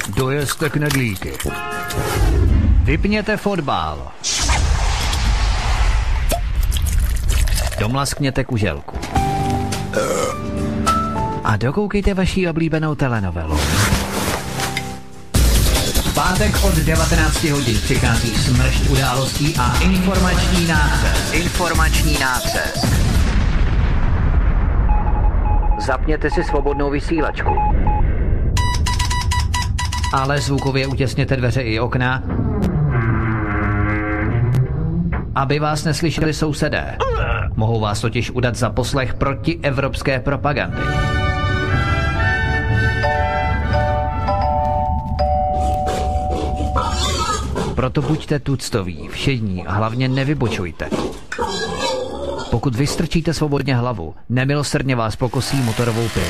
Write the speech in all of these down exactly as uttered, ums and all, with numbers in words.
Dojezte knedlíky. Vypněte fotbal. Domlaskněte kuželku. A dokoukejte vaši oblíbenou telenovelu. V pátek od devatenácti hodin přichází smršť událostí a informační nácest. Informační nácest. Zapněte si svobodnou vysílačku. Ale zvukově utěsněte dveře i okna, aby vás neslyšeli sousedé. Mohou vás totiž udat za poslech protievropské propagandy. Proto buďte tuctoví, všední a hlavně nevybočujte. Pokud vystrčíte svobodně hlavu, nemilosrdně vás pokosí motorovou pilou.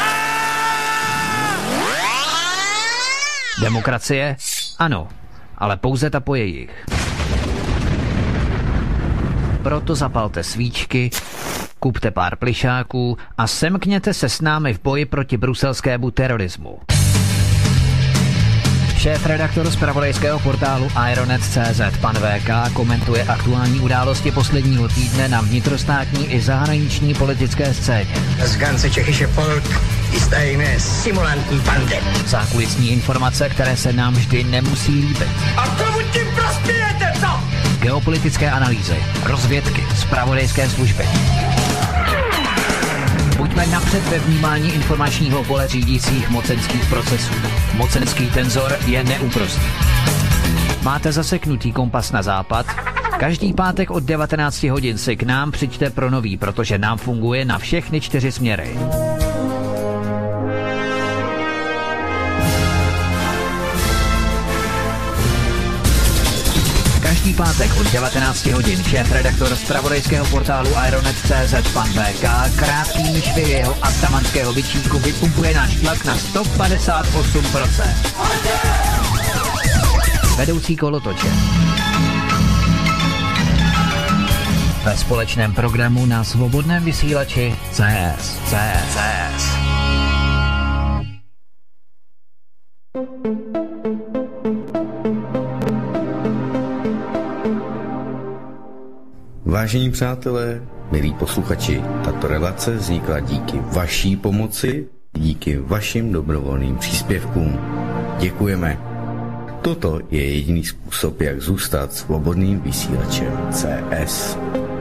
Demokracie? Ano, ale pouze ta po jejich. Proto zapalte svíčky, kupte pár plišáků a semkněte se s námi v boji proti bruselskému terorismu. Šéf-redaktor zpravodajského portálu Ironet tečka cé zet pan vé ká komentuje aktuální události posledního týdne na vnitrostátní i zahraniční politické scéně. Das ganze tschechische Volk ist eine simulantní bande. Zákulisní informace, které se nám vždy nemusí líbit. A komu tím prospějete, co? Geopolitické analýzy, rozvědky, zpravodajské služby. Buďme napřed ve vnímání informačního pole řídících mocenských procesů. Mocenský tenzor je neúprostný. Máte zaseknutý kompas na západ? Každý pátek od devatenácti hodin si k nám přijďte pro nový, protože nám funguje na všechny čtyři směry. Každý pátek od devatenácti hodin šéf-redaktor zpravodajského portálu Ironet tečka cé zet pan vé ká krátkým švy jeho atamanského bičíku vypumpuje náš tlak na sto padesát osm procent. Vedoucí kolotoče. Ve společném programu na svobodném vysílači C S. C S. C S. Vážení přátelé, milí posluchači, tato relace vznikla díky vaší pomoci, díky vašim dobrovolným příspěvkům. Děkujeme. Toto je jediný způsob, jak zůstat svobodným vysílačem C S.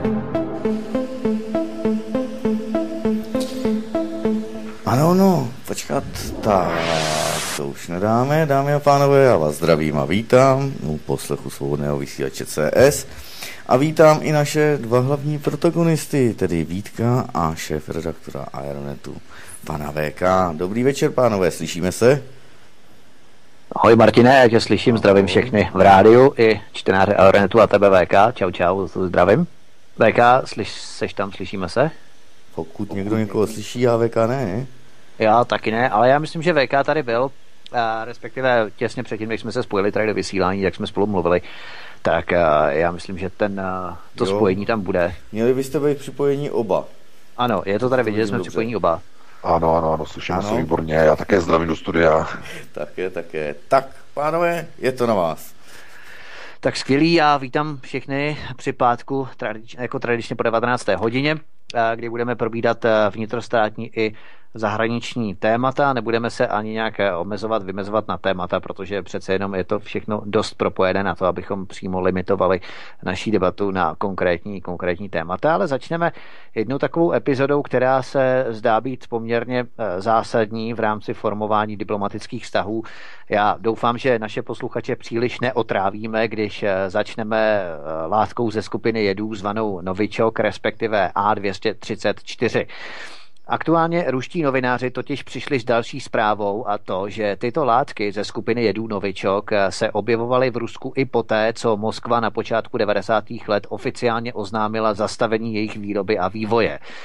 Ano, no, počkat, tak, to už nedáme, dámy a pánové, já vás zdravím a vítám u poslechu svobodného vysílače C S. A vítám i naše dva hlavní protagonisty, tedy Vítka a šéf-redaktora Ironetu, pana vé ká. Dobrý večer, pánové, slyšíme se? Ahoj Martine, já tě slyším, zdravím všechny v rádiu i čtenáře Ironetu a tebe vé ká. Čau, čau, zdravím. vé ká, slyš, seš tam, slyšíme se? Pokud někdo někoho slyší, já vé ká ne, ne? Já taky ne, ale já myslím, že vé ká tady byl, a respektive těsně předtím, než jsme se spojili tady do vysílání, jak jsme spolu mluvili, tak uh, já myslím, že ten, uh, to jo. spojení tam bude. Měli byste být připojení oba. Ano, je to tady vidět, jsme připojení oba. Ano, ano, ano, slyšíme se výborně, já také zdravím do studia. Také, také. Tak, pánové, je to na vás. Tak skvělý, já vítám všechny při pátku, tradič, jako tradičně po devatenácté hodině, kdy budeme probídat vnitrostátní i zahraniční témata. Nebudeme se ani nějak omezovat, vymezovat na témata, protože přece jenom je to všechno dost propojené na to, abychom přímo limitovali naší debatu na konkrétní, konkrétní témata, ale začneme jednou takovou epizodou, která se zdá být poměrně zásadní v rámci formování diplomatických vztahů. Já doufám, že naše posluchače příliš neotrávíme, když začneme látkou ze skupiny jedů zvanou Novičok, respektive A dvě stě třicet čtyři. Aktuálně ruští novináři totiž přišli s další zprávou, a to, že tyto látky ze skupiny jedů Novičok se objevovaly v Rusku i poté, co Moskva na počátku devadesátých let oficiálně oznámila zastavení jejich výroby a vývoje.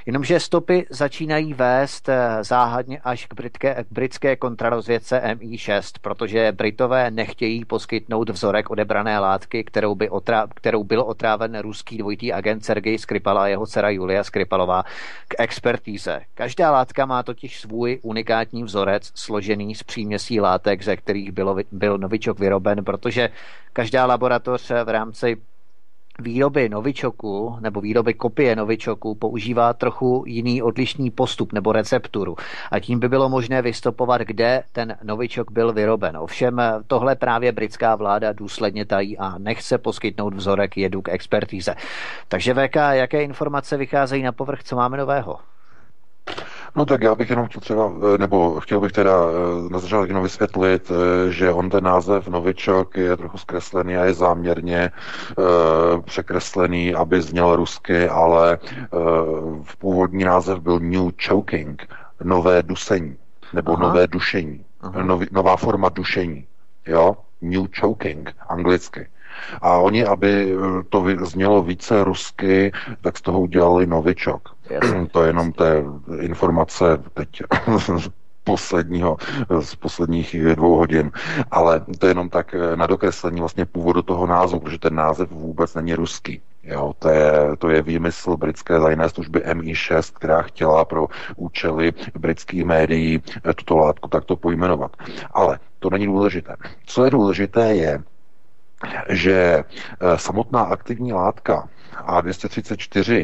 Jenomže stopy začínají vést záhadně až k britské, k britské kontrarozvědce M I šest, protože Britové nechtějí poskytnout vzorek odebrané látky, kterou, by otrá, kterou byl otráven ruský dvojitý agent Sergej Skripal a jeho dcera Julia Skripalová k expertíze. Každá látka má totiž svůj unikátní vzorec složený z příměsí látek, ze kterých bylo, byl novičok vyroben, protože každá laboratoř v rámci výroby novičoku nebo výroby kopie novičoku používá trochu jiný odlišný postup nebo recepturu a tím by bylo možné vystopovat, kde ten novičok byl vyroben. Ovšem tohle právě britská vláda důsledně tají a nechce poskytnout vzorek jedu k expertíze. Takže V K, jaké informace vycházejí na povrch, co máme nového? No tak já bych jenom chtěl třeba, nebo chtěl bych teda na začátek jenom vysvětlit, že on ten název Novičok je trochu zkreslený a je záměrně uh, překreslený, aby zněl rusky, ale uh, v původní název byl New Choking, nové dusení, nebo Aha. nové dušení, Nov, nová forma dušení, jo, New Choking, anglicky. A oni, aby to znělo více rusky, tak z toho udělali Novičok. To je jenom té informace teď posledního, z posledních dvou hodin. Ale to je jenom tak na dokreslení vlastně původu toho názvu, protože ten název vůbec není ruský. Jo, to, je, to je výmysl britské tajné služby M I šest, která chtěla pro účely britských médií tuto látku takto pojmenovat. Ale to není důležité. Co je důležité je, že samotná aktivní látka A dvě stě třicet čtyři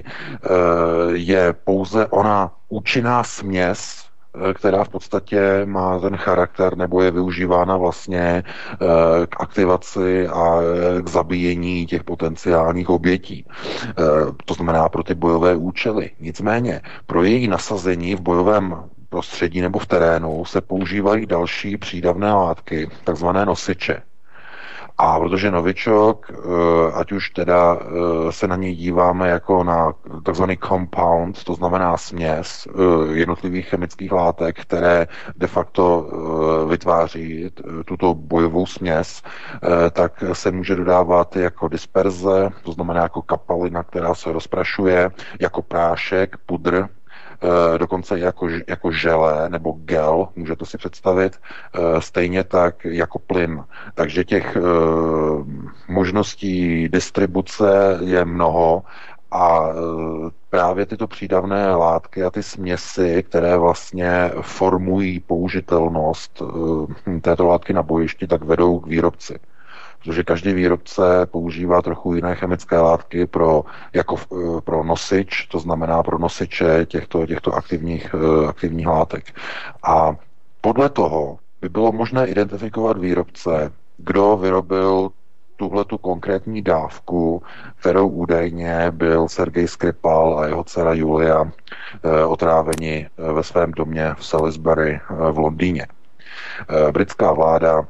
je pouze ona účinná směs, která v podstatě má ten charakter nebo je využívána vlastně k aktivaci a k zabíjení těch potenciálních obětí. To znamená pro ty bojové účely. Nicméně pro její nasazení v bojovém prostředí nebo v terénu se používají další přídavné látky, takzvané nosiče. A protože novičok, ať už teda se na něj díváme jako na takzvaný compound, to znamená směs jednotlivých chemických látek, které de facto vytváří tuto bojovou směs, tak se může dodávat jako disperze, to znamená jako kapalina, která se rozprašuje, jako prášek, pudr, dokonce jako, jako želé nebo gel, můžete si představit, stejně tak jako plyn. Takže těch možností distribuce je mnoho a právě tyto přídavné látky a ty směsi, které vlastně formují použitelnost této látky na bojišti, tak vedou k výrobci. Protože každý výrobce používá trochu jiné chemické látky pro, jako pro nosič, to znamená pro nosiče těchto, těchto aktivních, aktivních látek. A podle toho by bylo možné identifikovat výrobce, kdo vyrobil tuhletu konkrétní dávku, kterou údajně byl Sergej Skripal a jeho dcera Julia otráveni ve svém domě v Salisbury v Londýně. Britská vláda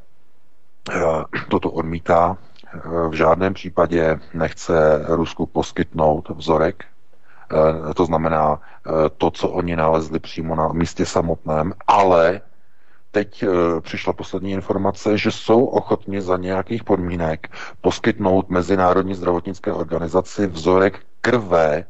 toto odmítá, v žádném případě nechce Rusku poskytnout vzorek, to znamená to, co oni nalezli přímo na místě samotném, ale teď přišla poslední informace, že jsou ochotni za nějakých podmínek poskytnout Mezinárodní zdravotnické organizaci vzorek krve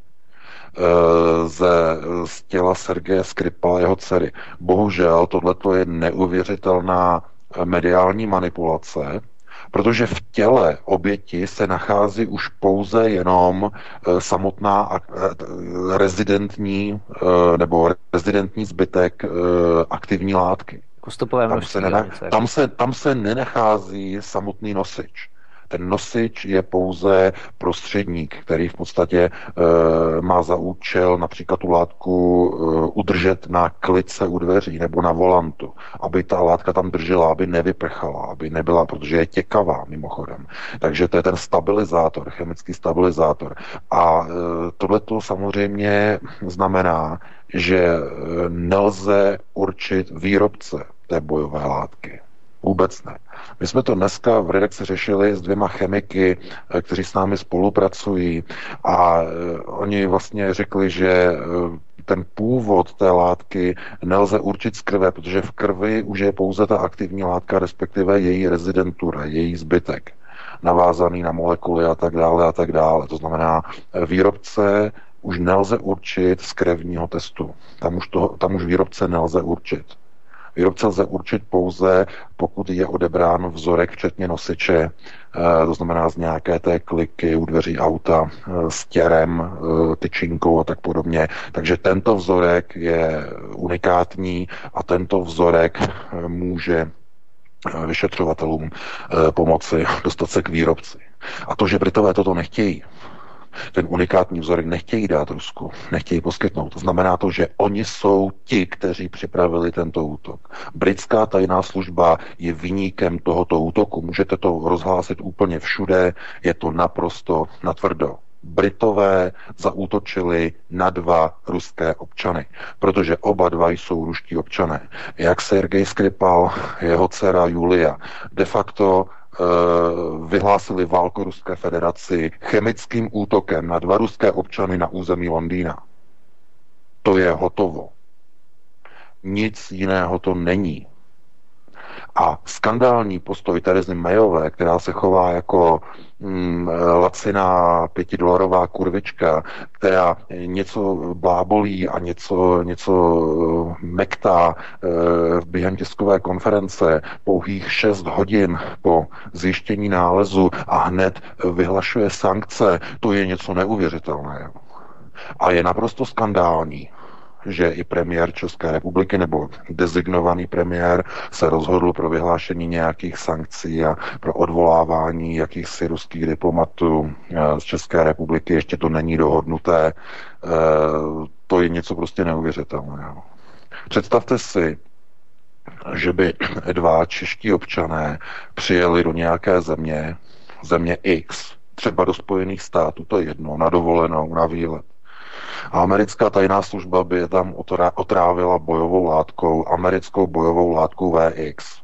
ze, z těla Sergeje Skripala, jeho dcery. Bohužel tohleto je neuvěřitelná mediální manipulace, protože v těle oběti se nachází už pouze jenom samotná rezidentní nebo rezidentní zbytek aktivní látky. Tam se, nena, tam, se, tam se nenachází samotný nosič. Ten nosič je pouze prostředník, který v podstatě e, má za účel například tu látku e, udržet na klice u dveří nebo na volantu, aby ta látka tam držela, aby nevyprchala, aby nebyla, protože je těkavá mimochodem. Takže to je ten stabilizátor, chemický stabilizátor. A e, tohleto samozřejmě znamená, že nelze určit výrobce té bojové látky. Vůbec ne. My jsme to dneska v redakci řešili s dvěma chemiky, kteří s námi spolupracují a oni vlastně řekli, že ten původ té látky nelze určit z krve, protože v krvi už je pouze ta aktivní látka, respektive její rezidentura, její zbytek, navázaný na molekuly a tak dále a tak dále. To znamená, výrobce už nelze určit z krevního testu. Tam už, toho, tam už výrobce nelze určit. Výrobce lze určit pouze, pokud je odebrán vzorek, včetně nosiče, to znamená z nějaké té kliky u dveří auta s těrem, tyčinkou a tak podobně. Takže tento vzorek je unikátní a tento vzorek může vyšetřovatelům pomoci dostat se k výrobci. A to, že Britové toto nechtějí, ten unikátní vzorek nechtějí dát Rusku, nechtějí poskytnout. To znamená to, že oni jsou ti, kteří připravili tento útok. Britská tajná služba je viníkem tohoto útoku. Můžete to rozhlásit úplně všude, je to naprosto natvrdo. Britové zaútočili na dva ruské občany, protože oba dva jsou ruští občané. Jak Sergej Skripal, jeho dcera Julia, de facto vyhlásili válku Ruské federaci chemickým útokem na dva ruské občany na území Londýna. To je hotovo. Nic jiného to není. A skandální postoj Terezy Mayové, která se chová jako mm, laciná pětidolarová kurvička, která něco blábolí a něco, něco mektá e, během tiskové konference pouhých šest hodin po zjištění nálezu a hned vyhlašuje sankce, to je něco neuvěřitelného. A je naprosto skandální, že i premiér České republiky nebo designovaný premiér se rozhodl pro vyhlášení nějakých sankcí a pro odvolávání jakýchsi ruských diplomatů z České republiky. Ještě to není dohodnuté. To je něco prostě neuvěřitelného. Představte si, že by dva čeští občané přijeli do nějaké země, země X, třeba do Spojených států, to je jedno, na dovolenou, na výlet. A americká tajná služba by je tam otrávila bojovou látkou, americkou bojovou látkou V X.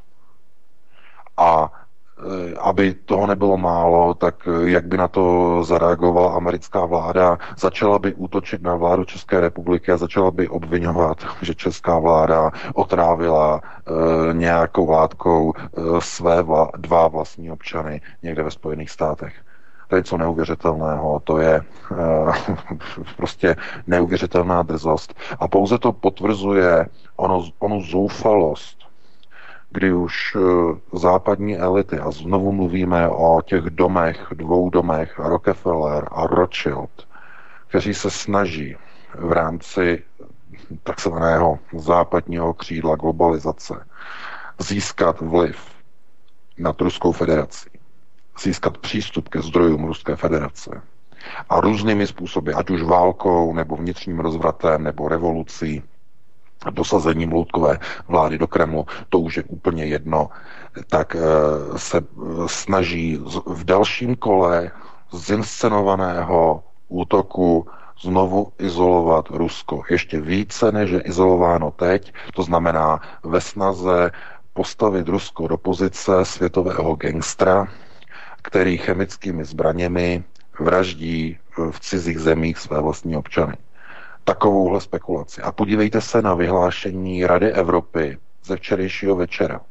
A e, aby toho nebylo málo, tak jak by na to zareagovala americká vláda, začala by útočit na vládu České republiky a začala by obvinovat, že česká vláda otrávila e, nějakou látkou e, své vla, dva vlastní občany někde ve Spojených státech. To je něco neuvěřitelného, to je uh, prostě neuvěřitelná drzost. A pouze to potvrzuje ono, onu zoufalost, kdy už uh, západní elity, a znovu mluvíme o těch domech, dvou domech, Rockefeller a Rothschild, kteří se snaží v rámci takzvaného západního křídla globalizace získat vliv nad Ruskou federací, získat přístup ke zdrojům Ruské federace a různými způsoby, ať už válkou, nebo vnitřním rozvratem, nebo revolucí, dosazením loutkové vlády do Kremlu, to už je úplně jedno, tak se snaží v dalším kole zinscenovaného útoku znovu izolovat Rusko. Ještě více, než je izolováno teď, to znamená ve snaze postavit Rusko do pozice světového gangstra, který chemickými zbraněmi vraždí v cizích zemích své vlastní občany. Takovouhle spekulaci. A podívejte se na vyhlášení Rady Evropy ze včerejšího večera.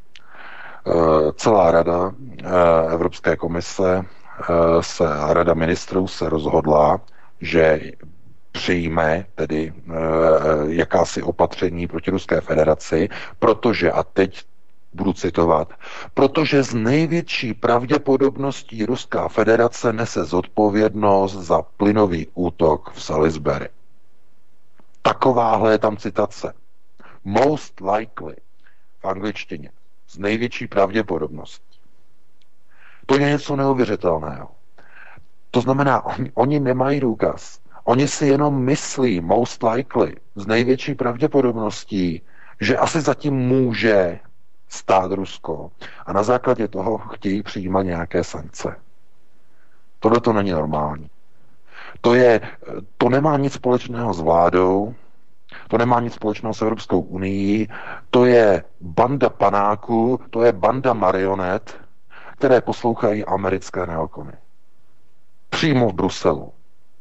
Celá rada Evropské komise, se, Rada ministrů se rozhodla, že přijme tedy jakási opatření proti Ruské federaci, protože, a teď budu citovat, protože z největší pravděpodobností Ruská federace nese zodpovědnost za plynový útok v Salisbury. Takováhle je tam citace. Most likely v angličtině. Z největší pravděpodobností. To je něco neuvěřitelného. To znamená, oni, oni nemají důkaz. Oni si jenom myslí, most likely, z největší pravděpodobností, že asi zatím může stát Rusko. A na základě toho chtějí přijímat nějaké sankce. Tohle to není normální. To, je, to nemá nic společného s vládou, to nemá nic společného s Evropskou unii, to je banda panáků, to je banda marionet, které poslouchají americké neokony. Přímo v Bruselu.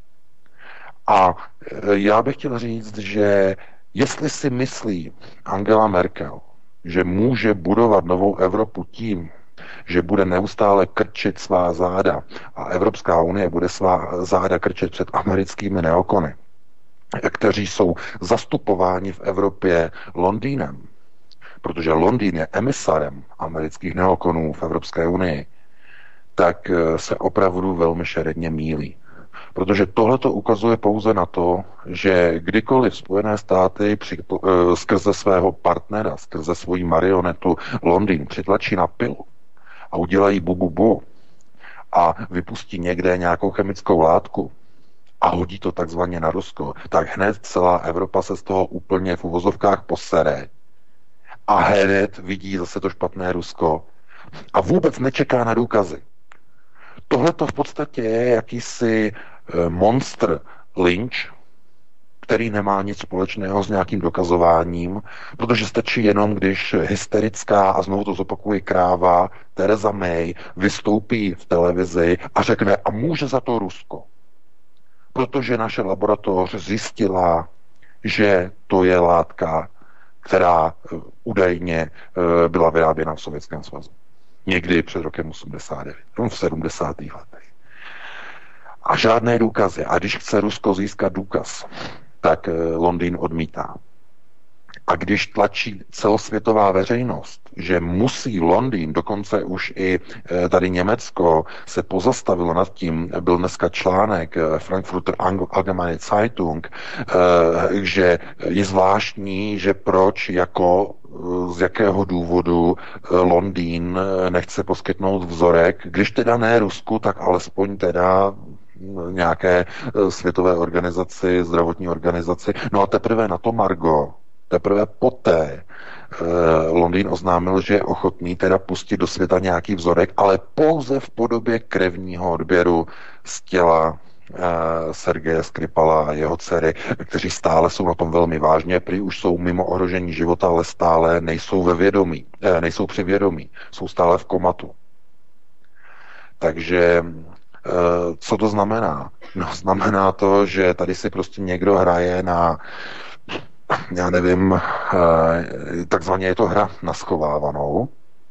A já bych chtěl říct, že jestli si myslí Angela Merkel, že může budovat novou Evropu tím, že bude neustále krčit svá záda a Evropská unie bude svá záda krčit před americkými neokony, kteří jsou zastupováni v Evropě Londýnem, protože Londýn je emisarem amerických neokonů v Evropské unii, tak se opravdu velmi šeredně mýlí. Protože tohle to ukazuje pouze na to, že kdykoliv Spojené státy při, skrze svého partnera, skrze svoji marionetu Londýn přitlačí na pilu a udělají bu, bu, bu a vypustí někde nějakou chemickou látku a hodí to takzvaně na Rusko, tak hned celá Evropa se z toho úplně v uvozovkách posere a hned vidí zase to špatné Rusko a vůbec nečeká na důkazy. Tohle to v podstatě je jakýsi monster Lynch, který nemá nic společného s nějakým dokazováním, protože stačí jenom, když hysterická, a znovu to zopakuji, kráva Theresa May vystoupí v televizi a řekne, a může za to Rusko. Protože naše laboratoř zjistila, že to je látka, která údajně byla vyráběna v Sovětském svazu. Někdy před rokem osmdesát devět, v sedmdesátých letech. A žádné důkazy. A když chce Rusko získat důkaz, tak Londýn odmítá. A když tlačí celosvětová veřejnost, že musí Londýn, dokonce už i tady Německo se pozastavilo nad tím, byl dneska článek Frankfurter Allgemeine Zeitung, že je zvláštní, že proč, jako z jakého důvodu Londýn nechce poskytnout vzorek, když teda ne Rusku, tak alespoň teda nějaké světové organizaci, zdravotní organizaci. No a teprve na to margo, teprve poté eh, Londýn oznámil, že je ochotný teda pustit do světa nějaký vzorek, ale pouze v podobě krevního odběru z těla eh, Sergeje Skripala a jeho dcery, kteří stále jsou na tom velmi vážně, prý už jsou mimo ohrožení života, ale stále nejsou ve vědomí, eh, nejsou při vědomí, jsou stále v komatu. Takže eh, co to znamená? No, znamená to, že tady si prostě někdo hraje na, já nevím, takzvaně je to hra na schovávanou,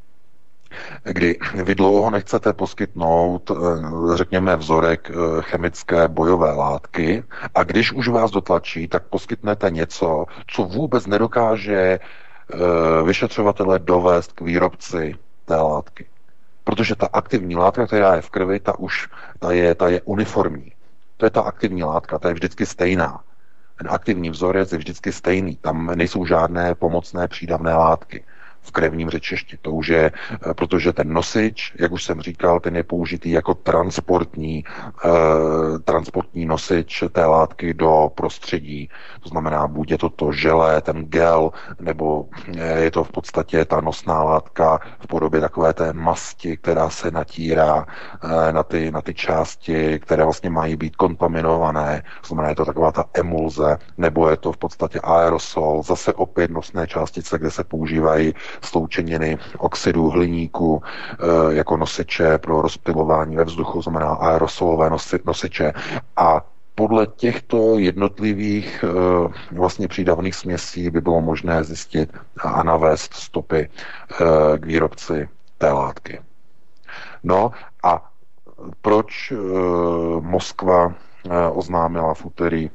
kdy vy dlouho nechcete poskytnout, řekněme, vzorek chemické bojové látky a když už vás dotlačí, tak poskytnete něco, co vůbec nedokáže vyšetřovatele dovést k výrobci té látky. Protože ta aktivní látka, která je v krvi, ta už ta je, ta je uniformní. To je ta aktivní látka, ta je vždycky stejná. Ten aktivní vzorec je vždycky stejný. Tam nejsou žádné pomocné přídavné látky v krevním řečišti. To už je, protože ten nosič, jak už jsem říkal, ten je použitý jako transportní, eh, transportní nosič té látky do prostředí. To znamená, buď je to to želé, ten gel, nebo je to v podstatě ta nosná látka v podobě takové té masti, která se natírá eh, na, ty, na ty části, které vlastně mají být kontaminované. To znamená, je to taková ta emulze, nebo je to v podstatě aerosol, zase opět nosné částice, kde se používají sloučeniny oxidu hliníku e, jako nosiče pro rozptylování ve vzduchu, znamená aerosolové nosi, nosiče. A podle těchto jednotlivých e, vlastně přídavných směsí by bylo možné zjistit a navést stopy e, k výrobci té látky. No a proč e, Moskva e, oznámila v úterý,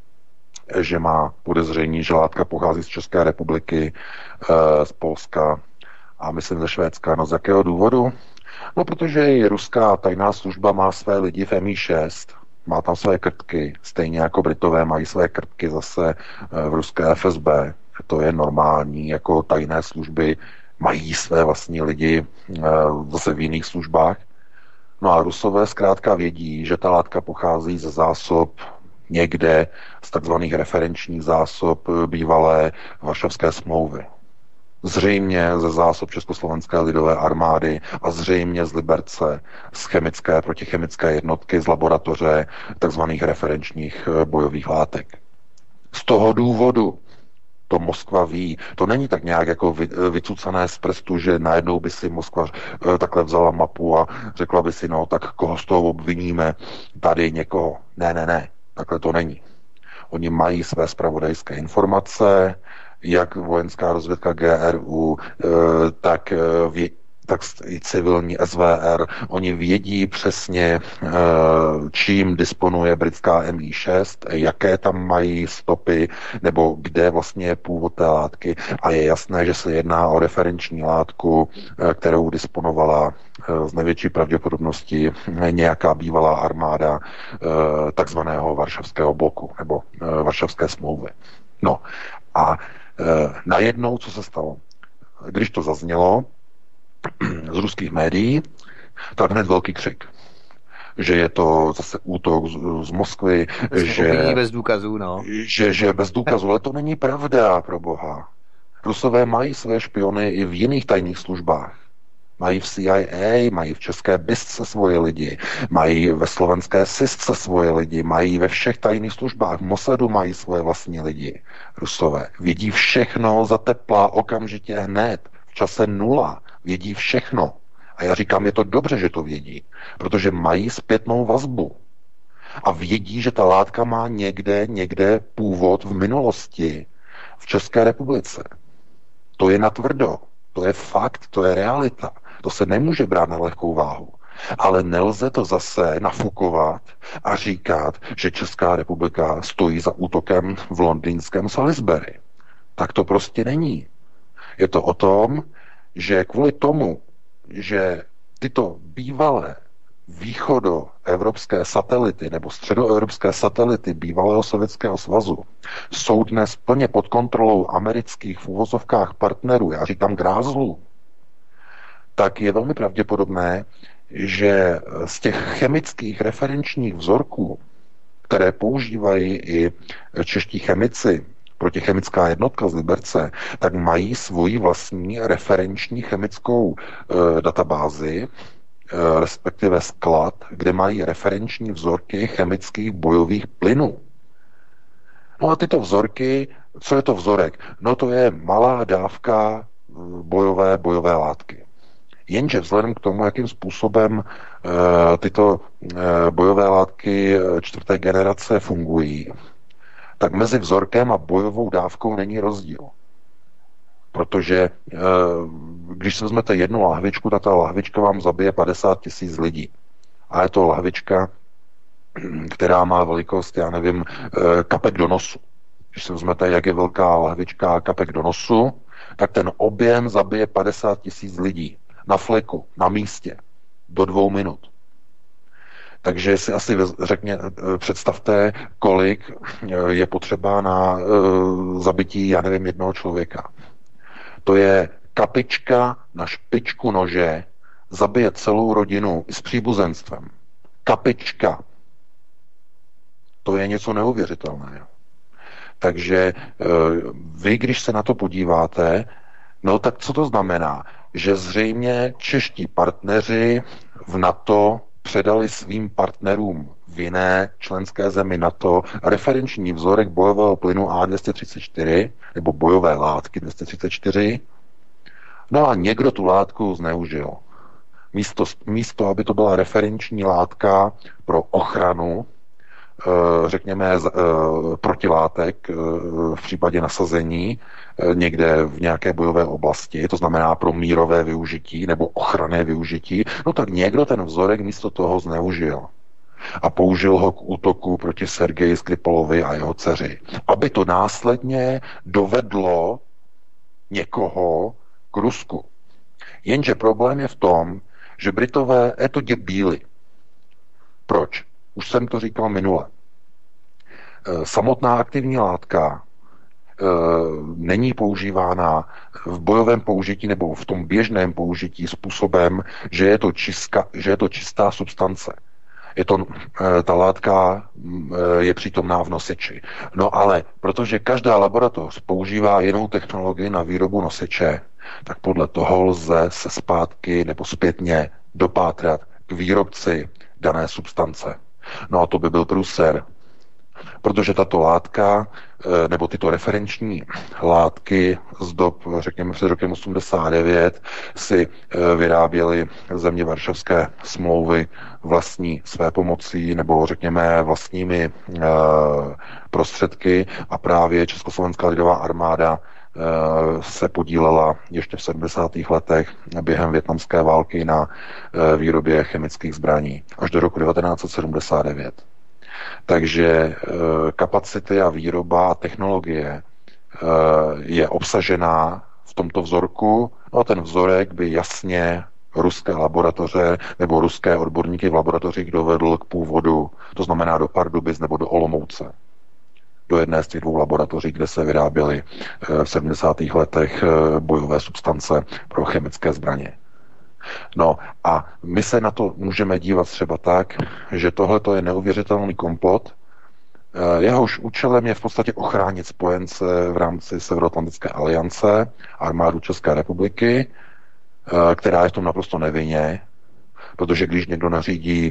že má podezření, že látka pochází z České republiky, z Polska a myslím ze Švédska. No z jakého důvodu? No protože i ruská tajná služba má své lidi v M I šest, má tam své krtky, stejně jako Britové mají své krtky zase v ruské F S B. To je normální, jako tajné služby mají své vlastní lidi zase v jiných službách. No a Rusové zkrátka vědí, že ta látka pochází ze zásob někde z takzvaných referenčních zásob bývalé Varšavské smlouvy. Zřejmě ze zásob Československé lidové armády a zřejmě z Liberce, z chemické, protichemické jednotky, z laboratoře takzvaných referenčních bojových látek. Z toho důvodu to Moskva ví. To není tak nějak jako vycucané z prstu, že najednou by si Moskva takhle vzala mapu a řekla by si, no tak koho z toho obviníme, tady někoho. Ne, ne, ne. Takhle to není. Oni mají své zpravodajské informace, jak vojenská rozvědka G R U, tak tak i civilní S V R, oni vědí přesně, čím disponuje britská M I šest, jaké tam mají stopy, nebo kde vlastně je původ té látky a je jasné, že se jedná o referenční látku, kterou disponovala z největší pravděpodobností nějaká bývalá armáda takzvaného Varšavského bloku nebo Varšavské smlouvy. No a najednou, co se stalo? Když to zaznělo z ruských médií, tak hned velký křik, že je to zase útok z, z Moskvy, že bez důkazů, no. že, že bez důkazů, ale to není pravda, pro boha. Rusové mají své špiony i v jiných tajných službách. Mají v C I A, mají v české BISce svoje lidi, mají ve slovenské SISce svoje lidi, mají ve všech tajných službách, v Mossadu mají svoje vlastní lidi. Rusové vědí všechno za tepla, okamžitě hned, v čase nula, vědí všechno. A já říkám, je to dobře, že to vědí, protože mají zpětnou vazbu. A vědí, že ta látka má někde, někde původ v minulosti v České republice. To je natvrdo, to je fakt, to je realita. To se nemůže brát na lehkou váhu. Ale nelze to zase nafukovat a říkat, že Česká republika stojí za útokem v londýnském Salisbury. Tak to prostě není. Je to o tom, že kvůli tomu, že tyto bývalé východoevropské satelity nebo středoevropské satelity bývalého Sovětského svazu jsou dnes plně pod kontrolou amerických v uvozovkách partnerů, já říkám grázlů, tak je velmi pravděpodobné, že z těch chemických referenčních vzorků, které používají i čeští chemici, protichemická jednotka z Liberce, tak mají svoji vlastní referenční chemickou e, databázi, e, respektive sklad, kde mají referenční vzorky chemických bojových plynů. No a tyto vzorky, co je to vzorek? No to je malá dávka bojové, bojové látky. Jenže vzhledem k tomu, jakým způsobem e, tyto e, bojové látky čtvrté generace fungují, tak mezi vzorkem a bojovou dávkou není rozdíl. Protože e, když si vezmete jednu lahvičku, tak ta lahvička vám zabije padesát tisíc lidí. A je to lahvička, která má velikost, já nevím, e, kapek do nosu. Když si vezmete, jak je velká lahvička kapek do nosu, tak ten objem zabije padesát tisíc lidí. Na fleku, na místě, do dvou minut. Takže si asi řekně, představte, kolik je potřeba na uh, zabití, já nevím, jednoho člověka. To je kapička na špičku nože, zabije celou rodinu i s příbuzenstvem. Kapička. To je něco neuvěřitelného. Takže uh, vy, když se na to podíváte, no tak co to znamená? Že zřejmě čeští partneři v NATO předali svým partnerům v jiné členské zemi NATO referenční vzorek bojového plynu A dvě stě třicet čtyři nebo bojové látky dvě stě třicet čtyři. No a někdo tu látku zneužil. Místo, místo aby to byla referenční látka pro ochranu, řekněme, protilátek v případě nasazení někde v nějaké bojové oblasti, to znamená pro mírové využití nebo ochranné využití, no tak někdo ten vzorek místo toho zneužil a použil ho k útoku proti Sergeji Skripalovi a jeho dceři, aby to následně dovedlo někoho k Rusku. Jenže problém je v tom, že Britové to děbíli. Proč? Už jsem to říkal minule. Samotná aktivní látka e, není používána v bojovém použití nebo v tom běžném použití způsobem, že je to, čistka, že je to čistá substance. Je to, e, ta látka e, je přítomná v nosiči. No ale protože každá laboratoř používá jinou technologii na výrobu nosiče, tak podle toho lze se zpátky nebo zpětně dopátrat k výrobci dané substance. No a to by byl průser, protože tato látka, nebo tyto referenční látky z dob, řekněme, před rokem osmdesát devět si vyráběly země Varšavské smlouvy vlastní své pomocí, nebo řekněme vlastními prostředky a právě Československá lidová armáda se podílela ještě v sedmdesátých letech během vietnamské války na výrobě chemických zbraní až do roku devatenáct set sedmdesát devět. Takže kapacity a výroba a technologie je obsažená v tomto vzorku, no a ten vzorek by jasně ruské laboratoře nebo ruské odborníky v laboratořích dovedl k původu, to znamená do Pardubic nebo do Olomouce. Do jedné z těch dvou laboratoří, kde se vyráběly v sedmdesátých letech bojové substance pro chemické zbraně. No a my se na to můžeme dívat třeba tak, že tohle je neuvěřitelný komplot, jehož účelem je v podstatě ochránit spojence v rámci Severoatlantické aliance, armádu České republiky, která je v tom naprosto nevinně, protože když někdo nařídí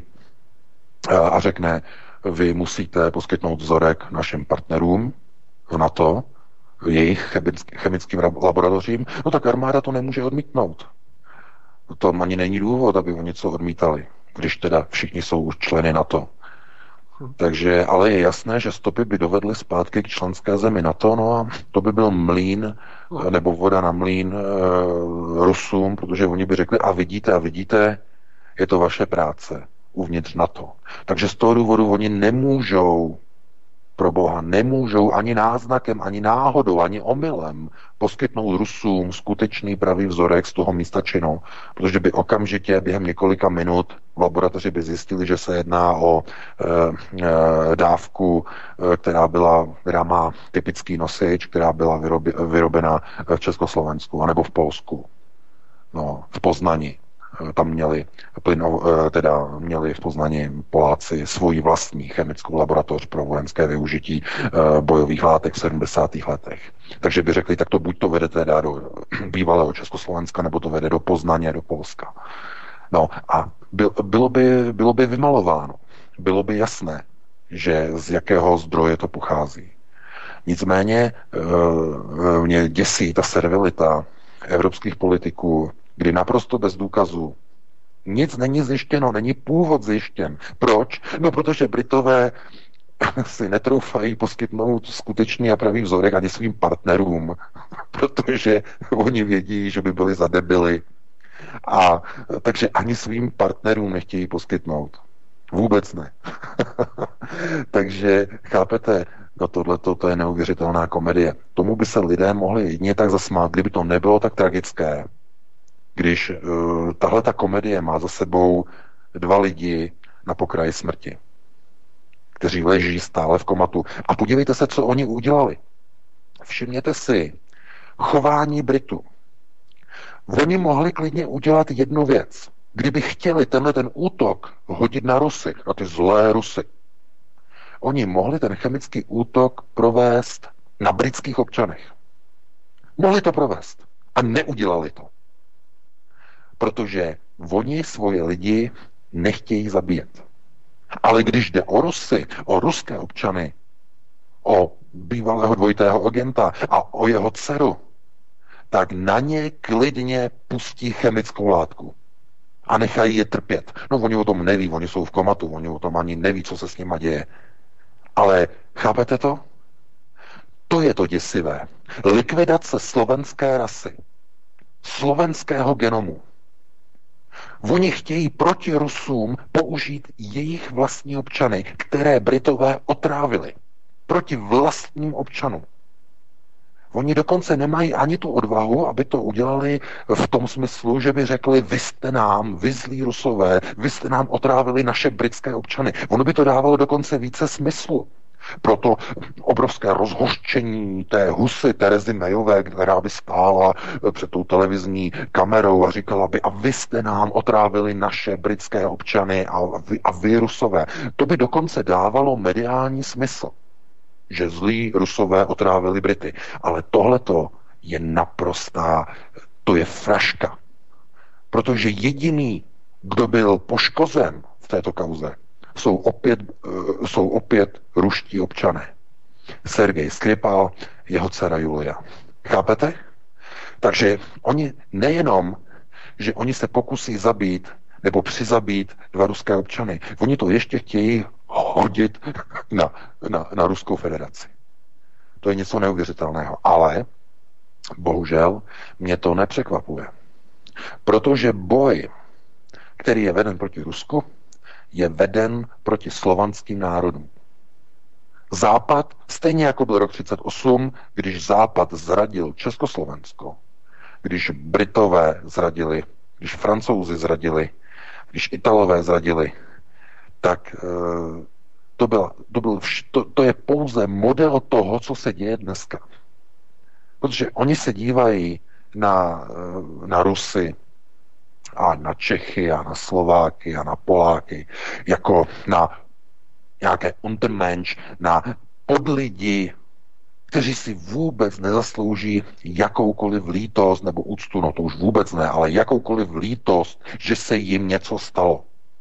a řekne, vy musíte poskytnout vzorek našim partnerům v NATO, jejich chemickým laboratořím, no tak armáda to nemůže odmítnout. To ani není důvod, aby oni něco odmítali, když teda všichni jsou už členy NATO. Takže, ale je jasné, že stopy by dovedly zpátky k členské zemi NATO, no a to by byl mlýn, nebo voda na mlýn e, Rusům, protože oni by řekli, a vidíte, a vidíte, je to vaše práce uvnitř NATO. Takže z toho důvodu oni nemůžou, pro Boha, nemůžou ani náznakem, ani náhodou, ani omylem poskytnout Rusům skutečný pravý vzorek z toho místa činu, protože by okamžitě během několika minut v laboratoři by zjistili, že se jedná o e, e, dávku, e, která byla, která má typický nosič, která byla vyrobi, vyrobena v Československu, anebo v Polsku, no, v Poznani. Tam měli, plyno, teda měli v Poznani Poláci svoji vlastní chemickou laboratoř pro vojenské využití bojových látek v sedmdesátých letech. Takže by řekli, tak to buď to vede teda do bývalého Československa, nebo to vede do Poznaně, do Polska. No a bylo by, bylo by vymalováno, bylo by jasné, že z jakého zdroje to pochází. Nicméně mě děsí ta servilita evropských politiků, kdy naprosto bez důkazů nic není zjištěno, není původ zjištěn. Proč? No, protože Britové si netroufají poskytnout skutečný a pravý vzorek ani svým partnerům, protože oni vědí, že by byli za debily. A takže ani svým partnerům nechtějí poskytnout. Vůbec ne. Takže, chápete, no tohleto, to je neuvěřitelná komedie. Tomu by se lidé mohli jedině tak zasmát, kdyby to nebylo tak tragické, když uh, tahle ta komedie má za sebou dva lidi na pokraji smrti, kteří leží stále v komatu. A podívejte se, co oni udělali. Všimněte si chování Britů. Oni mohli klidně udělat jednu věc. Kdyby chtěli tenhle ten útok hodit na Rusy, na ty zlé Rusy, oni mohli ten chemický útok provést na britských občanech. Mohli to provést. A neudělali to. Protože oni svoje lidi nechtějí zabíjet. Ale když jde o Rusy, o ruské občany, o bývalého dvojitého agenta a o jeho dceru, tak na ně klidně pustí chemickou látku. A nechají je trpět. No oni o tom neví, oni jsou v komatu, oni o tom ani neví, co se s nima děje. Ale chápete to? To je to děsivé. Likvidace slovenské rasy. Slovenského genomu. Oni chtějí proti Rusům použít jejich vlastní občany, které Britové otrávili. Proti vlastním občanům. Oni dokonce nemají ani tu odvahu, aby to udělali v tom smyslu, že by řekli, vy jste nám, vy zlí Rusové, vy jste nám otrávili naše britské občany. Ono by to dávalo dokonce více smyslu. Proto obrovské rozhořčení té husy Terezy Mayové, která by stála před tou televizní kamerou a říkala by, a vy jste nám otrávili naše britské občany a vy, a vy Rusové. To by dokonce dávalo mediální smysl, že zlí Rusové otrávili Brity. Ale tohleto je naprostá, to je fraška. Protože jediný, kdo byl poškozen v této kauze, jsou opět, uh, jsou opět ruští občané. Sergej Skripal, jeho dcera Julia. Chápete? Takže oni nejenom, že oni se pokusí zabít nebo přizabít dva ruské občany, oni to ještě chtějí hodit na, na, na Ruskou federaci. To je něco neuvěřitelného. Ale bohužel, mě to nepřekvapuje. Protože boj, který je veden proti Rusku, je veden proti slovanským národům. Západ, stejně jako byl rok třicet osm, když Západ zradil Československo, když Britové zradili, když Francouzi zradili, když Italové zradili, tak to, byla, to, byl, to, to je pouze model toho, co se děje dneska. Protože oni se dívají na, na Rusy a na Čechy a na Slováky a na Poláky jako na nějaké Untermensch, na podlidi, kteří si vůbec nezaslouží jakoukoliv lítost nebo úctu, no to už vůbec ne, ale jakoukoliv lítost, že se jim něco stalo.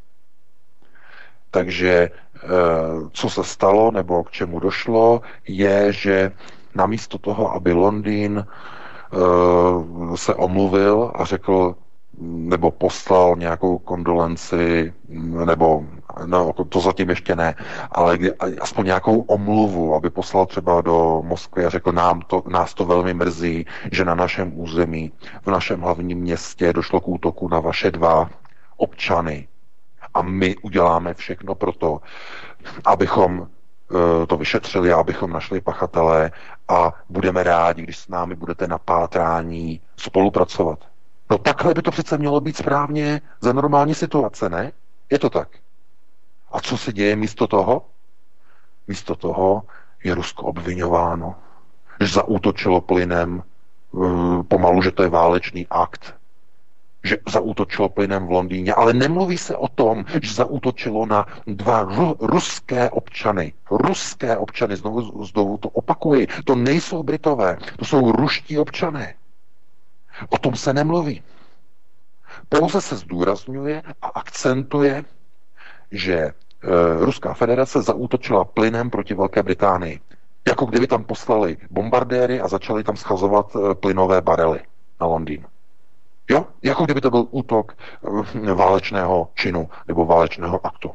Takže co se stalo nebo k čemu došlo, je, že namísto toho, aby Londýn se omluvil a řekl, nebo poslal nějakou kondolenci, nebo no, to zatím ještě ne, ale aspoň nějakou omluvu, aby poslal třeba do Moskvy a řekl, nám to, nás to velmi mrzí, že na našem území, v našem hlavním městě došlo k útoku na vaše dva občany a my uděláme všechno pro to, abychom to vyšetřili a abychom našli pachatele a budeme rádi, když s námi budete na pátrání spolupracovat. No takhle by to přece mělo být správně za normální situace, ne? Je to tak. A co se děje místo toho? Místo toho je Rusko obviňováno, že zaútočilo plynem, pomalu, že to je válečný akt, že zaútočilo plynem v Londýně, ale nemluví se o tom, že zaútočilo na dva ru- ruské občany. Ruské občany, znovu, znovu to opakuji, to nejsou Britové, to jsou ruští občané. O tom se nemluví. Pouze se zdůrazňuje a akcentuje, že e, Ruská federace zaútočila plynem proti Velké Británii. Jako kdyby tam poslali bombardéry a začali tam schazovat e, plynové barely na Londýn. Jo? Jako kdyby to byl útok e, válečného činu nebo válečného aktu.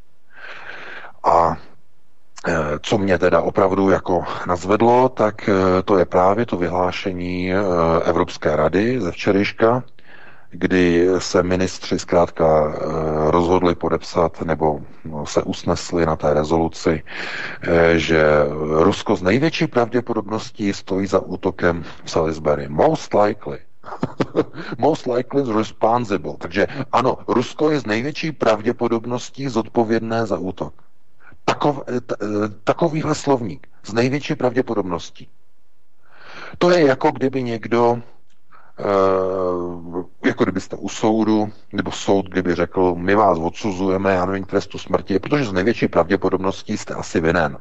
A co mě teda opravdu jako nazvedlo, tak to je právě to vyhlášení Evropské rady ze včerejška, kdy se ministři zkrátka rozhodli podepsat nebo se usnesli na té rezoluci, že Rusko z největší pravděpodobností stojí za útokem v Salisbury. Most likely. Most likely responsible. Takže ano, Rusko je z největší pravděpodobností zodpovědné za útok. Takov, t, takovýhle slovník z největší pravděpodobností. To je jako kdyby někdo, e, jako kdybyste u soudu, nebo soud, kdyby řekl, my vás odsuzujeme, já nevím, trestu smrti, protože z největší pravděpodobností jste asi vinen.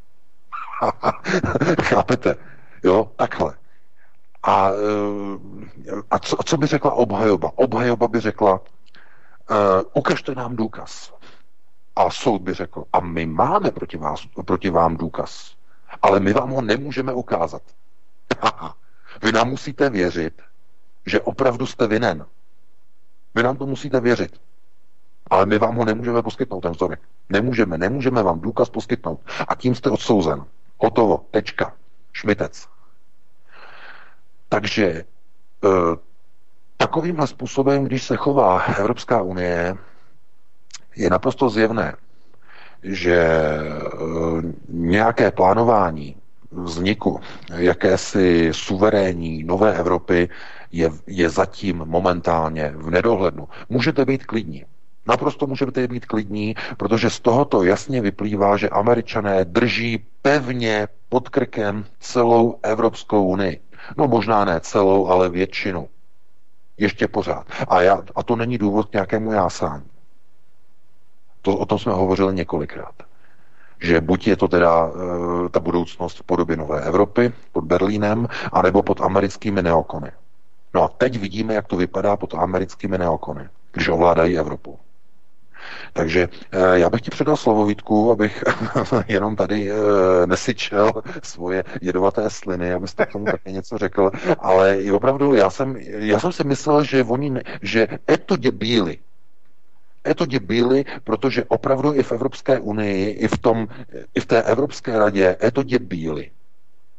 Chápete? Jo, takhle. A, a, co, a co by řekla obhajoba? Obhajoba by řekla, uh, ukažte nám důkaz. A soud by řekl, a my máme proti, vás, proti vám důkaz, ale my vám ho nemůžeme ukázat. Vy nám musíte věřit, že opravdu jste vinen. Vy nám to musíte věřit. Ale my vám ho nemůžeme poskytnout, ten vzorek. Nemůžeme, nemůžeme vám důkaz poskytnout. A tím jste odsouzen. Hotovo, tečka. Šmitec. Takže e, takovýmhle způsobem, když se chová Evropská unie, je naprosto zjevné, že e, nějaké plánování vzniku jakési suverénní nové Evropy je, je zatím momentálně v nedohlednu. Můžete být klidní. Naprosto můžete být klidní, protože z tohoto jasně vyplývá, že Američané drží pevně pod krkem celou Evropskou unii. No možná ne celou, ale většinu. Ještě pořád. A, já, a to není důvod k nějakému jásání. To, o tom jsme hovořili několikrát. Že buď je to teda e, ta budoucnost v podobě nové Evropy pod Berlínem, anebo pod americkými neokony. No a teď vidíme, jak to vypadá pod americkými neokony, když ovládají Evropu. Takže e, já bych ti předal slovo, Vítku, abych jenom tady e, nesyčel svoje jedovaté sliny, abyste k tomu také něco řekl, ale opravdu já jsem, já jsem si myslel, že oni, ne, že eto děbíli, eto děbíli, protože opravdu i v Evropské unii, i v, tom, i v té Evropské radě eto děbíli.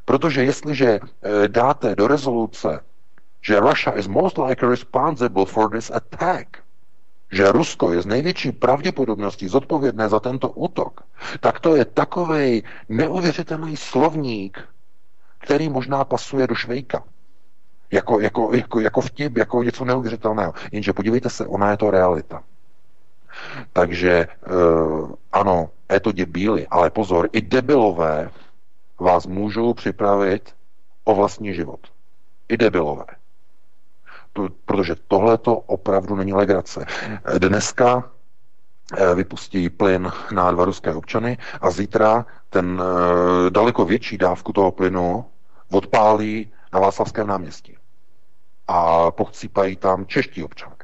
Protože jestliže dáte do rezoluce, že Russia is most likely responsible for this attack, že Rusko je z největší pravděpodobností zodpovědné za tento útok, tak to je takovej neuvěřitelný slovník, který možná pasuje do Švejka. Jako, jako, jako, jako vtip, jako něco neuvěřitelného. Jenže podívejte se, ona je to realita. Takže uh, ano, je to debíly, ale pozor, i debilové vás můžou připravit o vlastní život. I debilové. Protože tohle to opravdu není legrace. Dneska vypustí plyn na dva ruské občany a zítra ten daleko větší dávku toho plynu odpálí na Václavském náměstí. A pochcípají tam čeští občané.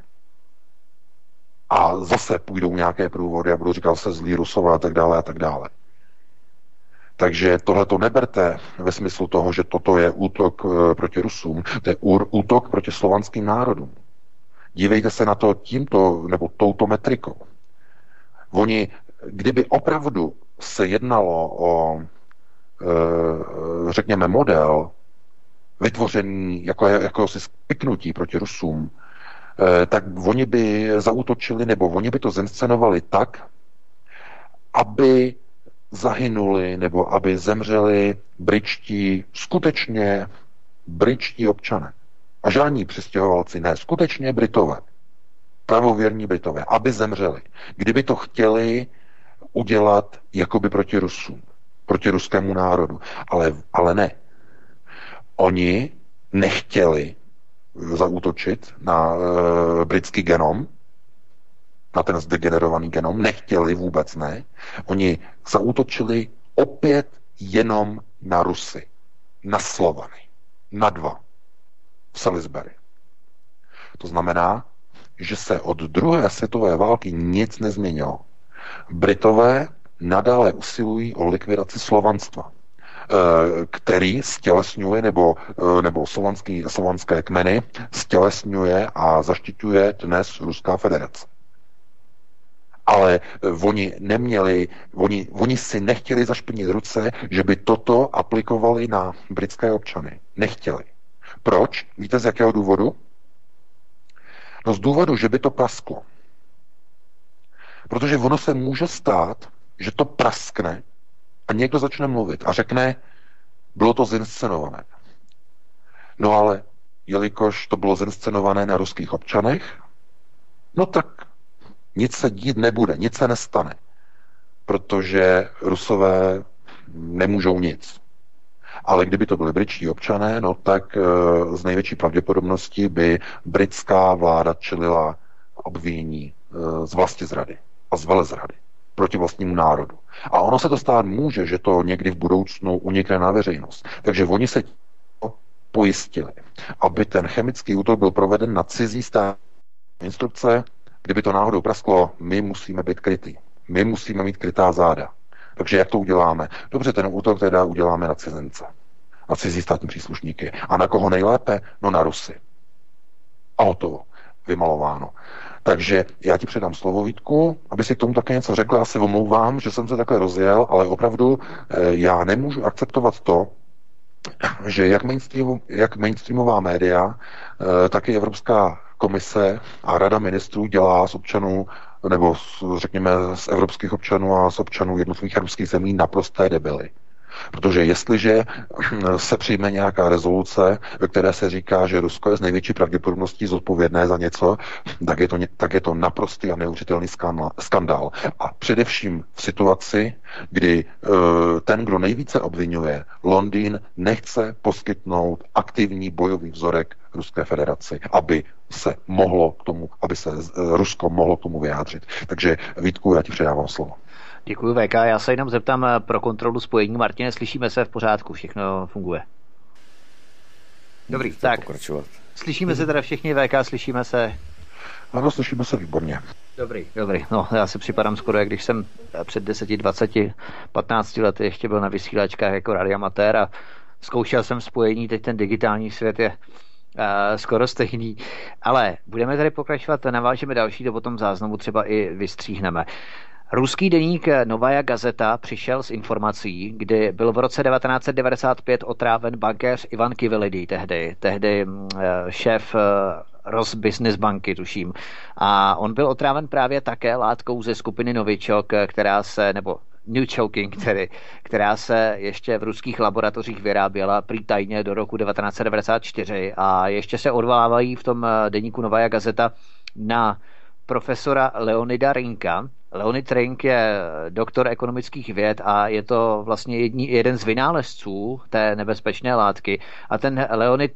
A zase půjdou nějaké průvody a budou říkat se zlí Rusové a tak dále a tak dále. Takže tohle to neberte ve smyslu toho, že toto je útok proti Rusům, to je útok proti slovanským národům. Dívejte se na to tímto nebo touto metrikou. Oni, kdyby opravdu se jednalo o, řekněme, model vytvořený jako, jako si spiknutí proti Rusům, tak oni by zaútočili, nebo oni by to zinscenovali tak, aby zahynuli, nebo aby zemřeli britští, skutečně britští občané. A žádní přistěhovalci, ne, skutečně Britové. Pravověrní Britové, aby zemřeli. Kdyby to chtěli udělat jakoby proti Rusům, proti ruskému národu. Ale, ale ne. Oni nechtěli zaútočit na e, britský genom, na ten zdegenerovaný genom, nechtěli, vůbec ne. Oni zaútočili opět jenom na Rusy, na Slovany, na dva, v Salisbury. To znamená, že se od druhé světové války nic nezměnilo. Britové nadále usilují o likvidaci slovanstva, který stělesňuje, nebo, nebo slovanský, slovanské kmeny stělesňuje a zaštiťuje dnes Ruská federace. Ale oni neměli, oni, oni si nechtěli zašpinit ruce, že by toto aplikovali na britské občany. Nechtěli. Proč? Víte z jakého důvodu? No z důvodu, že by to prasklo. Protože ono se může stát, že to praskne a někdo začne mluvit a řekne, bylo to zinscenované. No ale jelikož to bylo zinscenované na ruských občanech, no tak nic se dít nebude, nic se nestane, protože Rusové nemůžou nic. Ale kdyby to byli britští občané, no tak e, z největší pravděpodobnosti by britská vláda čelila obvinění e, z vlastizrady a z velezrady proti vlastnímu národu. A ono se to stát může, že to někdy v budoucnu unikne na veřejnost. Takže oni se pojistili, aby ten chemický útok byl proveden na cizí stát. Instrukce, kdyby to náhodou prasklo, my musíme být krytý. My musíme mít krytá záda. Takže jak to uděláme? Dobře, ten útok teda uděláme na cizince. Na cizí státní příslušníky. A na koho nejlépe? No na Rusy. A hotovo. Vymalováno. Takže já ti předám slovo, Vítku, aby si k tomu také něco řekl. Já se omlouvám, že jsem se takhle rozjel, ale opravdu já nemůžu akceptovat to, že jak, mainstream, jak mainstreamová média, tak i Evropská komise a Rada ministrů dělá z občanů, nebo řekněme z evropských občanů a z občanů jednotlivých evropských zemí naprosté debily. Protože jestliže se přijme nějaká rezoluce, ve které se říká, že Rusko je z největší pravděpodobností zodpovědné za něco, tak je to, tak je to naprostý a neuvěřitelný skandál. A především v situaci, kdy ten, kdo nejvíce obvinuje, Londýn, nechce poskytnout aktivní bojový vzorek Ruské federaci, aby se mohlo k tomu, aby se Rusko mohlo k tomu vyjádřit. Takže Vítku, já ti předávám slovo. Děkuji, V K. Já se jenom zeptám pro kontrolu spojení. Martine, slyšíme se v pořádku, všechno funguje. Dobrý, Můžete tak. Pokračovat. Slyšíme se teda všichni, V K, slyšíme se. Ano, slyšíme se výborně. Dobrý, dobrý. No, já si připadám skoro, jak když jsem před deseti, dvaceti, patnácti lety ještě byl na vysílačkách jako radioamatér a zkoušel jsem spojení, teď ten digitální svět je skoro stejný. Ale budeme tady pokračovat, navážeme další, to potom záznamu třeba i vystříhneme. Ruský deník Novaja Gazeta přišel s informací, kdy byl v roce devatenáct set devadesát pět otráven bankéř Ivan Kivilidý, tehdy, tehdy šéf Rosbusiness banky, tuším. A on byl otráven právě také látkou ze skupiny Novichok, která se, nebo Nuchoking, který, která se ještě v ruských laboratořích vyráběla prý tajně do roku devatenáct set devadesát čtyři a ještě se odvolávají v tom deníku Novaja Gazeta na profesora Leonida Rinka. Leonid Rink je doktor ekonomických věd a je to vlastně jední, jeden z vynálezců té nebezpečné látky. A ten Leonid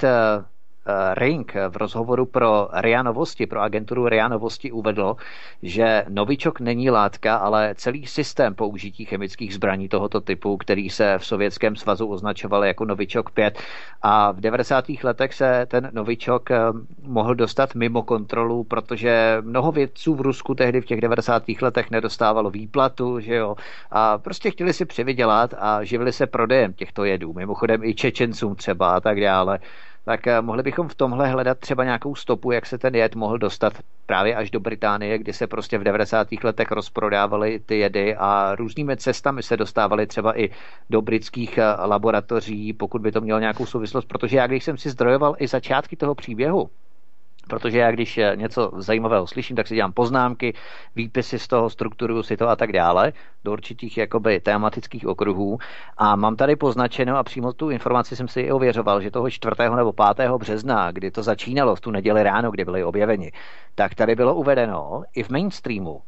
Rink v rozhovoru pro R I A Novosti, pro agenturu R I A Novosti uvedl, že novičok není látka, ale celý systém použití chemických zbraní tohoto typu, který se v Sovětském svazu označoval jako novičok pět. A v devadesátých letech se ten novičok mohl dostat mimo kontrolu, protože mnoho vědců v Rusku tehdy v těch devadesátých letech nedostávalo výplatu, že jo, a prostě chtěli si přivydělat a živili se prodejem těchto jedů. Mimochodem i Čečencům třeba a tak dále. Tak mohli bychom v tomhle hledat třeba nějakou stopu, jak se ten jed mohl dostat právě až do Británie, kdy se prostě v devadesátých letech rozprodávaly ty jedy a různými cestami se dostávaly třeba i do britských laboratoří, pokud by to mělo nějakou souvislost, protože já když jsem si zdrojoval i začátky toho příběhu, protože já když něco zajímavého slyším, tak si dělám poznámky, výpisy z toho, strukturuju si to a tak dále, do určitých jakoby tematických okruhů a mám tady poznačeno a přímo tu informaci jsem si i ověřoval, že toho čtvrtého nebo pátého března, kdy to začínalo v tu neděli ráno, kdy byly objeveni, tak tady bylo uvedeno i v mainstreamu,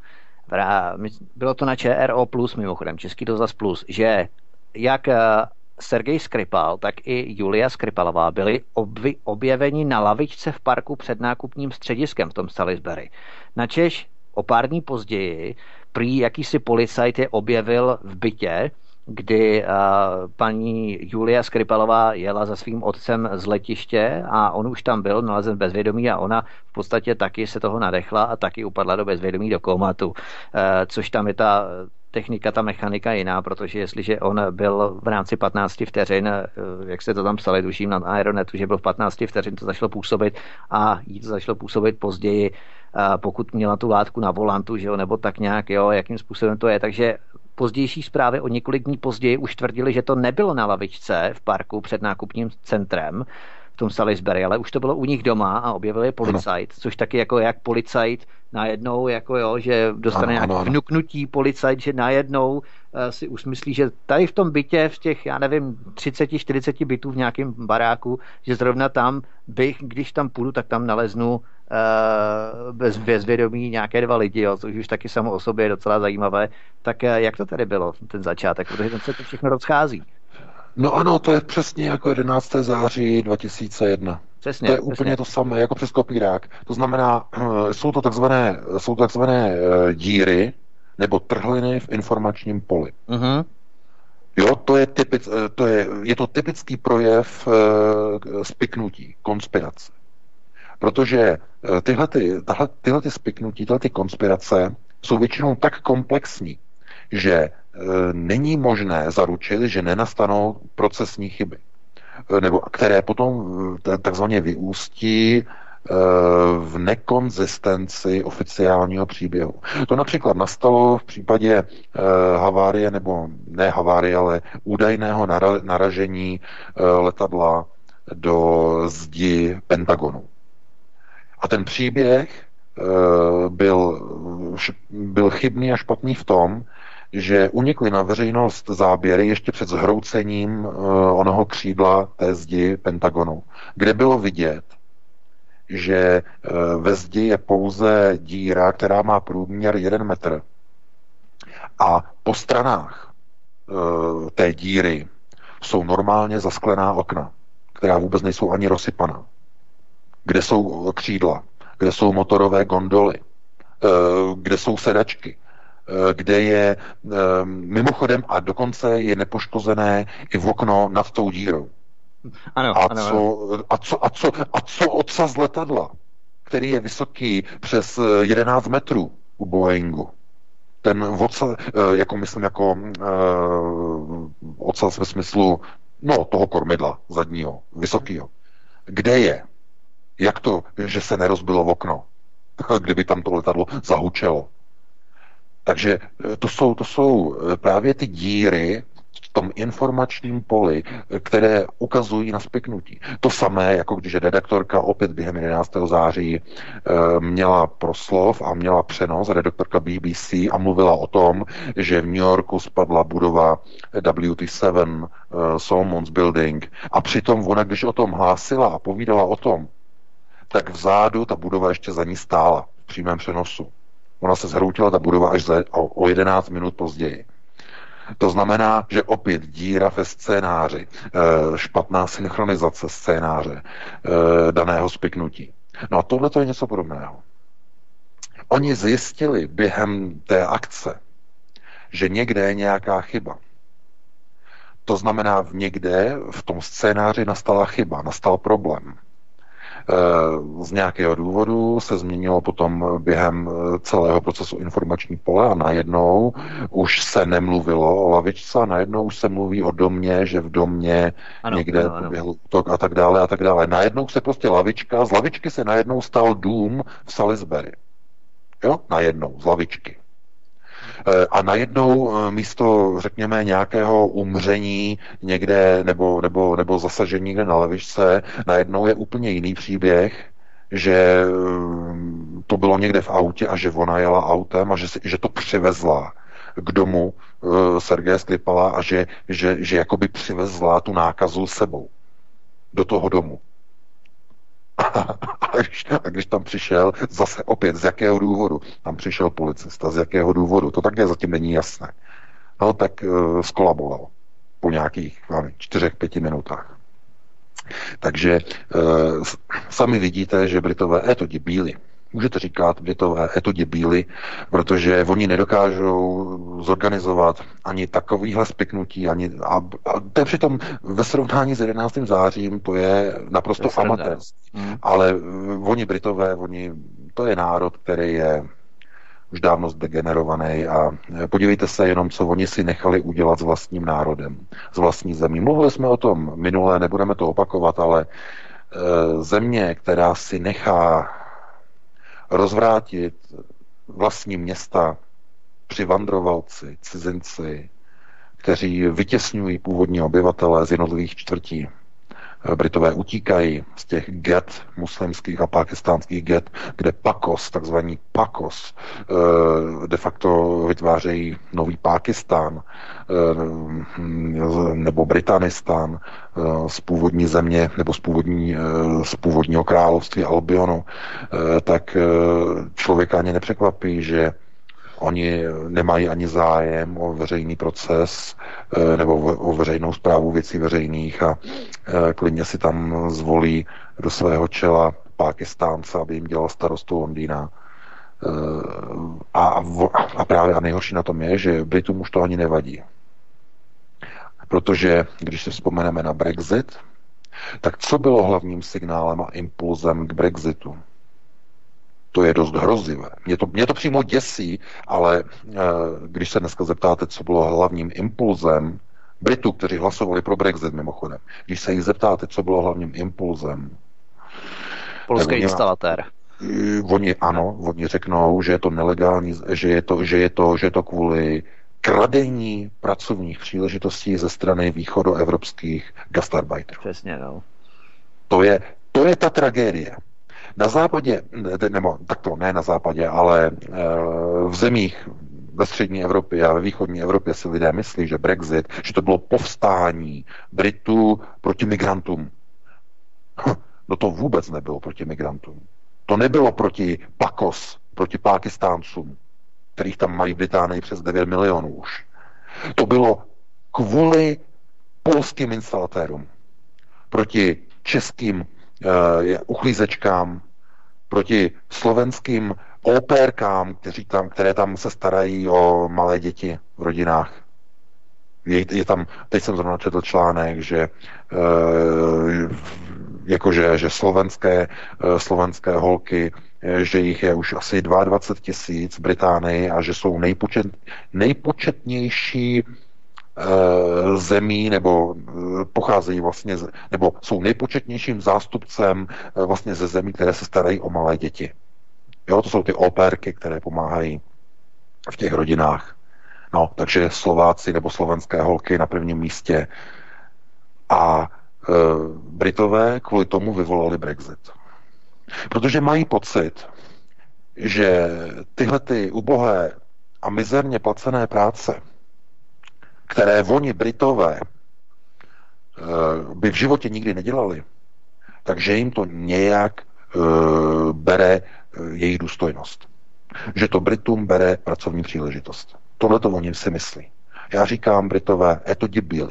bylo to na ČRO plus, mimochodem, Český rozhlas plus, že jak Sergej Skripal, tak i Julia Skripalová byli obvi, objeveni na lavičce v parku před nákupním střediskem v tom Salisbury. Načež o pár dní později prý jakýsi policajt je objevil v bytě, kdy uh, paní Julia Skripalová jela za svým otcem z letiště a on už tam byl nalezen bezvědomí a ona v podstatě taky se toho nadechla a taky upadla do bezvědomí, do komatu, uh, což tam je ta technika, ta mechanika jiná, protože jestliže on byl v rámci patnácti vteřin, jak se to tam psali, tuším na Aeronetu, že byl v patnácti vteřin, to začalo působit a jí to začalo působit později, pokud měla tu látku na volantu, že jo, nebo tak nějak, jo, jakým způsobem to je, takže pozdější zprávy o několik dní později už tvrdili, že to nebylo na lavičce v parku před nákupním centrem, v tom Salisbury, ale už to bylo u nich doma a objevil je policajt, což taky jako jak policajt najednou, jako jo, že dostane nějaké vnuknutí policajt, že najednou uh, si usmyslí, že tady v tom bytě, v těch, já nevím, třicet čtyřicet bytů v nějakém baráku, že zrovna tam bych, když tam půjdu, tak tam naleznu uh, bez bezvědomí nějaké dva lidi, jo, což už taky samo o sobě je docela zajímavé. Tak uh, jak to tady bylo, ten začátek, protože tam se to všechno rozchází. No ano, to je přesně jako jedenáctého září dva tisíce jedna. Přesně, to je přesně. úplně to samé, jako přes kopírák. To znamená, jsou to takzvané, jsou to takzvané díry nebo trhliny v informačním poli. Uh-huh. Jo, to je, typic, to je, je to typický projev uh, spiknutí, konspirace. Protože tyhle, ty, tahle, tyhle ty spiknutí, tyhle ty konspirace jsou většinou tak komplexní, že e, není možné zaručit, že nenastanou procesní chyby, e, nebo které potom takzvaně vyústí e, v nekonzistenci oficiálního příběhu. To například nastalo v případě e, havárie, nebo ne havárie, ale údajného nara, naražení e, letadla do zdi Pentagonu. A ten příběh e, byl, byl chybný a špatný v tom, že unikly na veřejnost záběry ještě před zhroucením uh, onoho křídla té zdi Pentagonu, kde bylo vidět, že uh, ve zdi je pouze díra, která má průměr jeden metr a po stranách uh, té díry jsou normálně zasklená okna, která vůbec nejsou ani rozsypaná, kde jsou křídla, kde jsou motorové gondoly, uh, kde jsou sedačky, kde je mimochodem a dokonce je nepoškozené i v okno nad tou dírou. Ano, a, ano, co, ano. A, co, a, co, a co ocas letadla, který je vysoký přes jedenáct metrů u Boeingu. Ten ocas, jako myslím, jako uh, ocas ve smyslu no, toho kormidla zadního, vysokýho. Kde je? Jak to, že se nerozbilo okno, kdyby tam to letadlo zahučelo? Takže to jsou, to jsou právě ty díry v tom informačním poli, které ukazují na spiknutí. To samé, jako když redaktorka opět během jedenáctého září měla proslov a měla přenos, redaktorka B B C, a mluvila o tom, že v New Yorku spadla budova W T sedm, Salmons Building, a přitom ona, když o tom hlásila a povídala o tom, tak vzadu ta budova ještě za ní stála v přímém přenosu. Ona se zhroutila, ta budova, až za, o, o jedenáct minut později. To znamená, že opět díra ve scénáři, e, špatná synchronizace scénáře e, daného spiknutí. No a tohle to je něco podobného. Oni zjistili během té akce, že někde je nějaká chyba. To znamená, někde v tom scénáři nastala chyba, nastal problém. Z nějakého důvodu se změnilo potom během celého procesu informační pole a najednou už se nemluvilo o lavičce a najednou už se mluví o domě, že v domě ano, někde ano, ano. proběhl útok a tak dále a tak dále. Najednou se prostě lavička, z lavičky se najednou stal dům v Salisbury. Jo? Najednou, z lavičky. A najednou místo, řekněme, nějakého umření někde nebo, nebo, nebo zasažení někde na lavičce, najednou je úplně jiný příběh, že to bylo někde v autě a že ona jela autem a že, že to přivezla k domu uh, Sergeje Skripala a že, že, že jakoby přivezla tu nákazu sebou do toho domu. A když, a když tam přišel, zase opět, z jakého důvodu? Tam přišel policista, z jakého důvodu? To také zatím není jasné. No tak uh, skolaboval po nějakých nevím, čtyřech, pěti minutách. Takže uh, sami vidíte, že Britové je to děbíli. Můžete říkat, Britové je to děbíli, protože oni nedokážou zorganizovat ani takovýhle spiknutí, ani, a, a to je přitom ve srovnání s jedenáctým zářím, to je naprosto amatérství. Hmm. Ale oni Britové, oni, to je národ, který je už dávno zdegenerovaný a podívejte se jenom, co oni si nechali udělat s vlastním národem, s vlastní zemí. Mluvili jsme o tom minule, nebudeme to opakovat, ale e, země, která si nechá rozvrátit vlastní města přivandrovalci, cizinci, kteří vytěsňují původní obyvatele z jednotlivých čtvrtí. Britové utíkají z těch get muslimských a pakistánských get, kde Pakos, takzvaný Pakos, de facto vytvářejí nový Pákistán nebo Britanistán z původní země nebo z, původní, z původního království Albionu, tak člověka ani nepřekvapí, že oni nemají ani zájem o veřejný proces nebo o veřejnou správu věcí veřejných a klidně si tam zvolí do svého čela Pákistánce, aby jim dělal starostu Londýna. A, a právě a nejhorší na tom je, že Britům už to ani nevadí. Protože když si vzpomeneme na Brexit, tak co bylo hlavním signálem a impulzem k Brexitu? To je dost hrozivé. Mě to, mě to přímo děsí, ale e, když se dneska zeptáte, co bylo hlavním impulzem Britů, kteří hlasovali pro Brexit mimochodem, když se jich zeptáte, co bylo hlavním impulzem, polský instalatér. Oni ano, oni řeknou, že je to nelegální, že je to, že je to, že je to kvůli kradení pracovních příležitostí ze strany východoevropských gastarbeiterů. Přesně, no. To je, to je ta tragédie. Na západě, nebo takto ne na západě, ale v zemích ve střední Evropě a ve východní Evropě si lidé myslí, že Brexit, že to bylo povstání Britů proti migrantům. No to vůbec nebylo proti migrantům. To nebylo proti Pakos, proti Pákistáncům, kterých tam mají v Británii přes devět milionů už. To bylo kvůli polským instalatérům, proti českým uh, uklízečkám, proti slovenským opérkám, kteří tam, které tam se starají o malé děti v rodinách. Je, je tam, teď jsem zrovna četl článek, že uh, jakože že slovenské, uh, slovenské holky, že jich je už asi dvacet dva tisíc v Británii a že jsou nejpočet, nejpočetnější zemí, nebo pocházejí vlastně, nebo jsou nejpočetnějším zástupcem vlastně ze zemí, které se starají o malé děti. Jo, to jsou ty opérky, které pomáhají v těch rodinách. No, takže Slováci nebo slovenské holky na prvním místě. A e, Britové kvůli tomu vyvolali Brexit. Protože mají pocit, že tyhle ty ubohé a mizerně placené práce, které oni Britové e, by v životě nikdy nedělali, takže jim to nějak e, bere e, jejich důstojnost. Že to Britům bere pracovní příležitost. Tohle to oni si myslí. Já říkám, Britové, je to debíli.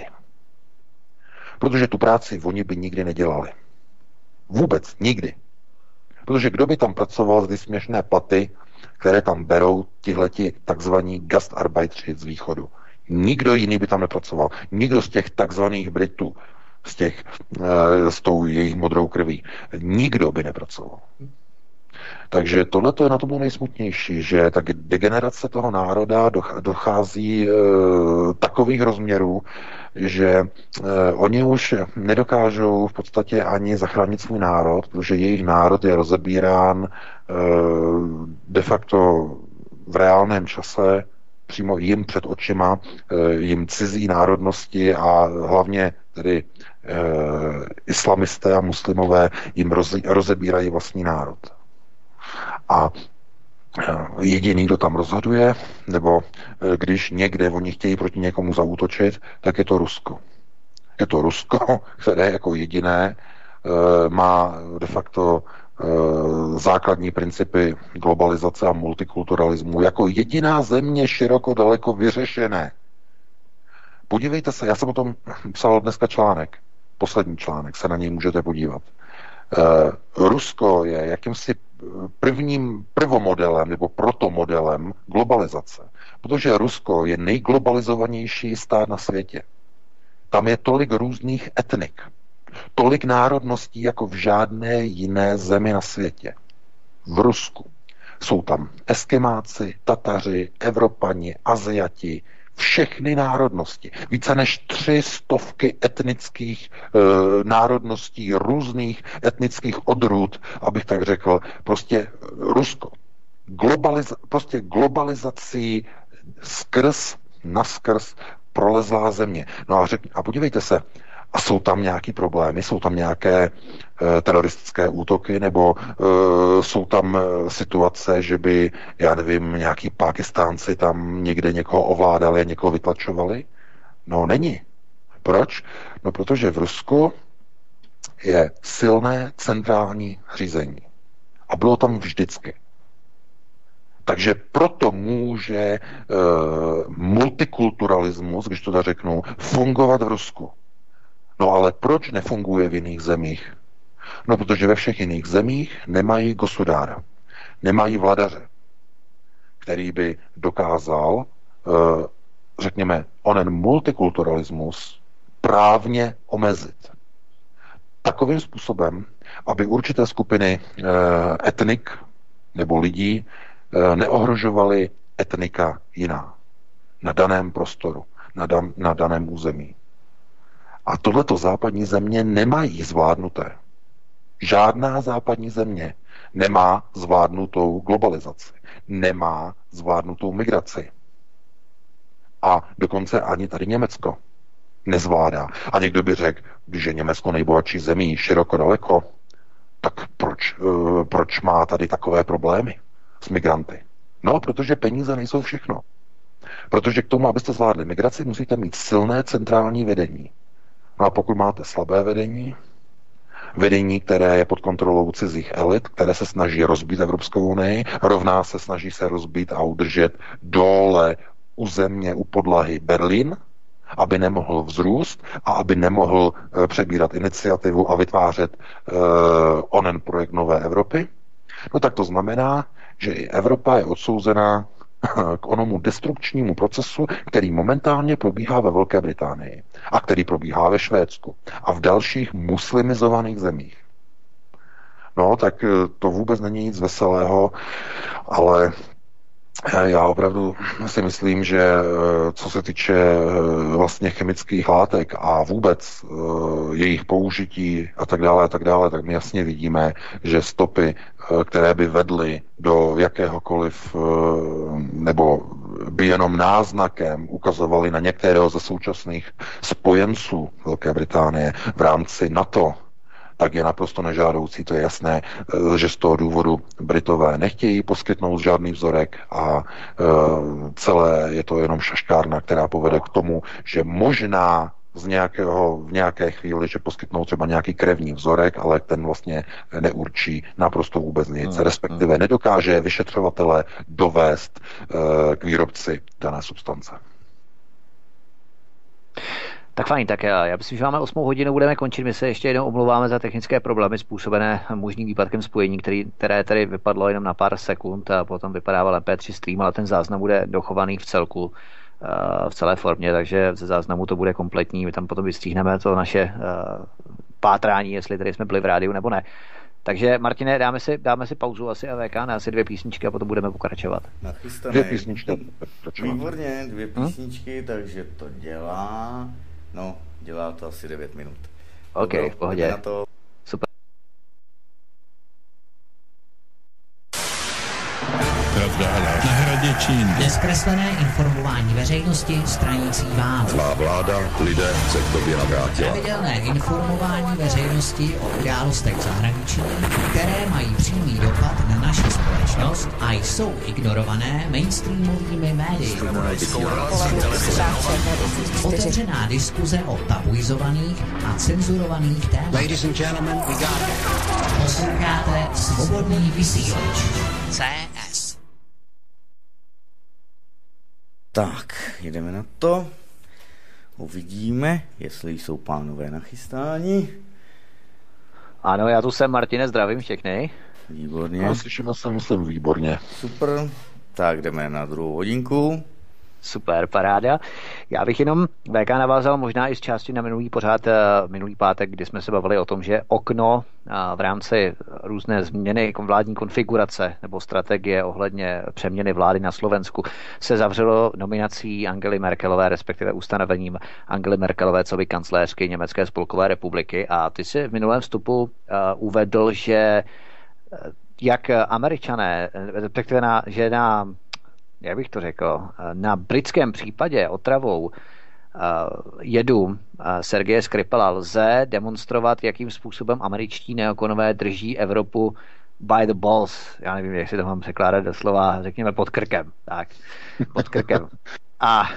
Protože tu práci oni by nikdy nedělali. Vůbec, nikdy. Protože kdo by tam pracoval za ty směšné platy, které tam berou tihleti takzvaní gastarbeitři z východu. Nikdo jiný by tam nepracoval. Nikdo z těch takzvaných Britů, z těch, s tou jejich modrou krví, nikdo by nepracoval. Takže tohle je na tom nejsmutnější, že ta degenerace toho národa dochází e, takových rozměrů, že e, oni už nedokážou v podstatě ani zachránit svůj národ, protože jejich národ je rozebírán e, de facto v reálném čase, přímo jim před očima, e, jim cizí národnosti a hlavně tedy e, islamisté a muslimové jim roze, rozebírají vlastní národ. A jediný, kdo tam rozhoduje, nebo když někde oni chtějí proti někomu zaútočit, tak je to Rusko. Je to Rusko, které jako jediné má de facto základní principy globalizace a multikulturalismu. Jako jediná země široko daleko vyřešené. Podívejte se, já jsem o tom psal dneska článek. Poslední článek, se na něj můžete podívat. Rusko je jakýmsi prvním prvomodelem nebo protomodelem globalizace. Protože Rusko je nejglobalizovanější stát na světě. Tam je tolik různých etnik, tolik národností jako v žádné jiné zemi na světě. V Rusku jsou tam Eskymáci, Tataři, Evropani, Aziati, všechny národnosti. Více než tři stovky etnických e, národností, různých etnických odrůd, abych tak řekl. Prostě Rusko. Globaliza- prostě globalizací skrz, naskrz prolezlá země. No a, řek, a podívejte se, a jsou tam nějaké problémy, jsou tam nějaké e, teroristické útoky, nebo e, jsou tam e, situace, že by, já nevím, nějaký Pákistánci tam někde někoho ovládali a někoho vytlačovali? No není. Proč? No protože v Rusku je silné centrální řízení. A bylo tam vždycky. Takže proto může e, multikulturalismus, když to tak řeknu, fungovat v Rusku. No ale proč nefunguje v jiných zemích? No protože ve všech jiných zemích nemají gosudára, nemají vladaře, který by dokázal, řekněme, onen multikulturalismus právně omezit. Takovým způsobem, aby určité skupiny etnik nebo lidí neohrožovaly etnika jiná na daném prostoru, na, dan- na daném území. A tohleto západní země nemají zvládnuté. Žádná západní země nemá zvládnutou globalizaci, nemá zvládnutou migraci. A dokonce ani tady Německo nezvládá. A někdo by řekl, když je Německo nejbohatší zemí široko daleko, tak proč, uh, proč má tady takové problémy s migranty? No, protože peníze nejsou všechno. Protože k tomu, abyste zvládli migraci, musíte mít silné centrální vedení. No a pokud máte slabé vedení, vedení, které je pod kontrolou cizích elit, které se snaží rozbít Evropskou unii, rovná se snaží se rozbít a udržet dole u země, u podlahy Berlín, aby nemohl vzrůst a aby nemohl e, přebírat iniciativu a vytvářet e, onen projekt nové Evropy, no tak to znamená, že i Evropa je odsouzená k onomu destrukčnímu procesu, který momentálně probíhá ve Velké Británii a který probíhá ve Švédsku a v dalších muslimizovaných zemích. No, tak to vůbec není nic veselého, ale Já opravdu si myslím, že co se týče vlastně chemických látek a vůbec jejich použití a tak dále a tak dále, tak my jasně vidíme, že stopy, které by vedly do jakéhokoliv nebo by jenom náznakem ukazovaly na některého ze současných spojenců Velké Británie v rámci NATO, tak je naprosto nežádoucí. To je jasné, že z toho důvodu Britové nechtějí poskytnout žádný vzorek a e, celé je to jenom šaškárna, která povede k tomu, že možná z nějakého, v nějaké chvíli, že poskytnou třeba nějaký krevní vzorek, ale ten vlastně neurčí naprosto vůbec nic, respektive nedokáže vyšetřovatele dovést e, k výrobci dané substance. Tak fajn, tak já, já myslím, že máme osmou hodinu, budeme končit. My se ještě jednou omlouváme za technické problémy způsobené možným výpadkem spojení, který, které tady vypadlo jenom na pár sekund a potom vypadával em pé tři stream, ale ten záznam bude dochovaný v celku, v celé formě, takže ze záznamu to bude kompletní. My tam potom vystříhneme to naše pátrání, jestli tady jsme byli v rádiu nebo ne. Takže, Martine, dáme si, dáme si pauzu asi a vé ká na asi dvě písničky a potom budeme pokračovat. Nachystané. Dvě písničky. Výborně, dvě písničky, hmm? takže to dělá... No, dělá to asi devět minut. OK, Dobro, v pohodě. Na to. Super. Na hradě Čín. Nezkreslené informování veřejnosti stranící vám. Zlá vláda, lidé se k tobě navrátila. Pravidelné informování veřejnosti o událostech v zahraničí, které mají přímý dopad na naši společnost a jsou ignorované mainstreamovými médii. Otevřená diskuze o tabuizovaných a cenzurovaných tématech. Ladies and gentlemen, we got it. Posloucháte Svobodný vysílač. C S. Tak, jdeme na to. Uvidíme, jestli jsou pánové nachystáni. Ano, já tu jsem, Martine, zdravím všechny. Výborně. No, slyšíme se, myslím, výborně. Super. Tak jdeme na druhou hodinku. Super, paráda. Já bych jenom vé ká navázal možná i z části na minulý pořád, minulý pátek, kdy jsme se bavili o tom, že okno v rámci různé změny vládní konfigurace nebo strategie ohledně přeměny vlády na Slovensku se zavřelo nominací Angely Merkelové, respektive ustanovením Angely Merkelové co by kancléřky Německé spolkové republiky. A ty si v minulém vstupu uvedl, že jak Američané, respektive na, že na jak bych to řekl, na britském případě otravou jedu Sergeje Skripala lze demonstrovat, jakým způsobem američtí neokonové drží Evropu by the balls. Já nevím, jak si to mám překládat doslova, řekněme pod krkem. Tak, pod krkem. A,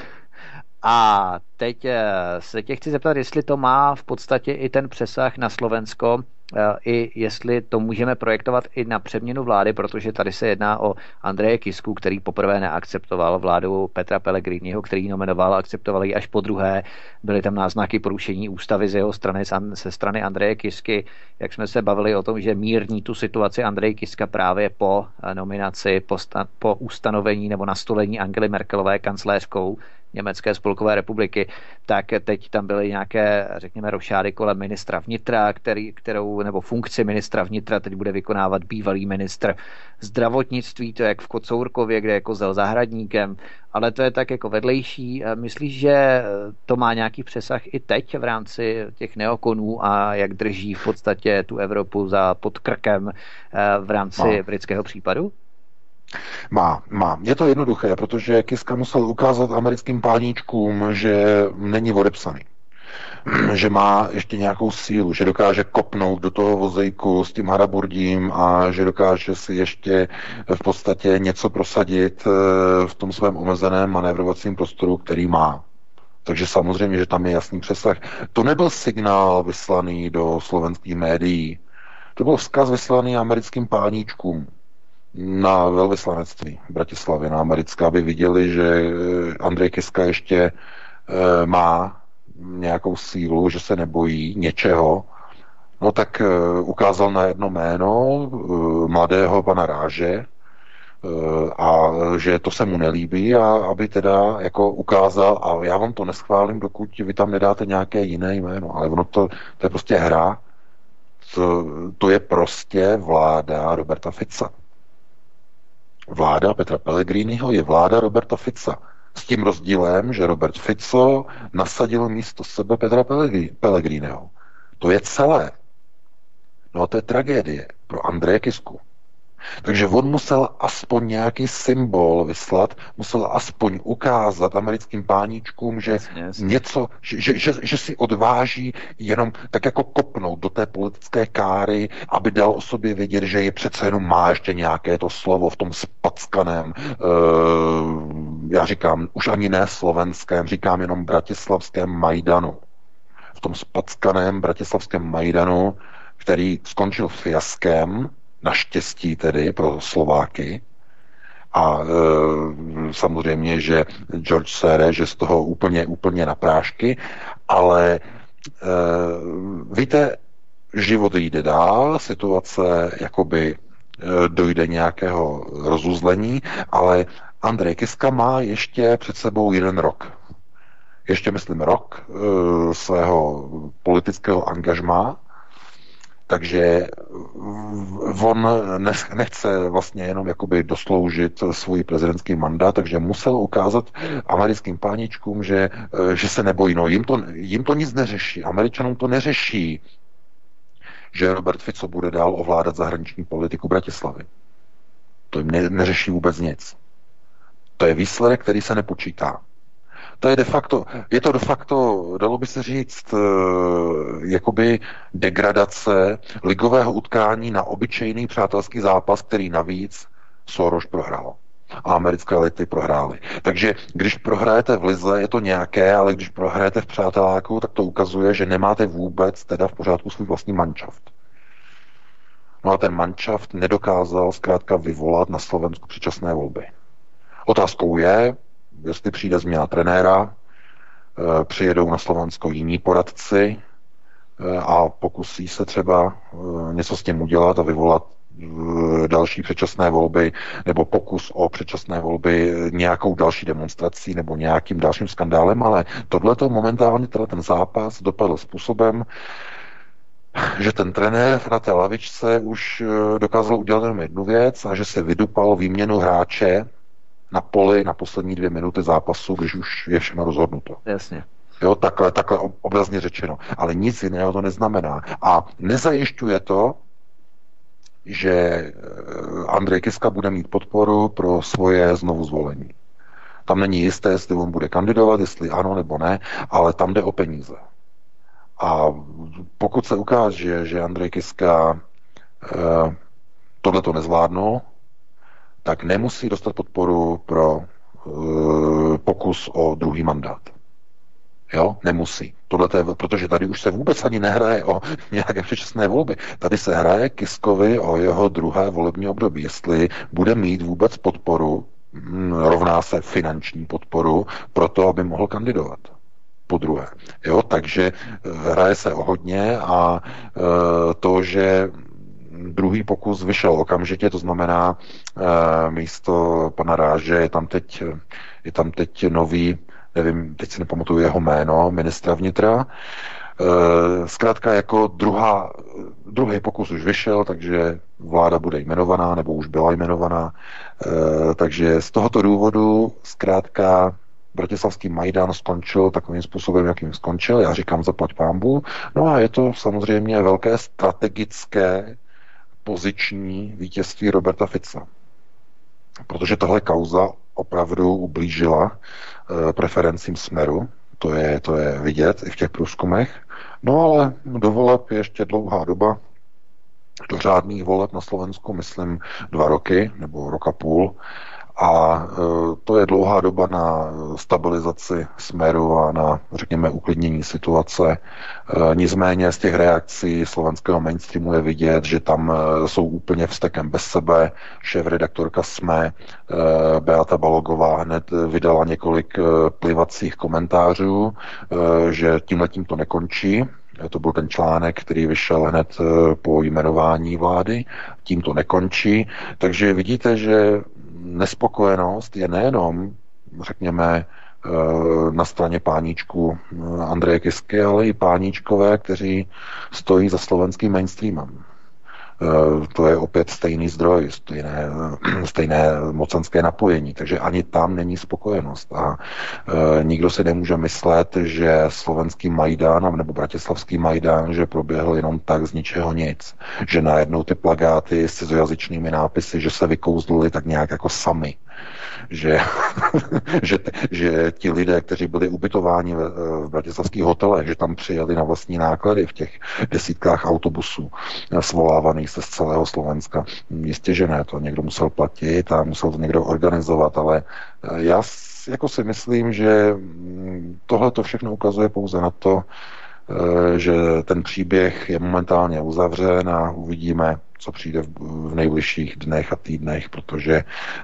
a teď se tě chci zeptat, jestli to má v podstatě i ten přesah na Slovensko, i jestli to můžeme projektovat i na přeměnu vlády, protože tady se jedná o Andreje Kisku, který poprvé neakceptoval vládu Petra Pellegriniho, který nominoval, akceptoval ji až po druhé. Byly tam náznaky porušení ústavy z jeho strany, ze strany Andreje Kisky. Jak jsme se bavili o tom, že mírní tu situaci Andrej Kiska právě po nominaci, po, sta, po ustanovení nebo nastolení Angely Merkelové kancléřkou Německé spolkové republiky, tak teď tam byly nějaké, řekněme, rošády kolem ministra vnitra, který, kterou, nebo funkci ministra vnitra teď bude vykonávat bývalý ministr zdravotnictví, to je jak v Kocourkově, kde je Kozel zahradníkem, ale to je tak jako vedlejší. Myslíš, že to má nějaký přesah i teď v rámci těch neokonů a jak drží v podstatě tu Evropu za pod krkem v rámci no. britského případu? Má, má. Je to jednoduché, protože Kiska musel ukázat americkým páníčkům, že není odepsaný. Že má ještě nějakou sílu, že dokáže kopnout do toho vozejku s tím haraburdím a že dokáže si ještě v podstatě něco prosadit v tom svém omezeném manévrovacím prostoru, který má. Takže samozřejmě, že tam je jasný přesah. To nebyl signál vyslaný do slovenských médií. To byl vzkaz vyslaný americkým páníčkům na velvyslanectví v Bratislavě, na americké, aby viděli, že Andrej Kiska ještě e, má nějakou sílu, že se nebojí něčeho. No tak e, ukázal na jedno jméno e, mladého pana Ráže e, a že to se mu nelíbí a aby teda jako ukázal, a já vám to neschválím, dokud vy tam nedáte nějaké jiné jméno, ale ono to, to je prostě hra, to, to je prostě vláda Roberta Fica. Vláda Petra Pellegriniho je vláda Roberta Fica. S tím rozdílem, že Robert Fico nasadil místo sebe Petra Pellegriniho. To je celé. No a to je tragédie pro Andreje Kisku. Takže on musel aspoň nějaký symbol vyslat, musel aspoň ukázat americkým páníčkům, že Jasně, jasně. něco, že, že, že, že si odváží jenom tak jako kopnout do té politické káry, aby dal o sobě vědět, že je přece jenom má ještě nějaké to slovo v tom spackaném, uh, já říkám, už ani ne slovenském, říkám jenom bratislavském Majdanu. V tom spackaném bratislavském Majdanu, který skončil fiaskem, naštěstí tedy pro Slováky. A e, samozřejmě, že George Sere, že z toho úplně, úplně na prášky, ale e, víte, život jde dál, situace jakoby e, dojde nějakého rozuzlení, ale Andrej Kiska má ještě před sebou jeden rok. Ještě, myslím, rok e, svého politického angažmá. Takže on nechce vlastně jenom jakoby dosloužit svůj prezidentský mandát, takže musel ukázat americkým páničkům, že, že se nebojí. No, jim to, jim to nic neřeší. Američanům to neřeší, že Robert Fico bude dál ovládat zahraniční politiku Bratislavy. To jim ne, neřeší vůbec nic. To je výsledek, který se nepočítá. To je de facto, je to de facto, dalo by se říct, jakoby degradace ligového utkání na obyčejný přátelský zápas, který navíc Soros prohrál. A americké elity prohrály. Takže když prohrajete v lize, je to nějaké, ale když prohrajete v přáteláku, tak to ukazuje, že nemáte vůbec teda v pořádku svůj vlastní manšaft. No a ten manšaft nedokázal zkrátka vyvolat na Slovensku předčasné volby. Otázkou je, jestli přijde změna trenéra, přijedou na Slovensko jiní poradci a pokusí se třeba něco s tím udělat a vyvolat další předčasné volby nebo pokus o předčasné volby nějakou další demonstrací nebo nějakým dalším skandálem, ale tohleto momentálně ten zápas dopadl způsobem, že ten trenér na té lavičce už dokázal udělat jenom jednu věc a že se vydupal výměnu hráče na poli na poslední dvě minuty zápasu, když už je všechno rozhodnuto. Jasně. Jo, takhle, takhle obrazně řečeno. Ale nic jiného to neznamená. A nezajišťuje to, že Andrej Kiska bude mít podporu pro svoje znovu zvolení. Tam není jisté, jestli on bude kandidovat, jestli ano nebo ne, ale tam jde o peníze. A pokud se ukáže, že Andrej Kiska eh, tohleto nezvládnul, tak nemusí dostat podporu pro uh, pokus o druhý mandát. Jo, nemusí. Tohleto je, protože tady už se vůbec ani nehraje o nějaké předčasné volby. Tady se hraje Kiskovi o jeho druhé volební období. Jestli bude mít vůbec podporu, hm, rovná se finanční podporu, pro to, aby mohl kandidovat. Po druhé. Jo, takže hraje se o hodně a uh, to, že druhý pokus vyšel okamžitě, to znamená e, místo pana Ráže je tam teď, je tam teď nový, nevím, teď si nepamatuju jeho jméno, ministra vnitra. E, zkrátka jako druhá, druhý pokus už vyšel, takže vláda bude jmenovaná, nebo už byla jmenovaná. E, takže z tohoto důvodu zkrátka bratislavský Majdan skončil takovým způsobem, jakým skončil. Já říkám zaplať pánbu. No a je to samozřejmě velké strategické poziční vítězství Roberta Fica. Protože tahle kauza opravdu ublížila e, preferencím Smeru, to je, to je vidět i v těch průzkumech. No ale do voleb je ještě dlouhá doba, do řádných voleb na Slovensku, myslím, dva roky nebo roka půl. A e, to je dlouhá doba na stabilizaci Smeru a na, řekněme, uklidnění situace. E, nicméně z těch reakcí slovenského mainstreamu je vidět, že tam e, jsou úplně vztekem bez sebe. Šéfredaktorka SME e, Beata Balogová hned vydala několik e, plivacích komentářů, e, že tímhletím to nekončí. To byl ten článek, který vyšel hned po jmenování vlády. Tím to nekončí. Takže vidíte, že nespokojenost je nejenom, řekněme, na straně páníčku Andreje Kisky, ale i páníčkové, kteří stojí za slovenským mainstreamem. To je opět stejný zdroj, stejné, stejné mocenské napojení, takže ani tam není spokojenost. A e, nikdo si nemůže myslet, že slovenský Majdan nebo bratislavský Majdan, že proběhl jenom tak z ničeho nic. Že najednou ty plakáty s cizojazyčnými nápisy, že se vykouzlili tak nějak jako sami. Že, že, že ti lidé, kteří byli ubytováni v, v bratislavských hotelech, že tam přijeli na vlastní náklady v těch desítkách autobusů svolávaných se z celého Slovenska. Jistě, že ne, to někdo musel platit a musel to někdo organizovat, ale já jako si myslím, že tohle to všechno ukazuje pouze na to, že ten příběh je momentálně uzavřen a uvidíme, co přijde v nejbližších dnech a týdnech, protože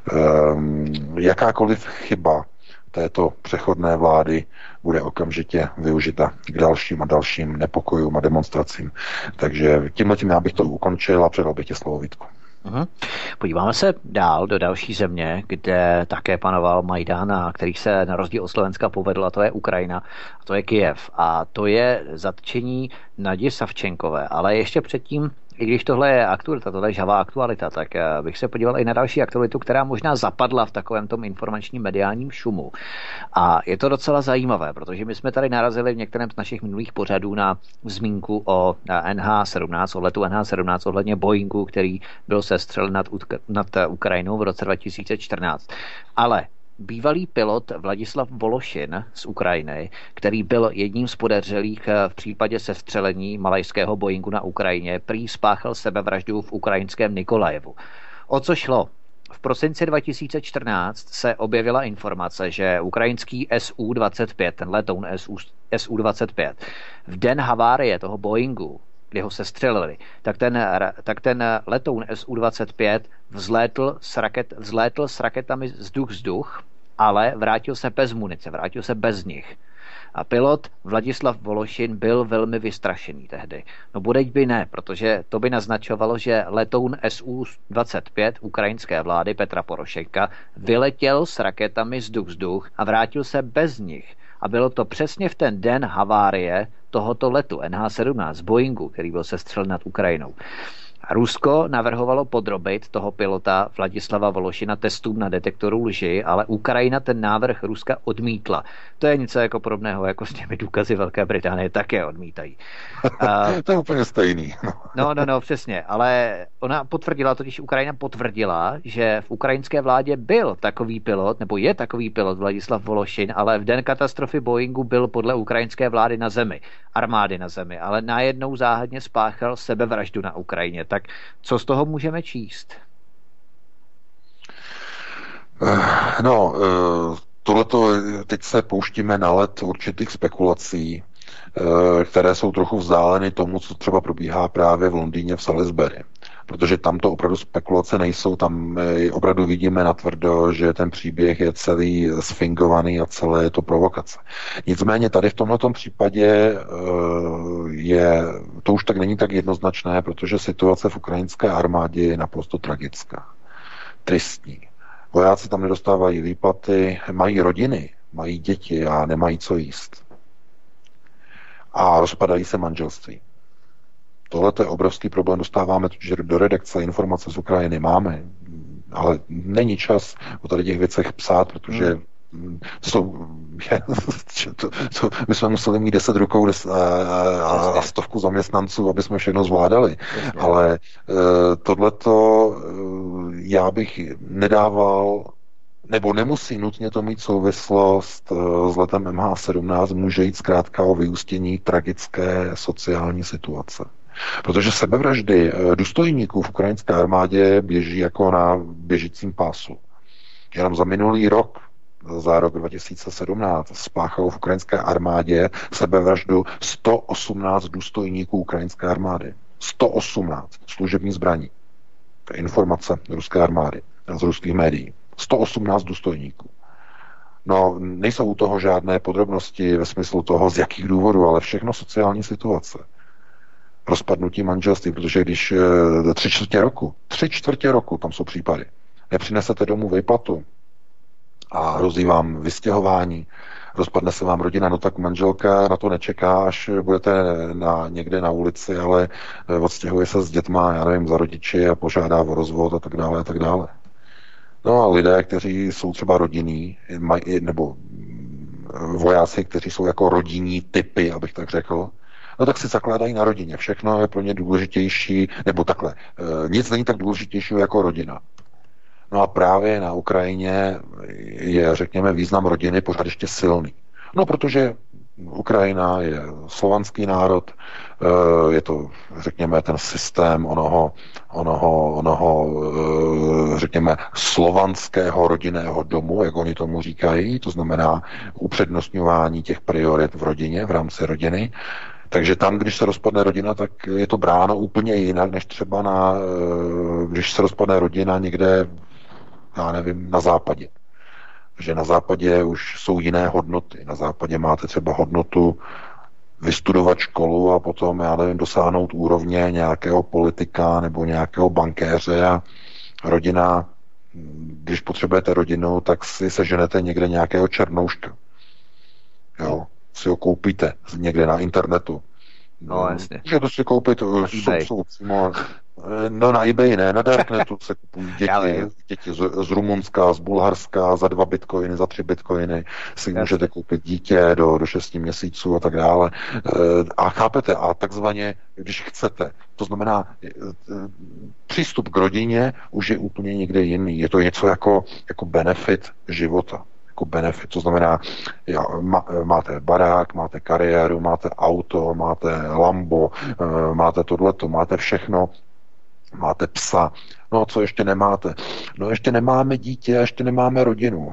um, jakákoliv chyba této přechodné vlády bude okamžitě využita k dalším a dalším nepokojům a demonstracím. Takže tímhletím já bych to ukončil a předal bych tě slovo, Vítku. Uhum. Podíváme se dál do další země, kde také panoval Majdan, a který se na rozdíl od Slovenska povedl, a to je Ukrajina, a to je Kyjev. A to je zatčení Nadi Savčenkové. Ale ještě předtím, i když tohle je aktualita, tohle je žhavá aktualita, tak bych se podíval i na další aktualitu, která možná zapadla v takovém tom informačním mediálním šumu. A je to docela zajímavé, protože my jsme tady narazili v některém z našich minulých pořadů na zmínku o N H sedmnáct, o letu N H sedmnáct, ohledně Boeingu, který byl sestřelen nad, nad Ukrajinou v roce dva tisíce čtrnáct. Ale bývalý pilot Vladislav Vološin z Ukrajiny, který byl jedním z podezřelých v případě sestřelení malajského Boeingu na Ukrajině, prý spáchal sebevraždu v ukrajinském Nikolajevu. O co šlo? V prosinci dva tisíce čtrnáct se objevila informace, že ukrajinský S U dvacet pět, ten letoun S U dvacet pět, v den havárie toho Boeingu, kdy ho sestřelili, tak ten, tak ten letoun S U dvacet pět vzlétl s, raket, vzlétl s raketami vzduch-vzduch, ale vrátil se bez munice, vrátil se bez nich. A pilot Vladislav Vološin byl velmi vystrašený tehdy. No budeť by ne, protože to by naznačovalo, že letoun S U dvacet pět ukrajinské vlády Petra Porošenka vyletěl s raketami vzduch-vzduch a vrátil se bez nich. A bylo to přesně v ten den havárie tohoto letu N H sedmnáct z Boeingu, který byl sestřelen nad Ukrajinou. A Rusko navrhovalo podrobit toho pilota Vladislava Vološina testům na detektoru lži, ale Ukrajina ten návrh Ruska odmítla. To je něco jako podobného, jako s těmi důkazy Velké Británie také odmítají. A... to je úplně stejný. no, no, no, přesně. Ale ona potvrdila, totiž Ukrajina potvrdila, že v ukrajinské vládě byl takový pilot, nebo je takový pilot Vladislav Vološin, ale v den katastrofy Boeingu byl podle ukrajinské vlády na zemi, armády na zemi, ale najednou záhadně spáchal sebevraždu na Ukrajině. Tak co z toho můžeme číst? No, tohleto, teď se pouštíme na led určitých spekulací, které jsou trochu vzdáleny tomu, co třeba probíhá právě v Londýně v Salisbury. Protože tam to opravdu spekulace nejsou, tam opravdu vidíme natvrdo, že ten příběh je celý sfingovaný a celé je to provokace. Nicméně tady v tomto případě je, to už tak není tak jednoznačné, protože situace v ukrajinské armádě je naprosto tragická, tristní. Vojáci tam nedostávají výplaty, mají rodiny, mají děti a nemají co jíst. A rozpadají se manželství. Tohle je obrovský problém, dostáváme totiž do redakce informace z Ukrajiny, máme, ale není čas o tady těch věcech psát, protože hmm. jsou, je, to, to, my jsme museli mít deset rukou des, a, a stovku zaměstnanců, aby jsme všechno zvládali, Jasně. ale tohleto já bych nedával, nebo nemusí nutně to mít souvislost s letem M H sedmnáct, může jít zkrátka o vyústění tragické sociální situace. Protože sebevraždy důstojníků v ukrajinské armádě běží jako na běžícím pásu. Jenom za minulý rok, za rok dva tisíce sedmnáct, spáchalo v ukrajinské armádě sebevraždu sto osmnáct důstojníků ukrajinské armády. sto osmnáct služební zbraní. To je informace ruské armády, z ruských médií. sto osmnáct důstojníků. No, nejsou u toho žádné podrobnosti ve smyslu toho, z jakých důvodů, ale všechno sociální situace. Rozpadnutí manželství, protože když e, tři čtvrtě roku, tři čtvrtě roku, tam jsou případy, nepřinesete domů výplatu a hrozí vám vystěhování rozpadne se vám rodina, no tak manželka na to nečeká, až budete na, někde na ulici, ale odstěhuje se s dětma, já nevím, za rodiči a požádá o rozvod a tak dále a tak dále. No a lidé, kteří jsou třeba rodinní, nebo vojáci, kteří jsou jako rodinní typy, abych tak řekl, no tak si zakládají na rodině. Všechno je pro ně důležitější, nebo takhle, nic není tak důležitějšího jako rodina. No a právě na Ukrajině je, řekněme, význam rodiny pořád ještě silný. No protože Ukrajina je slovanský národ, je to, řekněme, ten systém onoho, onoho, onoho, řekněme, slovanského rodinného domu, jak oni tomu říkají, to znamená upřednostňování těch priorit v rodině, v rámci rodiny. Takže tam, když se rozpadne rodina, tak je to bráno úplně jinak, než třeba na, když se rozpadne rodina někde, já nevím, na západě. Že na západě už jsou jiné hodnoty. Na západě máte třeba hodnotu vystudovat školu a potom, já nevím, dosáhnout úrovně nějakého politika nebo nějakého bankéře a rodina, když potřebujete rodinu, tak si seženete někde nějakého černouška. Jo, si ho koupíte někde na internetu. No, jasně. Můžete si koupit, jsou, jsou přímo, no na eBay ne, na Darknetu se kupují děti, děti z, z Rumunska, z Bulharska, za dva bitcoiny, za tři bitcoiny si jasně. Můžete koupit dítě do, do šesti měsíců a tak dále. A chápete, a takzvaně, když chcete, to znamená, přístup k rodině už je úplně někde jiný. Je to něco jako, jako benefit života. Jako benefit, to znamená, má, máte barák, máte kariéru, máte auto, máte Lambo, máte tohleto, máte všechno, máte psa. No, co ještě nemáte? No, ještě nemáme dítě, ještě nemáme rodinu.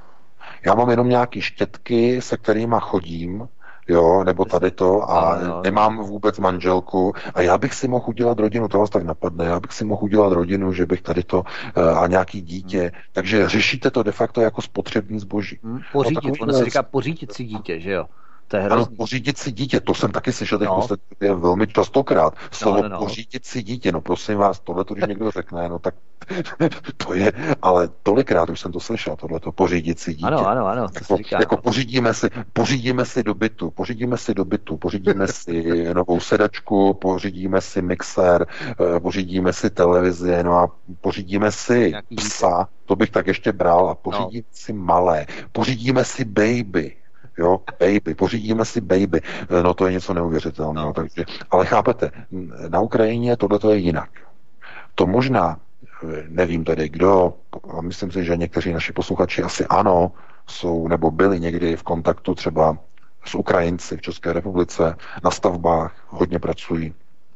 Já mám jenom nějaký štětky, se kterýma chodím, jo, nebo tady to a no, no. Nemám vůbec manželku a já bych si mohl udělat rodinu, to vás tak napadne, já bych si mohl udělat rodinu, že bych tady to a nějaký dítě, hmm. takže řešíte to de facto jako spotřební zboží. Hmm, pořídit, no, ono se říká pořídit si dítě, že jo? To je ano, pořídit si dítě, to jsem taky slyšel teď no. je velmi častokrát. Slovo no, no, no. pořídit si dítě, no prosím vás, tohle, když někdo řekne, no tak to je, ale tolikrát už jsem to slyšel, tohleto pořídit si dítě. Ano, ano, ano. Jako, říká, jako no. pořídíme, si, pořídíme si do bytu, pořídíme si do bytu, pořídíme si novou sedačku, pořídíme si mixér, pořídíme si televizi, no a pořídíme si nějaký psa, to bych tak ještě bral, a pořídíme no. si malé, pořídíme si baby. Jo, baby, pořídíme si baby. No to je něco neuvěřitelného. No. Takže, ale chápete, na Ukrajině tohle je jinak. To možná, nevím tedy kdo, a myslím si, že někteří naši posluchači asi ano, jsou nebo byli někdy v kontaktu třeba s Ukrajinci v České republice, na stavbách, hodně pracují.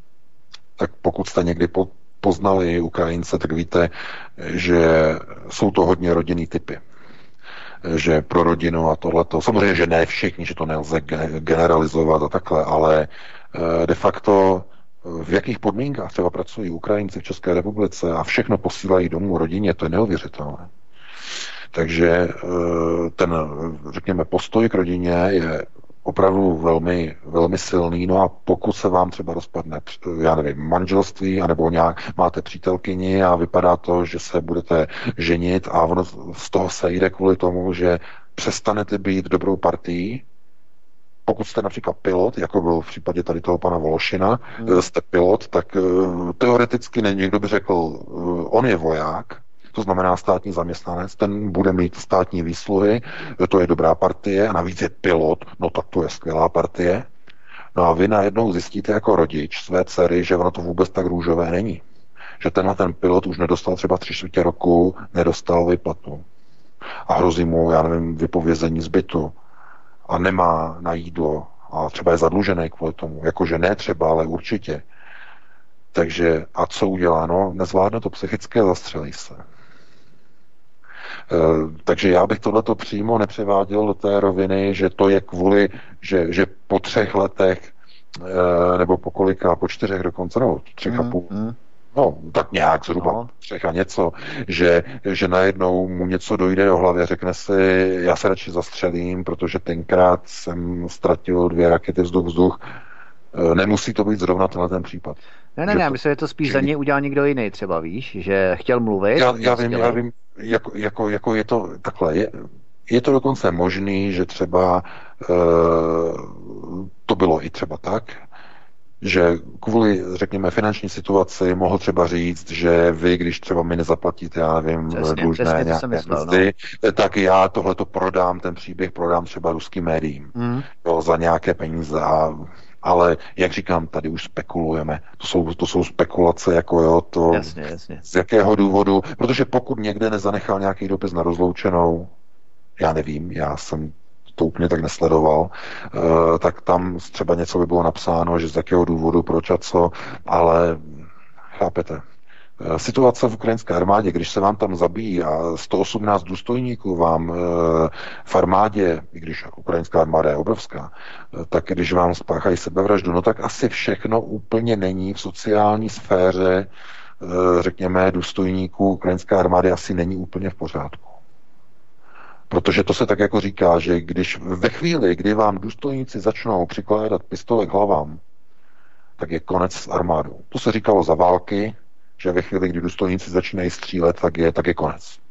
Tak pokud jste někdy po, poznali Ukrajince, tak víte, že jsou to hodně rodinný typy. Že pro rodinu a tohleto, samozřejmě, že ne všichni, že to nelze generalizovat a takhle, ale de facto v jakých podmínkách třeba pracují Ukrajinci v České republice a všechno posílají domů rodině, to je neuvěřitelné. Takže ten, řekněme, postoj k rodině je opravdu velmi, velmi silný, no a pokud se vám třeba rozpadne, já nevím, manželství, anebo nějak máte přítelkyni a vypadá to, že se budete ženit a ono z toho se jde kvůli tomu, že přestanete být dobrou partií, pokud jste například pilot, jako byl v případě tady toho pana Vološina, hmm. jste pilot, tak teoreticky někdo by řekl, on je voják, to znamená státní zaměstnanec, ten bude mít státní výsluhy, to je dobrá partie a navíc je pilot, no tak to je skvělá partie. No a vy najednou zjistíte jako rodič své dcery, že ono to vůbec tak růžové není. Že tenhle ten pilot už nedostal třeba tři čtvrtě roku, nedostal výplatu. A hrozí mu, já nevím, vypovězení z bytu. A nemá na jídlo. A třeba je zadlužený kvůli tomu. Jakože ne třeba, ale určitě. Takže a co udělá? No, nezvládne to psychické, zastřelí se. Takže já bych tohleto přímo nepřeváděl do té roviny, že to je kvůli, že, že po třech letech, nebo po kolika, po čtyřech dokonce, no třech mm, a půl, mm. no tak nějak zhruba no. třech a něco, že, že najednou mu něco dojde do hlavy a řekne si, já se radši zastřelím, protože tenkrát jsem ztratil dvě rakety vzduch-vzduch. Nemusí to být zrovna tenhle ten případ. Ne, ne, ne, to, myslím, že to spíš za něj udělal někdo jiný třeba, víš, že chtěl mluvit. Já, já vím, já vím, jako, jako, jako je to takhle, je, Je to dokonce možný, že třeba e, to bylo i třeba tak, že kvůli, řekněme, finanční situaci mohl třeba říct, že vy, když třeba mi nezaplatíte, já nevím, Přesně, dlužné přesně, nějaké myslel, mzdy, no. tak já tohleto prodám, ten příběh prodám třeba ruským médiím, mm. jo, za nějaké peníze. A, ale, jak říkám, tady už spekulujeme. To jsou, to jsou spekulace, jako jo, to jasně, jasně. z jakého důvodu, protože pokud někde nezanechal nějaký dopis na rozloučenou, já nevím, já jsem to úplně tak nesledoval, tak tam třeba něco by bylo napsáno, že z jakého důvodu, proč a co, ale chápete. Situace v ukrajinské armádě, když se vám tam zabíjí a sto osmnáct důstojníků vám v armádě, i když ukrajinská armáda je obrovská, tak když vám spáchají sebevraždu, no tak asi všechno úplně není v sociální sféře, řekněme, důstojníků ukrajinské armády asi není úplně v pořádku. Protože to se tak jako říká, že když ve chvíli, kdy vám důstojníci začnou přikládat pistole k hlavám, tak je konec s armádou. To se říkalo za války, že ve chvíli, kdy důstojníci začínají střílet, tak je, tak je konec.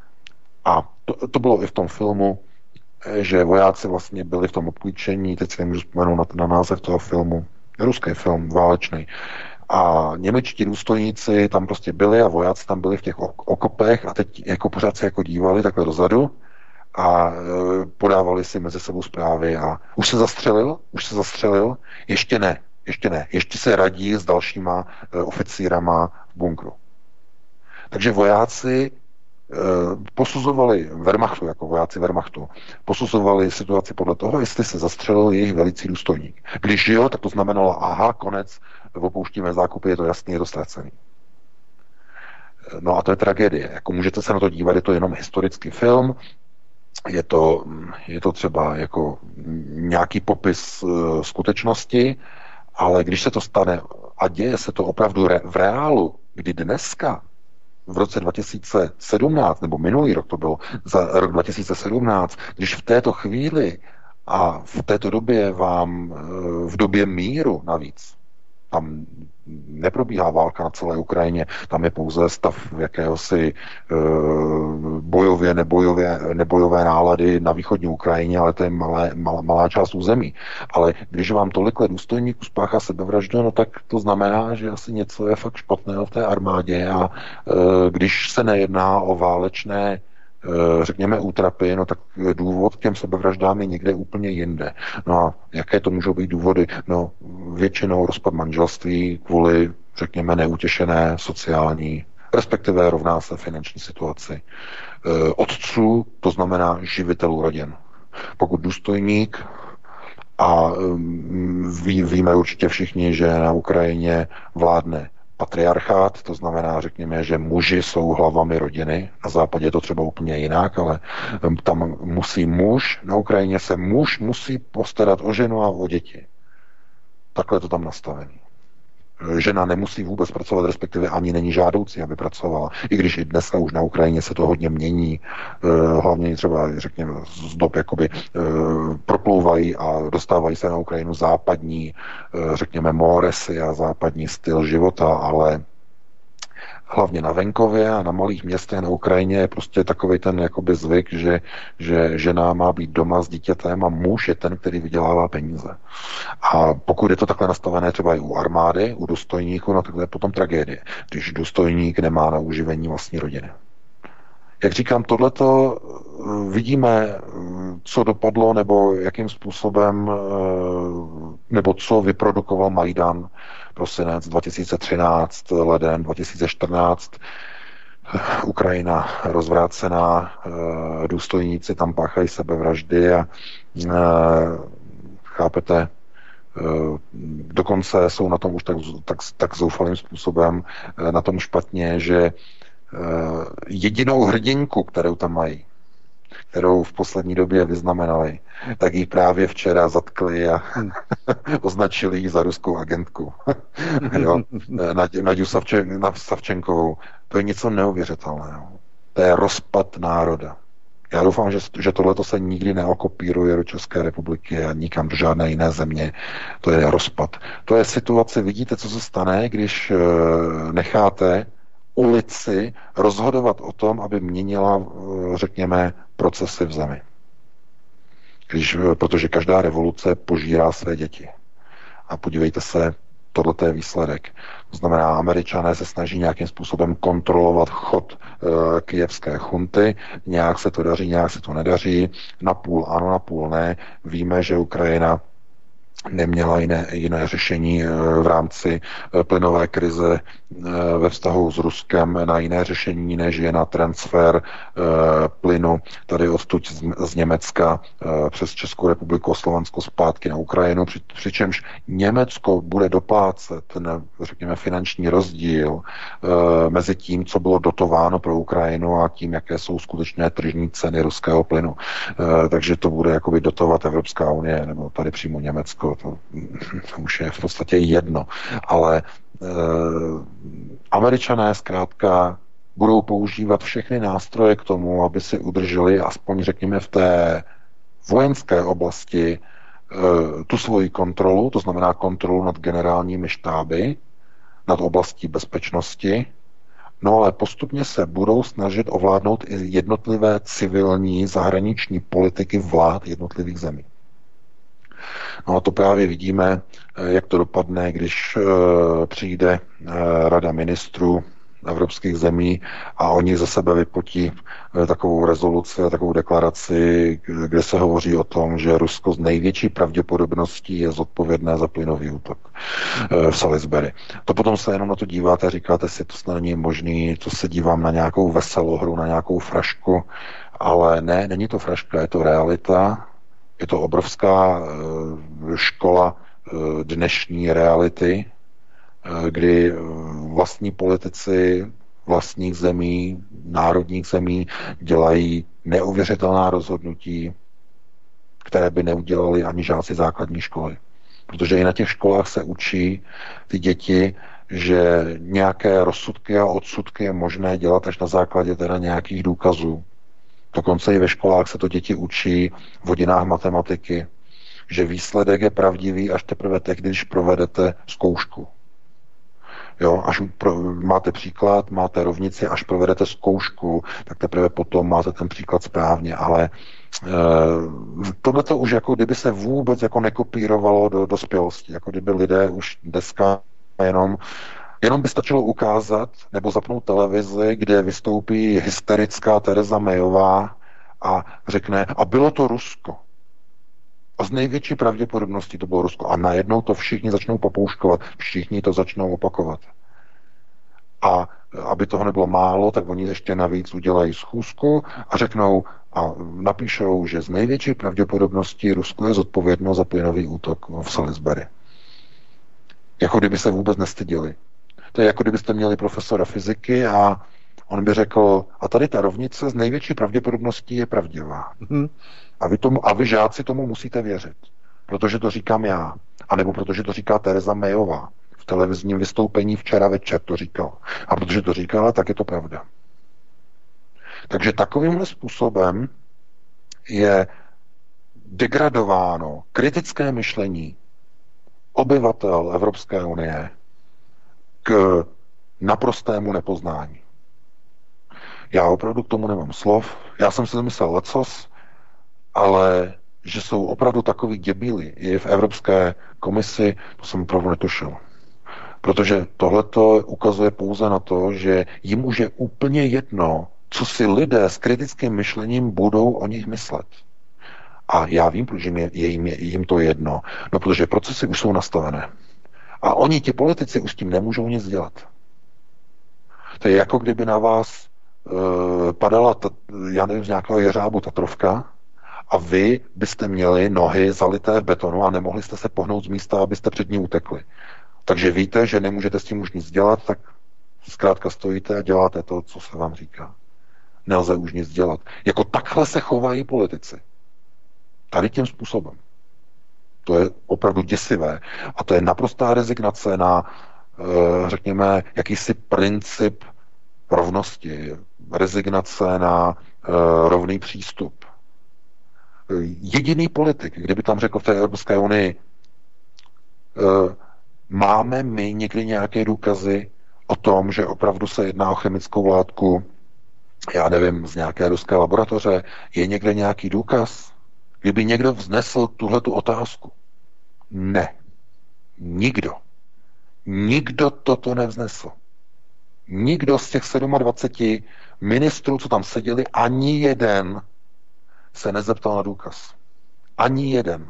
A to, to bylo i v tom filmu, že vojáci vlastně byli v tom obklíčení, teď si nemůžu vzpomenout na, na název toho filmu, ruský film, válečný. A němečtí důstojníci tam prostě byli a vojáci tam byli v těch okopech a teď jako pořád se jako dívali takhle dozadu a podávali si mezi sebou zprávy a už se zastřelil, už se zastřelil, ještě ne, ještě ne, ještě se radí s dalšíma oficírama v bunkru. Takže vojáci posuzovali Wehrmachtu, jako vojáci Wehrmachtu, posuzovali situaci podle toho, jestli se zastřelil jejich velicí důstojník. Když jo, tak to znamenalo, aha, konec, opouštíme zákupy, je to jasný, je to ztracený. No a to je tragédie. Jako můžete se na to dívat, je to jenom historický film, je to, je to třeba jako nějaký popis uh, skutečnosti, ale když se to stane a děje se to opravdu re, v reálu, kdy dneska v roce dva tisíce sedmnáct, nebo minulý rok to bylo, za rok dva tisíce sedmnáct, když v této chvíli a v této době vám, v době míru navíc, tam neprobíhá válka na celé Ukrajině, tam je pouze stav jakéhosi bojově, nebojově, nebojové nálady na východní Ukrajině, ale to je malé, malá, malá část území. Ale když vám tolik let důstojníků spáchá sebevraždu, no tak to znamená, že asi něco je fakt špatného v té armádě a když se nejedná o válečné řekněme útrapy, no tak důvod k těm sebevraždám je někde úplně jinde. No a jaké to můžou být důvody? No většinou rozpad manželství kvůli, řekněme, neutěšené sociální, respektive rovná se finanční situaci. Otců, to znamená živitelů rodin. Pokud důstojník, a ví, víme určitě všichni, že na Ukrajině vládne patriarchát, to znamená, řekněme, že muži jsou hlavami rodiny. Na západě je to třeba úplně jinak, ale tam musí muž, na Ukrajině se muž musí postarat o ženu a o děti. Takhle je to tam nastavené. Žena nemusí vůbec pracovat, respektive ani není žádoucí, aby pracovala. I když i dneska už na Ukrajině se to hodně mění, hlavně třeba, řekněme, z dob jakoby proplouvají a dostávají se na Ukrajinu západní, řekněme, móresy a západní styl života, ale hlavně na venkově a na malých městech na Ukrajině je prostě takový ten jakoby zvyk, že, že žena má být doma s dítětem a muž je ten, který vydělává peníze. A pokud je to takhle nastavené třeba i u armády, u důstojníků, no tak to je potom tragédie, když důstojník nemá na uživení vlastní rodiny. Jak říkám, tohleto vidíme, co dopadlo, nebo jakým způsobem, nebo co vyprodukoval Majdan, prosinec dva tisíce třináct, leden dva tisíce čtrnáct, Ukrajina rozvrácená, důstojníci tam páchají sebevraždy a chápete, dokonce jsou na tom už tak, tak, tak zoufalým způsobem na tom špatně, že jedinou hrdinku, kterou tam mají, kterou v poslední době vyznamenali, tak ji právě včera zatkli a označili ji za ruskou agentku. Jo? Naďu Savčenkovou. To je něco neuvěřitelného. To je rozpad národa. Já doufám, že, že tohleto se nikdy neokopíruje do České republiky a nikam do žádné jiné země. To je rozpad. To je situace, vidíte, co se stane, když necháte ulici rozhodovat o tom, aby měnila, řekněme, procesy v zemi. Když, protože každá revoluce požírá své děti. A podívejte se, tohle je výsledek. To znamená, Američané se snaží nějakým způsobem kontrolovat chod e, kyjevské chunty, nějak se to daří, nějak se to nedaří, napůl ano, napůl ne. Víme, že Ukrajina neměla jiné, jiné řešení v rámci plynové krize ve vztahu s Ruskem, na jiné řešení, než je na transfer plynu tady odtud z Německa přes Českou republiku a Slovensko zpátky na Ukrajinu, při, přičemž Německo bude doplácet na, řekněme, finanční rozdíl mezi tím, co bylo dotováno pro Ukrajinu a tím, jaké jsou skutečné tržní ceny ruského plynu. Takže to bude jakoby dotovat Evropská unie, nebo tady přímo Německo. To, to už je v podstatě jedno. Ale e, Američané zkrátka budou používat všechny nástroje k tomu, aby si udrželi aspoň, řekněme, v té vojenské oblasti e, tu svoji kontrolu, to znamená kontrolu nad generálními štáby, nad oblastí bezpečnosti, no ale postupně se budou snažit ovládnout i jednotlivé civilní zahraniční politiky vlád jednotlivých zemí. No a to právě vidíme, jak to dopadne, když přijde Rada ministrů evropských zemí a oni za sebe vypotí takovou rezoluci a takovou deklaraci, kde se hovoří o tom, že Rusko z největší pravděpodobností je zodpovědné za plynový útok v Salisbury. To potom se jenom na to díváte a říkáte si, to snad není možný, to se dívám na nějakou veselohru, na nějakou frašku, ale ne, není to fraška, je to realita. Je to obrovská škola dnešní reality, kdy vlastní politici vlastních zemí, národních zemí dělají neuvěřitelná rozhodnutí, které by neudělali ani žáci základní školy. Protože i na těch školách se učí ty děti, že nějaké rozsudky a odsudky je možné dělat až na základě teda nějakých důkazů. Dokonce i ve školách se to děti učí v hodinách matematiky, že výsledek je pravdivý až teprve tehdy, když provedete zkoušku. Jo, až pro, máte příklad, máte rovnici, až provedete zkoušku, tak teprve potom máte ten příklad správně, ale e, tohle to už jako kdyby se vůbec jako nekopírovalo do dospělosti, jako kdyby lidé už dneska jenom Jenom by stačilo ukázat nebo zapnout televizi, kde vystoupí hysterická Tereza Mayová a řekne, a bylo to Rusko. A z největší pravděpodobností to bylo Rusko. A najednou to všichni začnou popouškovat, všichni to začnou opakovat. A aby toho nebylo málo, tak oni ještě navíc udělají schůzku a řeknou a napíšou, že z největší pravděpodobností Rusko je zodpovědno za plynový útok v Salisbury. Jako kdyby se vůbec nestydili. To je jako kdybyste měli profesora fyziky a on by řekl, a tady ta rovnice z největší pravděpodobností je pravdivá. Mm. A vy, tomu, a vy žáci tomu musíte věřit. Protože to říkám já. A nebo protože to říká Tereza Mayová. V televizním vystoupení včera večer to říkal. A protože to říkala, tak je to pravda. Takže takovýmhle způsobem je degradováno kritické myšlení obyvatel Evropské unie k naprostému nepoznání. Já opravdu k tomu nemám slov. Já jsem si myslel lecos, ale že jsou opravdu takový děbíli i v Evropské komisi, to jsem opravdu netušil. Protože tohleto ukazuje pouze na to, že jim už je úplně jedno, co si lidé s kritickým myšlením budou o nich myslet. A já vím, proč jim je, je, jim, je jim to jedno. No, protože procesy už jsou nastavené. A oni, ti politici, už s tím nemůžou nic dělat. To je jako kdyby na vás e, padala, ta, já nevím, z nějakého jeřábu Tatrovka a vy byste měli nohy zalité v betonu a nemohli jste se pohnout z místa, abyste před ní utekli. Takže víte, že nemůžete s tím už nic dělat, tak zkrátka stojíte a děláte to, co se vám říká. Nelze už nic dělat. Jako takhle se chovají politici. Tady tím způsobem. To je opravdu děsivé. A to je naprostá rezignace na, řekněme, jakýsi princip rovnosti, rezignace na rovný přístup. Jediný politik, kdyby tam řekl v té Evropské unii, máme my někdy nějaké důkazy o tom, že opravdu se jedná o chemickou látku, já nevím, z nějaké ruské laboratoře, je někde nějaký důkaz? Kdyby někdo vznesl tuhletu otázku. Ne. Nikdo. Nikdo toto nevznesl. Nikdo z těch dvaceti sedmi ministrů, co tam seděli, ani jeden se nezeptal na důkaz. Ani jeden.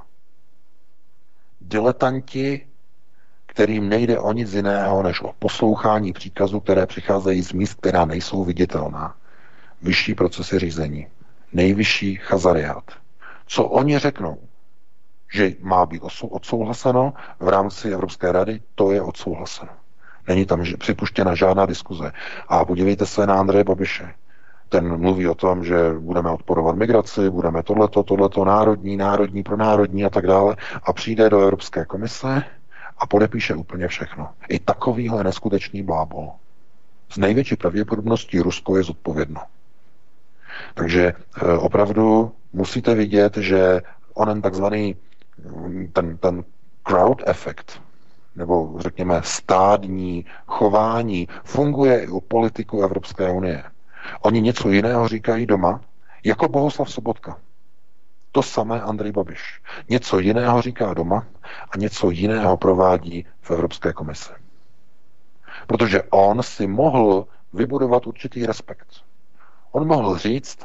Diletanti, kterým nejde o nic jiného, než o poslouchání příkazů, které přicházejí z míst, která nejsou viditelná. Vyšší procesy řízení. Nejvyšší chazariát. Co oni řeknou, že má být odsouhlaseno v rámci Evropské rady, to je odsouhlaseno. Není tam připuštěna žádná diskuze. A podívejte se na Andreje Babiše. Ten mluví o tom, že budeme odporovat migraci, budeme tohleto, tohleto, národní, národní, pro národní a tak dále. A přijde do Evropské komise a podepíše úplně všechno. I takovýhle neskutečný blábol. S největší pravděpodobností Rusko je zodpovědno. Takže e, opravdu musíte vidět, že onen takzvaný ten, ten crowd effect, nebo řekněme stádní chování, funguje i u politiků Evropské unie. Oni něco jiného říkají doma, jako Bohuslav Sobotka. To samé Andrej Babiš. Něco jiného říká doma a něco jiného provádí v Evropské komisi. Protože on si mohl vybudovat určitý respekt. On mohl říct,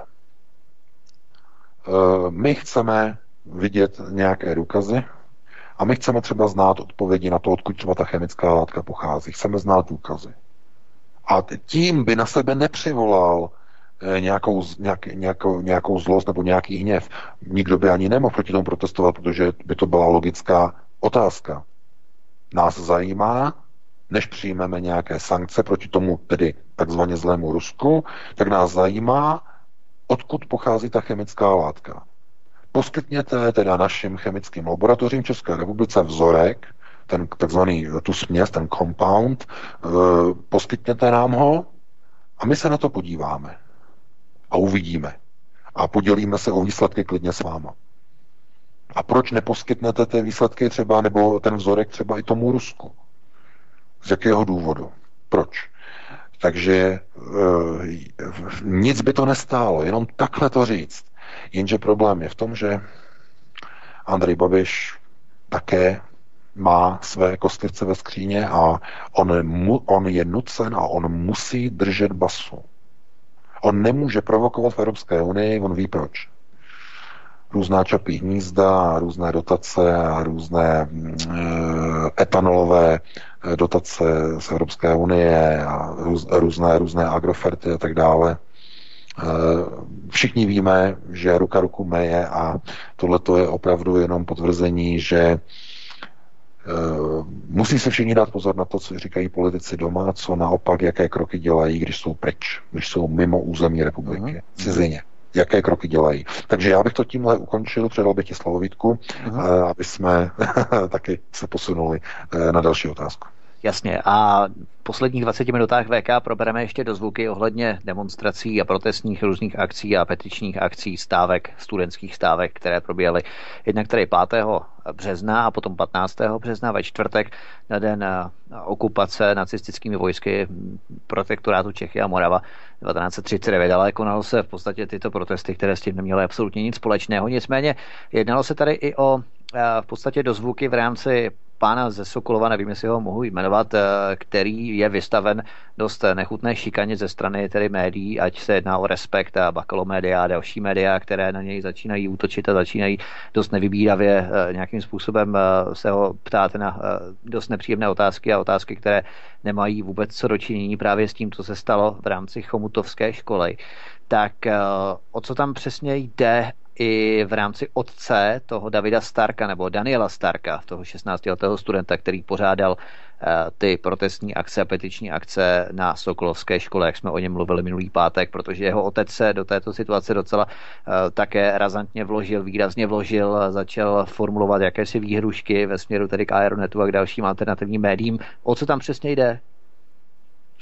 my chceme vidět nějaké důkazy a my chceme třeba znát odpovědi na to, odkud třeba ta chemická látka pochází. Chceme znát důkazy. A tím by na sebe nepřivolal nějakou, nějak, nějakou, nějakou zlost nebo nějaký hněv. Nikdo by ani nemohl proti tomu protestovat, protože by to byla logická otázka. Nás zajímá, než přijmeme nějaké sankce proti tomu tedy takzvaně zlému Rusku, tak nás zajímá, odkud pochází ta chemická látka. Poskytněte teda našim chemickým laboratořím v České republice vzorek, ten takzvaný, tu směs, ten compound, poskytněte nám ho a my se na to podíváme. A uvidíme. A podělíme se o výsledky klidně s váma. A proč neposkytnete ty výsledky třeba, nebo ten vzorek třeba i tomu Rusku? Z jakého důvodu? Proč? Takže e, nic by to nestálo, jenom takhle to říct. Jenže problém je v tom, že Andrej Babiš také má své kostlivce ve skříně a on, mu, on je nucen a on musí držet basu. On nemůže provokovat v Evropské unii, on ví proč. Různá čapí hnízda, různé dotace a různé e, etanolové dotace z Evropské unie a růz, různé, různé agroferty a tak dále. E, všichni víme, že ruka ruku meje a tohle je opravdu jenom potvrzení, že Uh, musí se všichni dát pozor na to, co říkají politici doma, co naopak, jaké kroky dělají, když jsou pryč, když jsou mimo území republiky, uh-huh. cizině. Jaké kroky dělají. Takže já bych to tímhle ukončil, předal bych ti slovo, Vítku, uh-huh. uh, aby jsme taky se posunuli uh, na další otázku. Jasně. A v posledních dvaceti minutách V K probereme ještě dozvuky ohledně demonstrací a protestních různých akcí a petičních akcí, stávek, studentských stávek, které probíhaly jednak tady pátého března a potom patnáctého března ve čtvrtek na den okupace nacistickými vojsky protektorátu Čechy a Morava devatenáct set třicet devět, ale konaly se v podstatě tyto protesty, které s tím neměly absolutně nic společného. Nicméně jednalo se tady i o v podstatě dozvuky v rámci pána ze Sokolova, nevím, jestli ho mohu jmenovat, který je vystaven dost nechutné šikaně ze strany tedy médií, ať se jedná o Respekt a Bakalo média a další média, které na něj začínají útočit a začínají dost nevybíravě nějakým způsobem se ho ptát na dost nepříjemné otázky a otázky, které nemají vůbec co dočinění právě s tím, co se stalo v rámci chomutovské školy. Tak o co tam přesně jde i v rámci otce toho Davida Starka nebo Daniela Starka, toho šestnáctiletého studenta, který pořádal uh, ty protestní akce a petiční akce na Sokolovské škole, jak jsme o něm mluvili minulý pátek, protože jeho otec se do této situace docela uh, také razantně vložil, výrazně vložil, začal formulovat jakési výhrušky ve směru tedy k Aeronetu a k dalším alternativním médiím. O co tam přesně jde?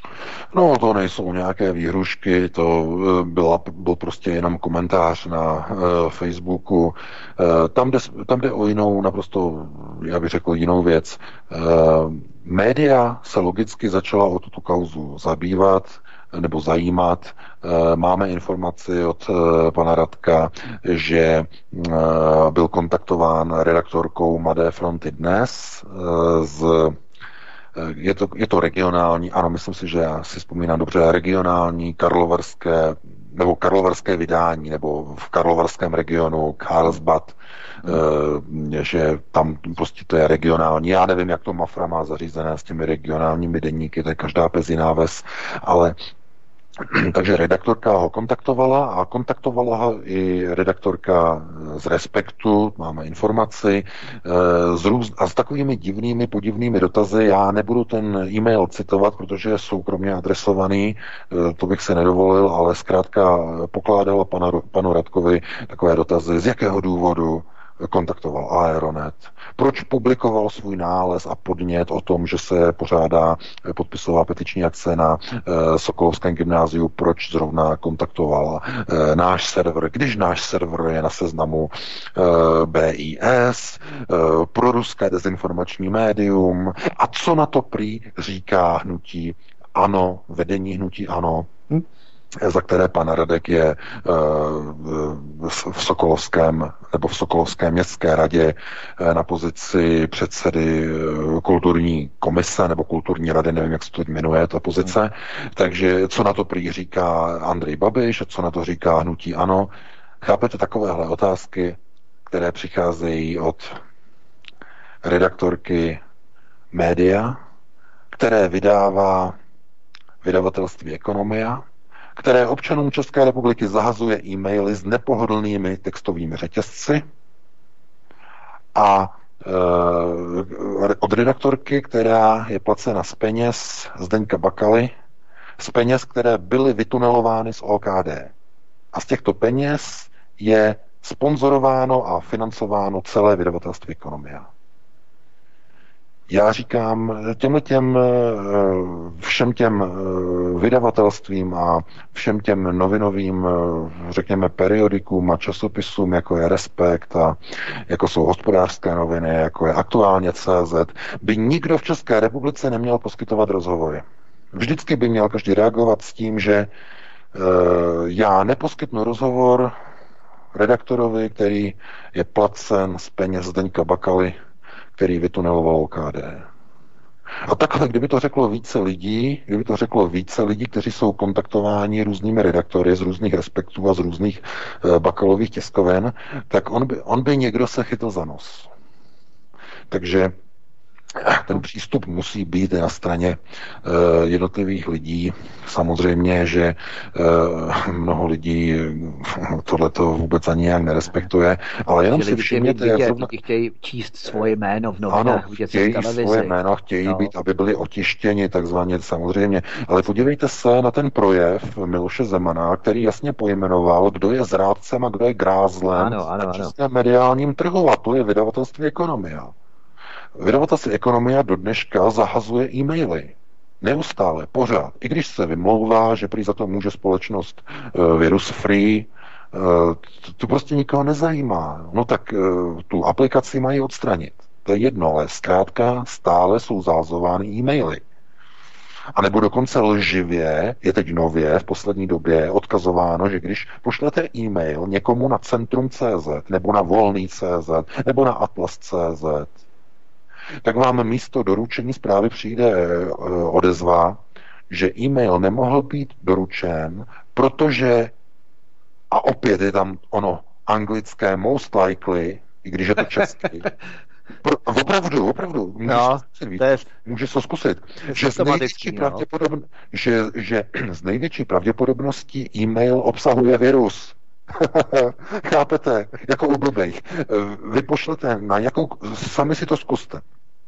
No, to nejsou nějaké výhrušky, to byla, byl prostě jenom komentář na uh, Facebooku. Uh, tam, jde, tam jde o jinou, naprosto, já bych řekl, jinou věc. Uh, média se logicky začala o tuto kauzu zabývat nebo zajímat. Uh, máme informaci od uh, pana Radka, že uh, byl kontaktován redaktorkou Mladé fronty Dnes uh, z Je to, je to regionální, ano, myslím si, že já si vzpomínám dobře, regionální karlovarské, nebo karlovarské vydání, nebo v karlovarském regionu Karlsbad, hmm. e, že tam prostě to je regionální. Já nevím, jak to Mafra má zařízené s těmi regionálními deníky, to je každá peziná ves, ale takže redaktorka ho kontaktovala a kontaktovala ho i redaktorka z Respektu, máme informaci, z růz, a s takovými divnými, podivnými dotazy. Já nebudu ten e-mail citovat, protože je soukromně adresovaný, to bych se nedovolil, ale zkrátka pokládala pana, panu Radkovi takové dotazy, z jakého důvodu kontaktoval Aeronet, proč publikoval svůj nález a podnět o tom, že se pořádá podpisová petiční akce na e, Sokolovském gymnáziu, proč zrovna kontaktoval e, náš server, když náš server je na seznamu e, B I S, e, proruské dezinformační médium, a co na to prý říká hnutí ANO, vedení hnutí ANO, hm? za které pan Radek je v Sokolovském nebo v Sokolovské městské radě na pozici předsedy kulturní komise nebo kulturní rady, nevím, jak se to jmenuje, ta pozice. Takže co na to prý říká Andrej Babiš a co na to říká hnutí ANO. Chápete takovéhle otázky, které přicházejí od redaktorky média, které vydává vydavatelství Ekonomia, které občanům České republiky zahazuje e-maily s nepohodlnými textovými řetězci, a e, od redaktorky, která je placena z peněz Zdeňka Bakaly, z peněz, které byly vytunelovány z O K D. A z těchto peněz je sponzorováno a financováno celé vydavatelství Ekonomia. Já říkám, těmhle těm, všem těm vydavatelstvím a všem těm novinovým, řekněme, periodikům a časopisům, jako je Respekt a jako jsou Hospodářské noviny, jako je Aktuálně C Z, by nikdo v České republice neměl poskytovat rozhovory. Vždycky by měl každý reagovat s tím, že já neposkytnu rozhovor redaktorovi, který je placen z peněz Zdeňka Bakaly, který vytuneloval O K D. A takhle, kdyby to řeklo více lidí, kdyby to řeklo více lidí, kteří jsou kontaktováni různými redaktory z různých Respektů a z různých uh, Bakalových tiskoven, tak on by, on by někdo se chytl za nos. Takže ten přístup musí být na straně uh, jednotlivých lidí. Samozřejmě, že uh, mnoho lidí tohleto vůbec ani nějak nerespektuje, ale jenom si všimněte, jak zrovna... chtějí číst svoje jméno v novinách, ano, chtějí svoje jméno, chtějí no. být, aby byli otištěni, takzvaně, samozřejmě. Ale podívejte se na ten projev Miloše Zemana, který jasně pojmenoval, kdo je zrádcem a kdo je grázlem ano, ano, na českém mediálním trhu, a to je vydavatelství Ekonomia. Vydavatelství Ekonomia do dneška zahazuje e-maily. Neustále, pořád. I když se vymlouvá, že prý za to může společnost uh, Virus Free, uh, to, to prostě nikoho nezajímá. No tak uh, tu aplikaci mají odstranit. To je jedno, ale zkrátka stále jsou zahazovány e-maily. A nebo dokonce lživě je teď nově v poslední době odkazováno, že když pošlete e-mail někomu na Centrum tečka cé zet nebo na Volný tečka cé zet nebo na Atlas tečka cé zet, tak vám místo doručení zprávy přijde odezva, že e-mail nemohl být doručen, protože, a opět je tam ono anglické most likely, i když je to česky. Pro, opravdu, opravdu. Můžeš no, to víc, je, můžeš to zkusit. Že z, největší no. pravděpodobn, že, že z největší pravděpodobností e-mail obsahuje virus. Chápete? Jako u blbejch. Vy pošlete na jakou... Sami si to zkuste.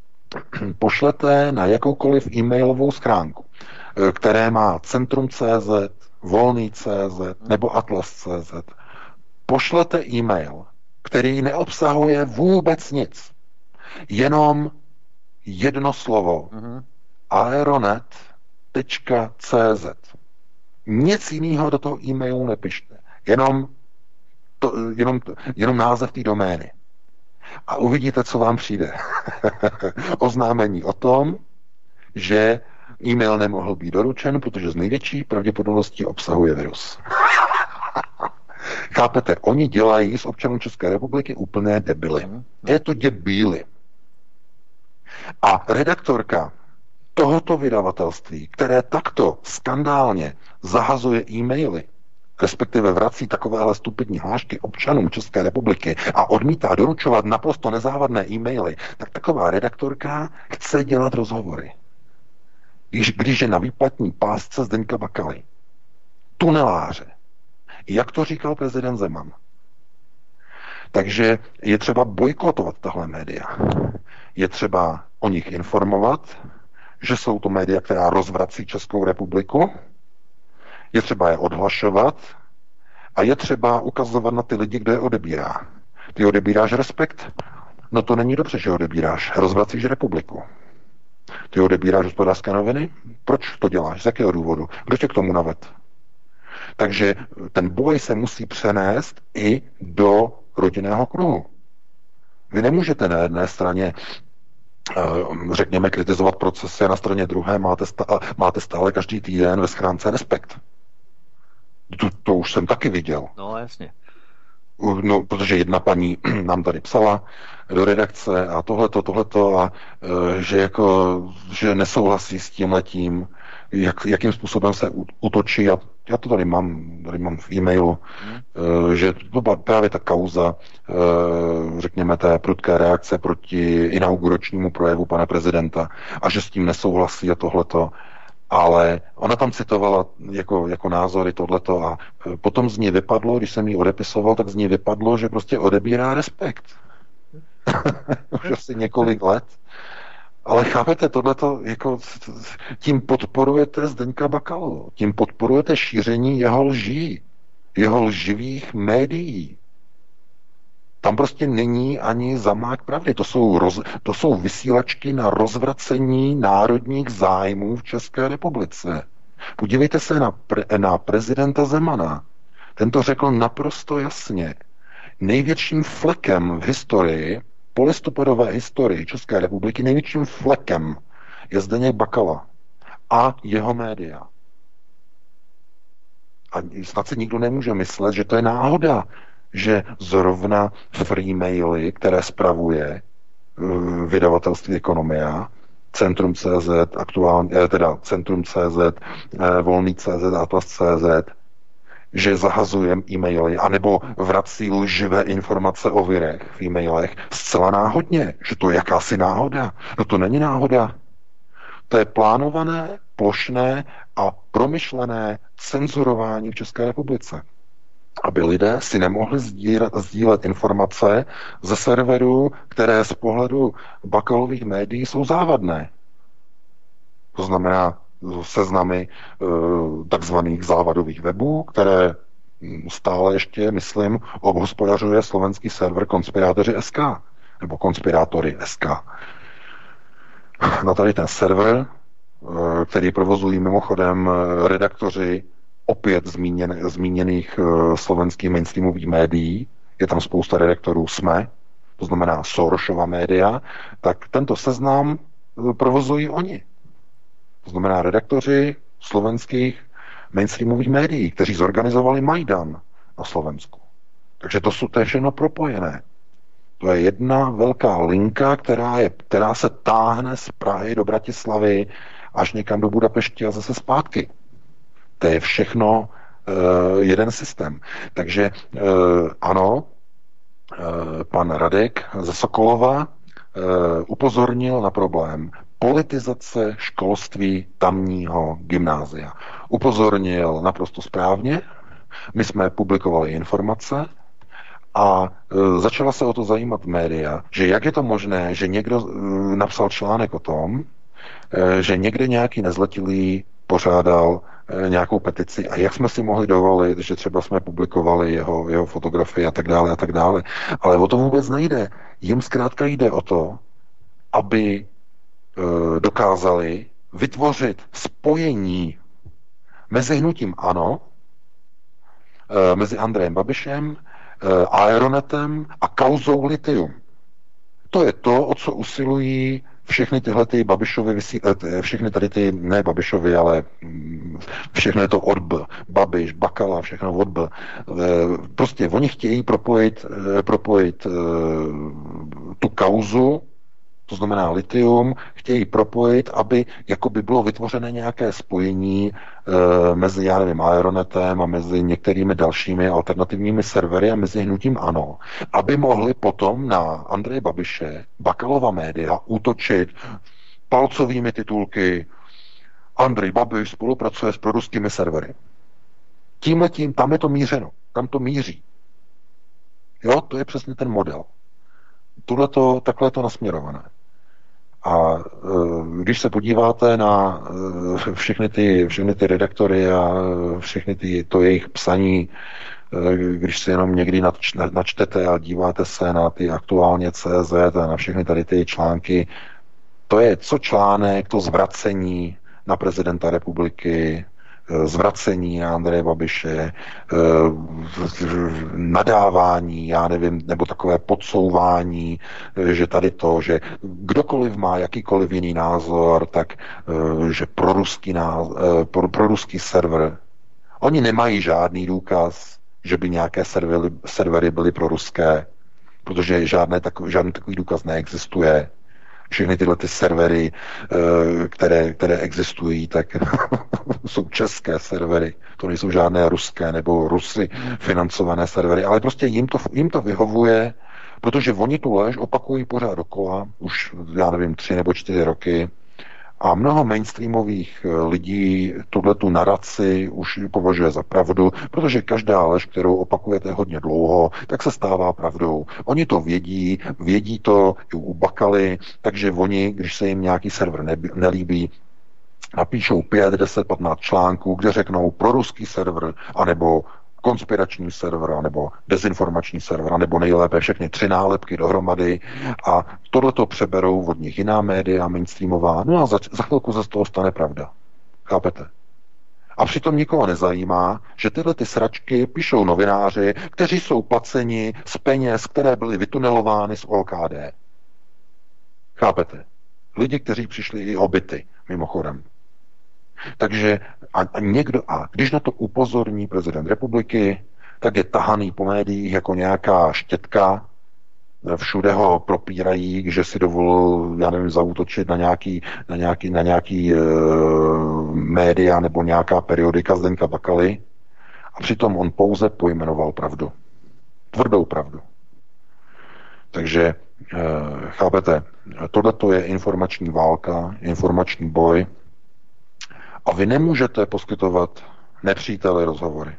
Pošlete na jakoukoliv e-mailovou schránku, které má Centrum tečka cé zet, Volný tečka cé zet nebo Atlas tečka cé zet. Pošlete e-mail, který neobsahuje vůbec nic. Jenom jedno slovo. Mm-hmm. Aeronet tečka cé zet. Nic jiného do toho e-mailu nepište. Jenom, to, jenom, jenom název té domény. A uvidíte, co vám přijde. Oznámení o tom, že e-mail nemohl být doručen, protože z největší pravděpodobností obsahuje virus. Chápete? Oni dělají z občanů České republiky úplné debily. Je to debíly. A redaktorka tohoto vydavatelství, které takto skandálně zahazuje e-maily, respektive vrací takovéhle stupidní hlášky občanům České republiky a odmítá doručovat naprosto nezávadné e-maily, tak taková redaktorka chce dělat rozhovory. Když, když je na výplatní pásce Zdeňka Bakaly. Tuneláře. Jak to říkal prezident Zeman. Takže je třeba bojkotovat tahle média. Je třeba o nich informovat, že jsou to média, která rozvrací Českou republiku. Je třeba je odhlašovat a je třeba ukazovat na ty lidi, kdo je odebírá. Ty odebíráš respekt? No to není dobře, že odebíráš. Rozvracíš republiku. Ty odebíráš Hospodářské noviny? Proč to děláš? Z jakého důvodu? Kdo tě k tomu naved? Takže ten boj se musí přenést i do rodinného kruhu. Vy nemůžete na jedné straně řekněme kritizovat procesy a na straně druhé máte stále, máte stále každý týden ve schránce respekt. To, to už jsem taky viděl. No, jasně. No, protože jedna paní nám tady psala do redakce a tohleto, tohleto a e, že jako, že nesouhlasí s tímhletím, jak, jakým způsobem se útočí a já to tady mám, tady mám v e-mailu, hmm. e, že to byla právě ta kauza, e, řekněme, té prudké reakce proti inauguračnímu projevu pana prezidenta a že s tím nesouhlasí a tohleto. Ale ona tam citovala jako, jako názory tohleto a potom z ní vypadlo, když jsem ji odepisoval, tak z ní vypadlo, že prostě odebírá respekt. Už asi několik let. Ale chápete, tohleto, jako, tím podporujete Zdeňka Bakalu, tím podporujete šíření jeho lží, jeho lživých médií. Tam prostě není ani zamák pravdy. To jsou, roz, to jsou vysílačky na rozvracení národních zájmů v České republice. Podívejte se na, pre, na prezidenta Zemana. Ten to řekl naprosto jasně. Největším flekem v historii, polistopadové historii České republiky, největším flekem je Zdeněk Bakala a jeho média. A snad si nikdo nemůže myslet, že to je náhoda, že zrovna freemaily, které spravuje vydavatelství Ekonomia, Centrum C Z, aktuálně, teda Centrum C Z, Volný C Z, Atlas C Z, že zahazujeme e-maily, anebo vrací lživé informace o virech v e-mailech zcela náhodně, že to je jakási náhoda. No to není náhoda. To je plánované, plošné a promyšlené cenzurování v České republice. Aby lidé si nemohli sdílet, sdílet informace ze serverů, které z pohledu Bakalových médií jsou závadné. To znamená seznamy e, takzvaných závadových webů, které stále ještě, myslím, obhospodařuje slovenský server Konspirátoři tečka es ká nebo Konspirátory tečka es ká. Na tady ten server, e, který provozují mimochodem redaktoři opět zmíněn, zmíněných uh, slovenských mainstreamových médií, je tam spousta redaktorů S M E, to znamená Sorosova média, tak tento seznam uh, provozují oni. To znamená redaktoři slovenských mainstreamových médií, kteří zorganizovali Majdan na Slovensku. Takže to jsou to je všechno propojené. To je jedna velká linka, která, je, která se táhne z Prahy do Bratislavy až někam do Budapešti a zase zpátky. To je všechno uh, jeden systém. Takže uh, ano, uh, pan Radek ze Sokolova uh, upozornil na problém politizace školství tamního gymnázia. Upozornil naprosto správně, my jsme publikovali informace a uh, začala se o to zajímat média, že jak je to možné, že někdo uh, napsal článek o tom, uh, že někde nějaký nezletilý pořádal nějakou petici a jak jsme si mohli dovolit, že třeba jsme publikovali jeho, jeho fotografii a tak dále a tak dále. Ale o to vůbec nejde. Jim zkrátka jde o to, aby e, dokázali vytvořit spojení mezi hnutím ANO, mezi Andrejem Babišem, Aeronetem a kauzou Lithium. To je to, o co usilují všechny tyhle ty Babišovy, všechny tady ty, ne Babišovy, ale všechno je to od B, Babiš, Bakala, všechno od B. Prostě oni chtějí propojit, propojit tu kauzu, to znamená lithium, chtějí propojit, aby jako by bylo vytvořené nějaké spojení e, mezi, já nevím, Aeronetem a mezi některými dalšími alternativními servery a mezi hnutím ANO, aby mohli potom na Andreje Babiše, Bakalova média útočit palcovými titulky Andrej Babiš spolupracuje s proruskými servery. Tímhletím, tam je to mířeno, tam to míří. Jo, to je přesně ten model. Tohleto, takhle je to nasměrované. A e, když se podíváte na e, všechny, ty, všechny ty redaktory a všechny ty, to jejich psaní, e, když si jenom někdy nač, načtete a díváte se na ty aktuálně C Z a na všechny tady ty články, to je co článek, to zvracení na prezidenta republiky, zvracení na Andreje Babiše, nadávání, já nevím, nebo takové podsouvání, že tady to, že kdokoliv má jakýkoliv jiný názor, tak že pro ruský, názor, pro, pro ruský server, oni nemají žádný důkaz, že by nějaké servery, servery byly pro ruské, protože žádné takový, žádný takový důkaz neexistuje. Všechny tyhle ty servery, které, které existují, tak jsou české servery. To nejsou žádné ruské nebo Rusy financované servery, ale prostě jim to, jim to vyhovuje, protože oni tu lež opakují pořád dokola, už já nevím, tři nebo čtyři roky, a mnoho mainstreamových lidí tuhletu naraci už považuje za pravdu, protože každá lež, kterou opakujete hodně dlouho, tak se stává pravdou. Oni to vědí, vědí to i u Bakaly, takže oni, když se jim nějaký server nelíbí, napíšou pět, deset, patnáct článků, kde řeknou pro ruský server, anebo konspirační server, nebo dezinformační server, nebo nejlépe všechny tři nálepky dohromady a tohleto přeberou od nich jiná média, mainstreamová, no a za, za chvilku se z toho stane pravda. Chápete? A přitom nikoho nezajímá, že tyhle ty sračky píšou novináři, kteří jsou placeni z peněz, které byly vytunelovány z O K D. Chápete? Lidi, kteří přišli i o byty, mimochodem. Takže a, a někdo, a když na to upozorní prezident republiky, tak je tahaný po médiích jako nějaká štětka, všude ho propírají, že si dovolil, já nevím, zaútočit na nějaký, na nějaký, na nějaký e, média nebo nějaká periodika Zdeňka Bakaly a přitom on pouze pojmenoval pravdu. Tvrdou pravdu. Takže e, chápete, tohleto je informační válka, informační boj, a vy nemůžete poskytovat nepříteli rozhovory.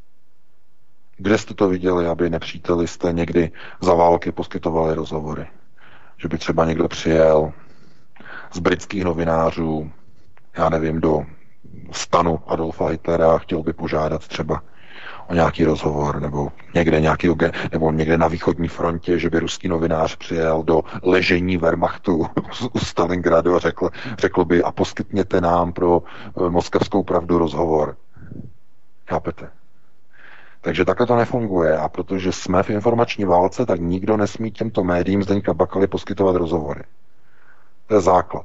Kde jste to viděli, aby nepříteli jste někdy za války poskytovali rozhovory? Že by třeba někdo přijel z britských novinářů, já nevím, do stanu Adolfa Hitlera a chtěl by požádat třeba o nějaký rozhovor, nebo někde, nějaký, nebo někde na východní frontě, že by ruský novinář přijel do ležení Wehrmachtu u Stalingradu a řekl, řekl by a poskytněte nám pro Moskevskou pravdu rozhovor. Chápete? Takže takhle to nefunguje a protože jsme v informační válce, tak nikdo nesmí těmto médiím Zdeňka Bakaly poskytovat rozhovory. To je základ.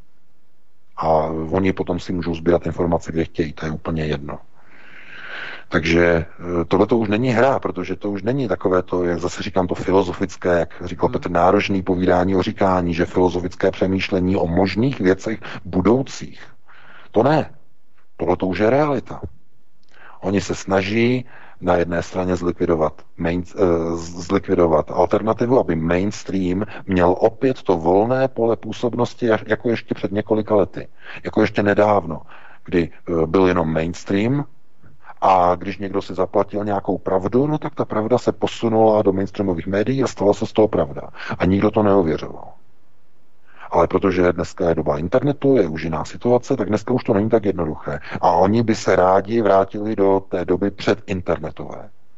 A oni potom si můžou sbírat informace, kde chtějí, to je úplně jedno. Takže tohle to už není hra, protože to už není takové to, jak zase říkám, to filozofické, jak říkal Petr Nárožný, povídání o říkání, že filozofické přemýšlení o možných věcech budoucích. To ne. Tohle to už je realita. Oni se snaží na jedné straně zlikvidovat, main, uh, zlikvidovat alternativu, aby mainstream měl opět to volné pole působnosti, jako ještě před několika lety. Jako ještě nedávno, kdy uh, byl jenom mainstream, a když někdo si zaplatil nějakou pravdu, no tak ta pravda se posunula do mainstreamových médií a stala se z toho pravda. A nikdo to neověřoval. Ale protože dneska je doba internetu, je už jiná situace, tak dneska už to není tak jednoduché. A oni by se rádi vrátili do té doby předinternetové.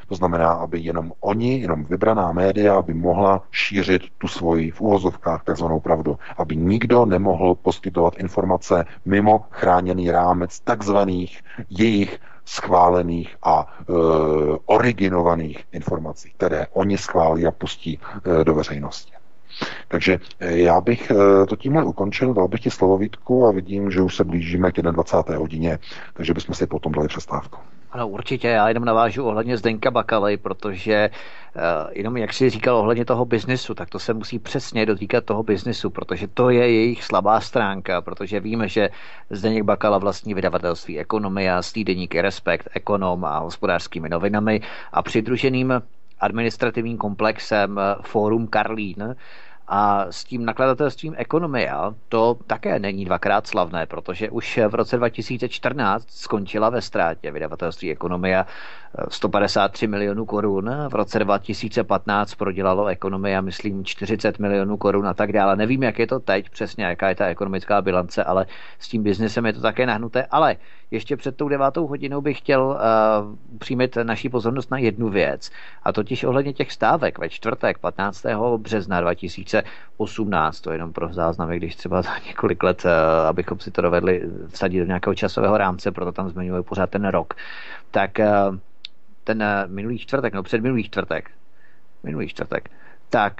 To znamená, aby jenom oni, jenom vybraná média, aby mohla šířit tu svoji v úvozovkách takzvanou pravdu. Aby nikdo nemohl poskytovat informace mimo chráněný rámec takzvaných jejich schválených a e, originovaných informací, které oni schválí a pustí e, do veřejnosti. Takže já bych to tímhle ukončil, dal bych ti slovo, Vítku, a vidím, že už se blížíme k dvacáté jedné hodině, takže bychom si potom dali přestávku. Ano, určitě, já jenom navážu ohledně Zdeňka Bakaly, protože uh, jenom jak jsi říkal ohledně toho biznisu, tak to se musí přesně dotýkat toho biznisu, protože to je jejich slabá stránka, protože víme, že Zdeněk Bakala vlastní vydavatelství Ekonomia, týdeníky Respekt, Ekonom a Hospodářskými novinami a přidruženým administrativním komplexem Fórum Karlín a s tím nakladatelstvím Ekonomia to také není dvakrát slavné, protože už v roce dva tisíce čtrnáct skončila ve ztrátě vydavatelství Ekonomia sto padesát tři milionů korun, v roce dva tisíce patnáct prodělalo Ekonomia, myslím, čtyřicet milionů korun a tak dále. Nevím, jak je to teď přesně, jaká je ta ekonomická bilance, ale s tím biznesem je to také nahnuté. Ale ještě před tou devátou hodinou bych chtěl uh, přijmout naší pozornost na jednu věc, a totiž ohledně těch stávek ve čtvrtek patnáctého března dva tisíce osmnáct, to je jenom pro záznamy, když třeba za několik let, uh, abychom si to dovedli vsadit do nějakého časového rámce, proto tam zmiňuji pořád ten rok, tak uh, ten minulý čtvrtek, no před minulý čtvrtek, minulý čtvrtek, tak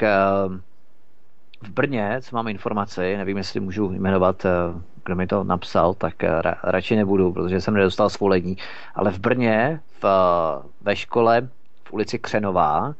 v Brně, co mám informaci, nevím, jestli můžu jmenovat, kdo mi to napsal, tak ra, radši nebudu, protože jsem nedostal svolení, ale v Brně v, ve škole v ulici Křenová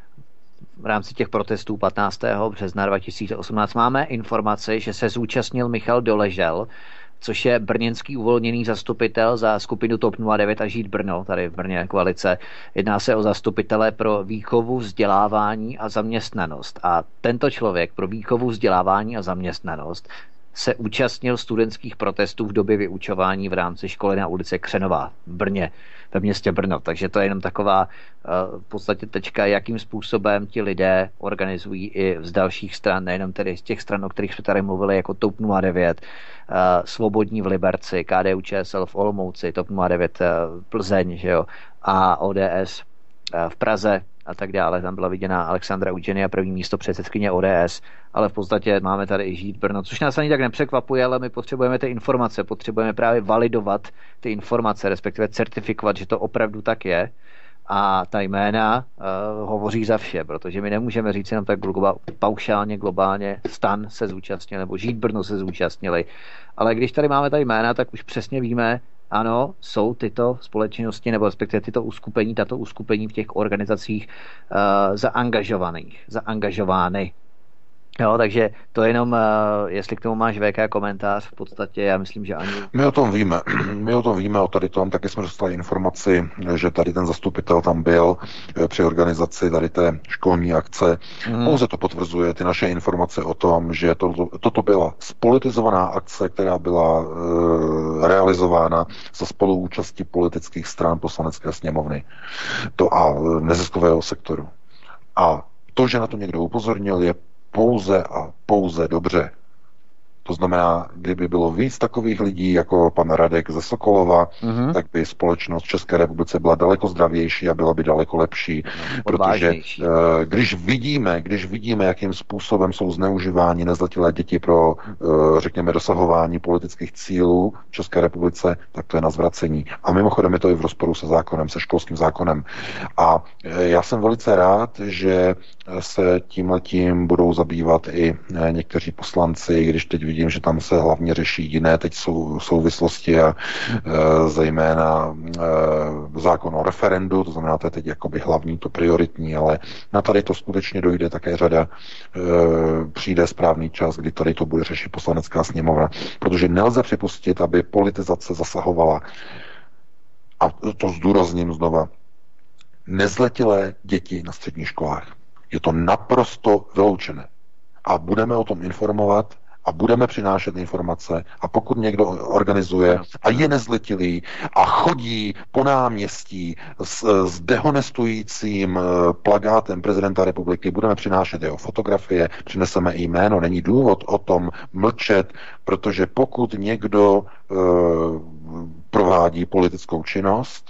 v rámci těch protestů patnáctého března dva tisíce osmnáct máme informaci, že se zúčastnil Michal Doležel, což je brněnský uvolněný zastupitel za skupinu TOP nula devět a Žít Brno, tady v Brně koalice. Jedná se o zastupitele pro výchovu, vzdělávání a zaměstnanost. A tento člověk pro výchovu, vzdělávání a zaměstnanost se účastnil studentských protestů v době vyučování v rámci školy na ulici Křenová v Brně, ve městě Brno. Takže to je jenom taková v podstatě tečka, jakým způsobem ti lidé organizují i z dalších stran, nejenom tedy z těch stran, o kterých jsme tady mluvili, jako TOP nula devět, Svobodní v Liberci, K D U Č S L v Olomouci, TOP nula devět Plzeň, že jo, a O D S v Praze a tak dále. Tam byla viděna Alexandra Udženia, první místo předsedkyně O D S, ale v podstatě máme tady i Žít Brno, což nás ani tak nepřekvapuje, ale my potřebujeme ty informace, potřebujeme právě validovat ty informace, respektive certifikovat, že to opravdu tak je. A ta jména uh, hovoří za vše, protože my nemůžeme říct jenom tak globa, paušálně, globálně STAN se zúčastnil, nebo Žít Brno se zúčastnili. Ale když tady máme ta jména, tak už přesně víme, ano, jsou tyto společnosti, nebo respektive tyto uskupení, tato uskupení v těch organizacích uh, zaangažovaných, zaangažovány. Jo, takže to jenom, uh, jestli k tomu máš V K komentář, v podstatě já myslím, že ani... My o tom víme, my o tom víme, o tady tom, taky jsme dostali informaci, že tady ten zastupitel tam byl při organizaci tady té školní akce. Mm. Pouze to potvrzuje ty naše informace o tom, že to, toto byla spolitizovaná akce, která byla uh, realizována za spoluúčasti politických stran Poslanecké sněmovny to a neziskového sektoru. A to, že na to někdo upozornil, je pouze a pouze dobře. To znamená, kdyby bylo víc takových lidí jako pan Radek ze Sokolova, mm-hmm. tak by společnost v České republice byla daleko zdravější a byla by daleko lepší. No, protože uh, když vidíme, když vidíme, jakým způsobem jsou zneužíváni nezletilé děti pro, uh, řekněme, dosahování politických cílů v České republice, tak to je na zvracení. A mimochodem je to i v rozporu se zákonem, se školským zákonem. A uh, já jsem velice rád, že se tímhletím budou zabývat i uh, někteří poslanci, když teď vidím, Vidím, že tam se hlavně řeší jiné teď sou, souvislosti a e, zejména e, zákon o referendu, to znamená, to je teď jakoby hlavní, to prioritní, ale na tady to skutečně dojde také řada, e, přijde správný čas, kdy tady to bude řešit Poslanecká sněmovna, protože nelze připustit, aby politizace zasahovala, a to zdůrazním znova, nezletilé děti na středních školách. Je to naprosto vyloučené. A budeme o tom informovat a budeme přinášet informace, a pokud někdo organizuje a je nezletilý a chodí po náměstí s, s dehonestujícím plakátem prezidenta republiky, budeme přinášet jeho fotografie, přineseme i jméno, není důvod o tom mlčet, protože pokud někdo e, provádí politickou činnost,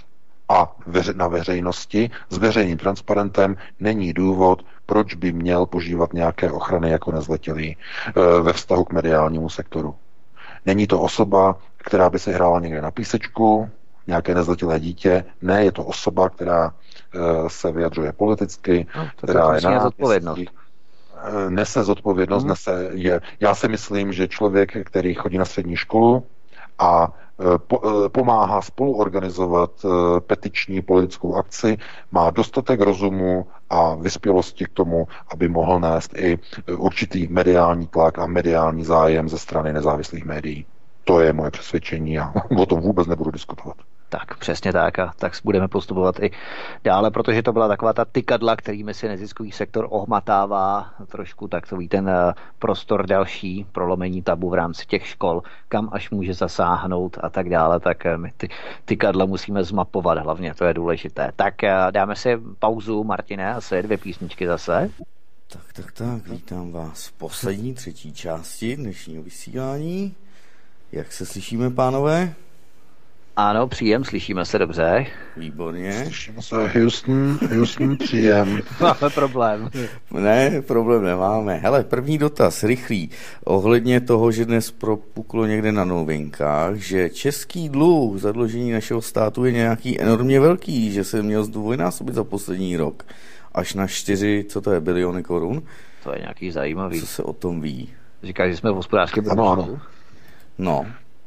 A veře, na veřejnosti s veřejným transparentem není důvod, proč by měl požívat nějaké ochrany jako nezletilý e, ve vztahu k mediálnímu sektoru. Není to osoba, která by se hrála někde na písečku, nějaké nezletilé dítě. Ne, je to osoba, která e, se vyjadřuje politicky, no, která je na zodpovědnost. Nese zodpovědnost, hmm. nese je. Já si myslím, že člověk, který chodí na střední školu a po, pomáhá spoluorganizovat petiční politickou akci, má dostatek rozumu a vyspělosti k tomu, aby mohl nést i určitý mediální tlak a mediální zájem ze strany nezávislých médií. To je moje přesvědčení a o tom vůbec nebudu diskutovat. Tak, přesně tak a tak budeme postupovat i dále, protože to byla taková ta tykadla, kterými si neziskový sektor ohmatává trošku takový ten prostor další prolomení tabu v rámci těch škol, kam až může zasáhnout a tak dále, tak my ty tykadla musíme zmapovat hlavně, to je důležité. Tak dáme si pauzu, Martine, asi dvě písničky zase. Tak, tak, tak, vítám vás v poslední třetí části dnešního vysílání. Jak se slyšíme, pánové? Ano, příjem, slyšíme se dobře. Výborně. Slyšíme se, Houston, Houston, příjem. Máme problém. Ne, problém nemáme. Hele, první dotaz, rychlý. Ohledně toho, že dnes propuklo někde na novinkách, že český dluh, zadlužení našeho státu je nějaký enormně velký, že se měl zdvojnásobit za poslední rok. Až na čtyři, co to je, biliony korun? To je nějaký zajímavý. Co se o tom ví? Říkáš, že jsme v hospodářském průmyslu. No.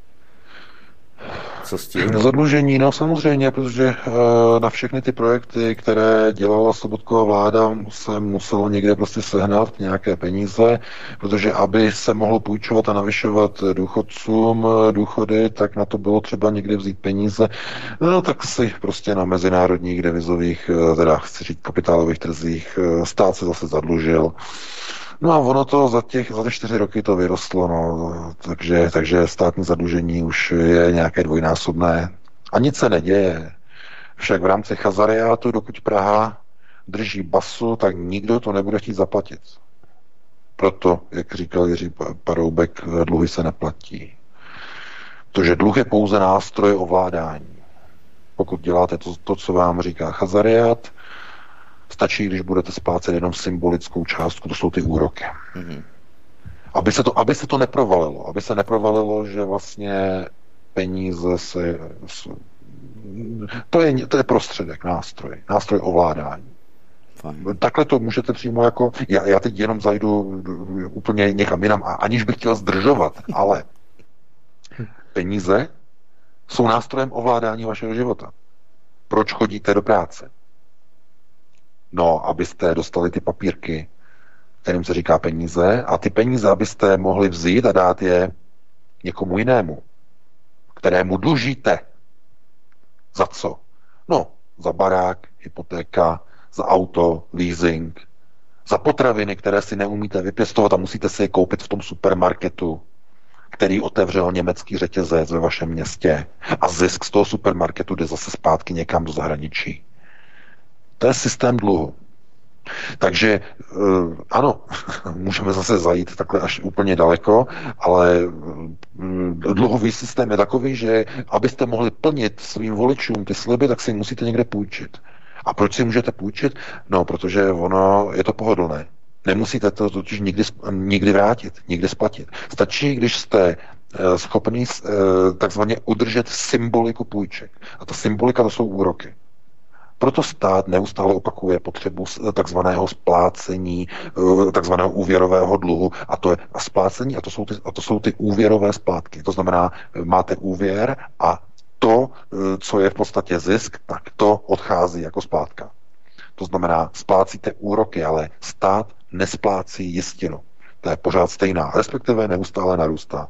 Co s tím? Zadlužení, no samozřejmě, protože uh, na všechny ty projekty, které dělala Sobotkova vláda, se muselo někde prostě sehnat nějaké peníze, protože aby se mohlo půjčovat a navyšovat důchodcům důchody, tak na to bylo třeba někde vzít peníze. No tak si prostě na mezinárodních devizových, teda chci říct kapitálových trzích, stát se zase zadlužil. No a ono to za těch, za těch čtyři roky to vyrostlo, no, takže, takže státní zadlužení už je nějaké dvojnásobné. A nic se neděje. Však v rámci chazariátu, dokud Praha drží basu, tak nikdo to nebude chtít zaplatit. Proto, jak říkal Jiří Paroubek, dluhy se neplatí. Protože dluh je pouze nástroj ovládání. Pokud děláte to, to co vám říká chazariát, stačí, když budete splácet jenom symbolickou částku, to jsou ty úroky. Mm-hmm. Aby se to, aby se to neprovalilo, aby se neprovalilo, že vlastně peníze se... To je, to je prostředek, nástroj, nástroj ovládání. Fajn. Takhle to můžete přímo jako... Já, já teď jenom zajdu úplně někam jinam, aniž bych chtěl zdržovat, ale peníze jsou nástrojem ovládání vašeho života. Proč chodíte do práce? No, abyste dostali ty papírky, kterým se říká peníze, a ty peníze, abyste mohli vzít a dát je někomu jinému, kterému dlužíte. Za co? No, za barák, hypotéka, za auto, leasing, za potraviny, které si neumíte vypěstovat a musíte si je koupit v tom supermarketu, který otevřel německý řetězec ve vašem městě, a zisk z toho supermarketu jde zase zpátky někam do zahraničí. To je systém dluhu. Takže ano, můžeme zase zajít takhle až úplně daleko, ale dluhový systém je takový, že abyste mohli plnit svým voličům ty sliby, tak si musíte někde půjčit. A proč si můžete půjčit? No, protože ono je to pohodlné. Nemusíte to totiž nikdy, nikdy vrátit, nikdy splatit. Stačí, když jste schopni takzvaně udržet symboliku půjček. A ta symbolika to jsou úroky. Proto stát neustále opakuje potřebu takzvaného splácení, takzvaného úvěrového dluhu, a to je a splácení, a to jsou ty, a to jsou ty úvěrové splátky. To znamená, máte úvěr a to, co je v podstatě zisk, tak to odchází jako splátka. To znamená, splácíte úroky, ale stát nesplácí jistinu. To je pořád stejná, respektive neustále narůstá.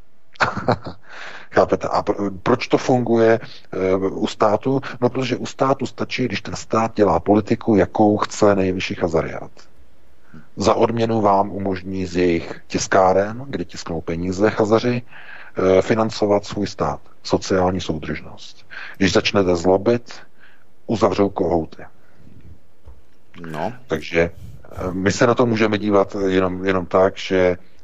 Chápete? A proč to funguje u státu? No, protože u státu stačí, když ten stát dělá politiku, jakou chce nejvyšší chazariát. Za odměnu vám umožní z jejich tiskáren, kde tisknou peníze chazaři, financovat svůj stát. Sociální soudržnost. Když začnete zlobit, uzavřou kohouty. No. Takže my se na to můžeme dívat jenom, jenom tak, že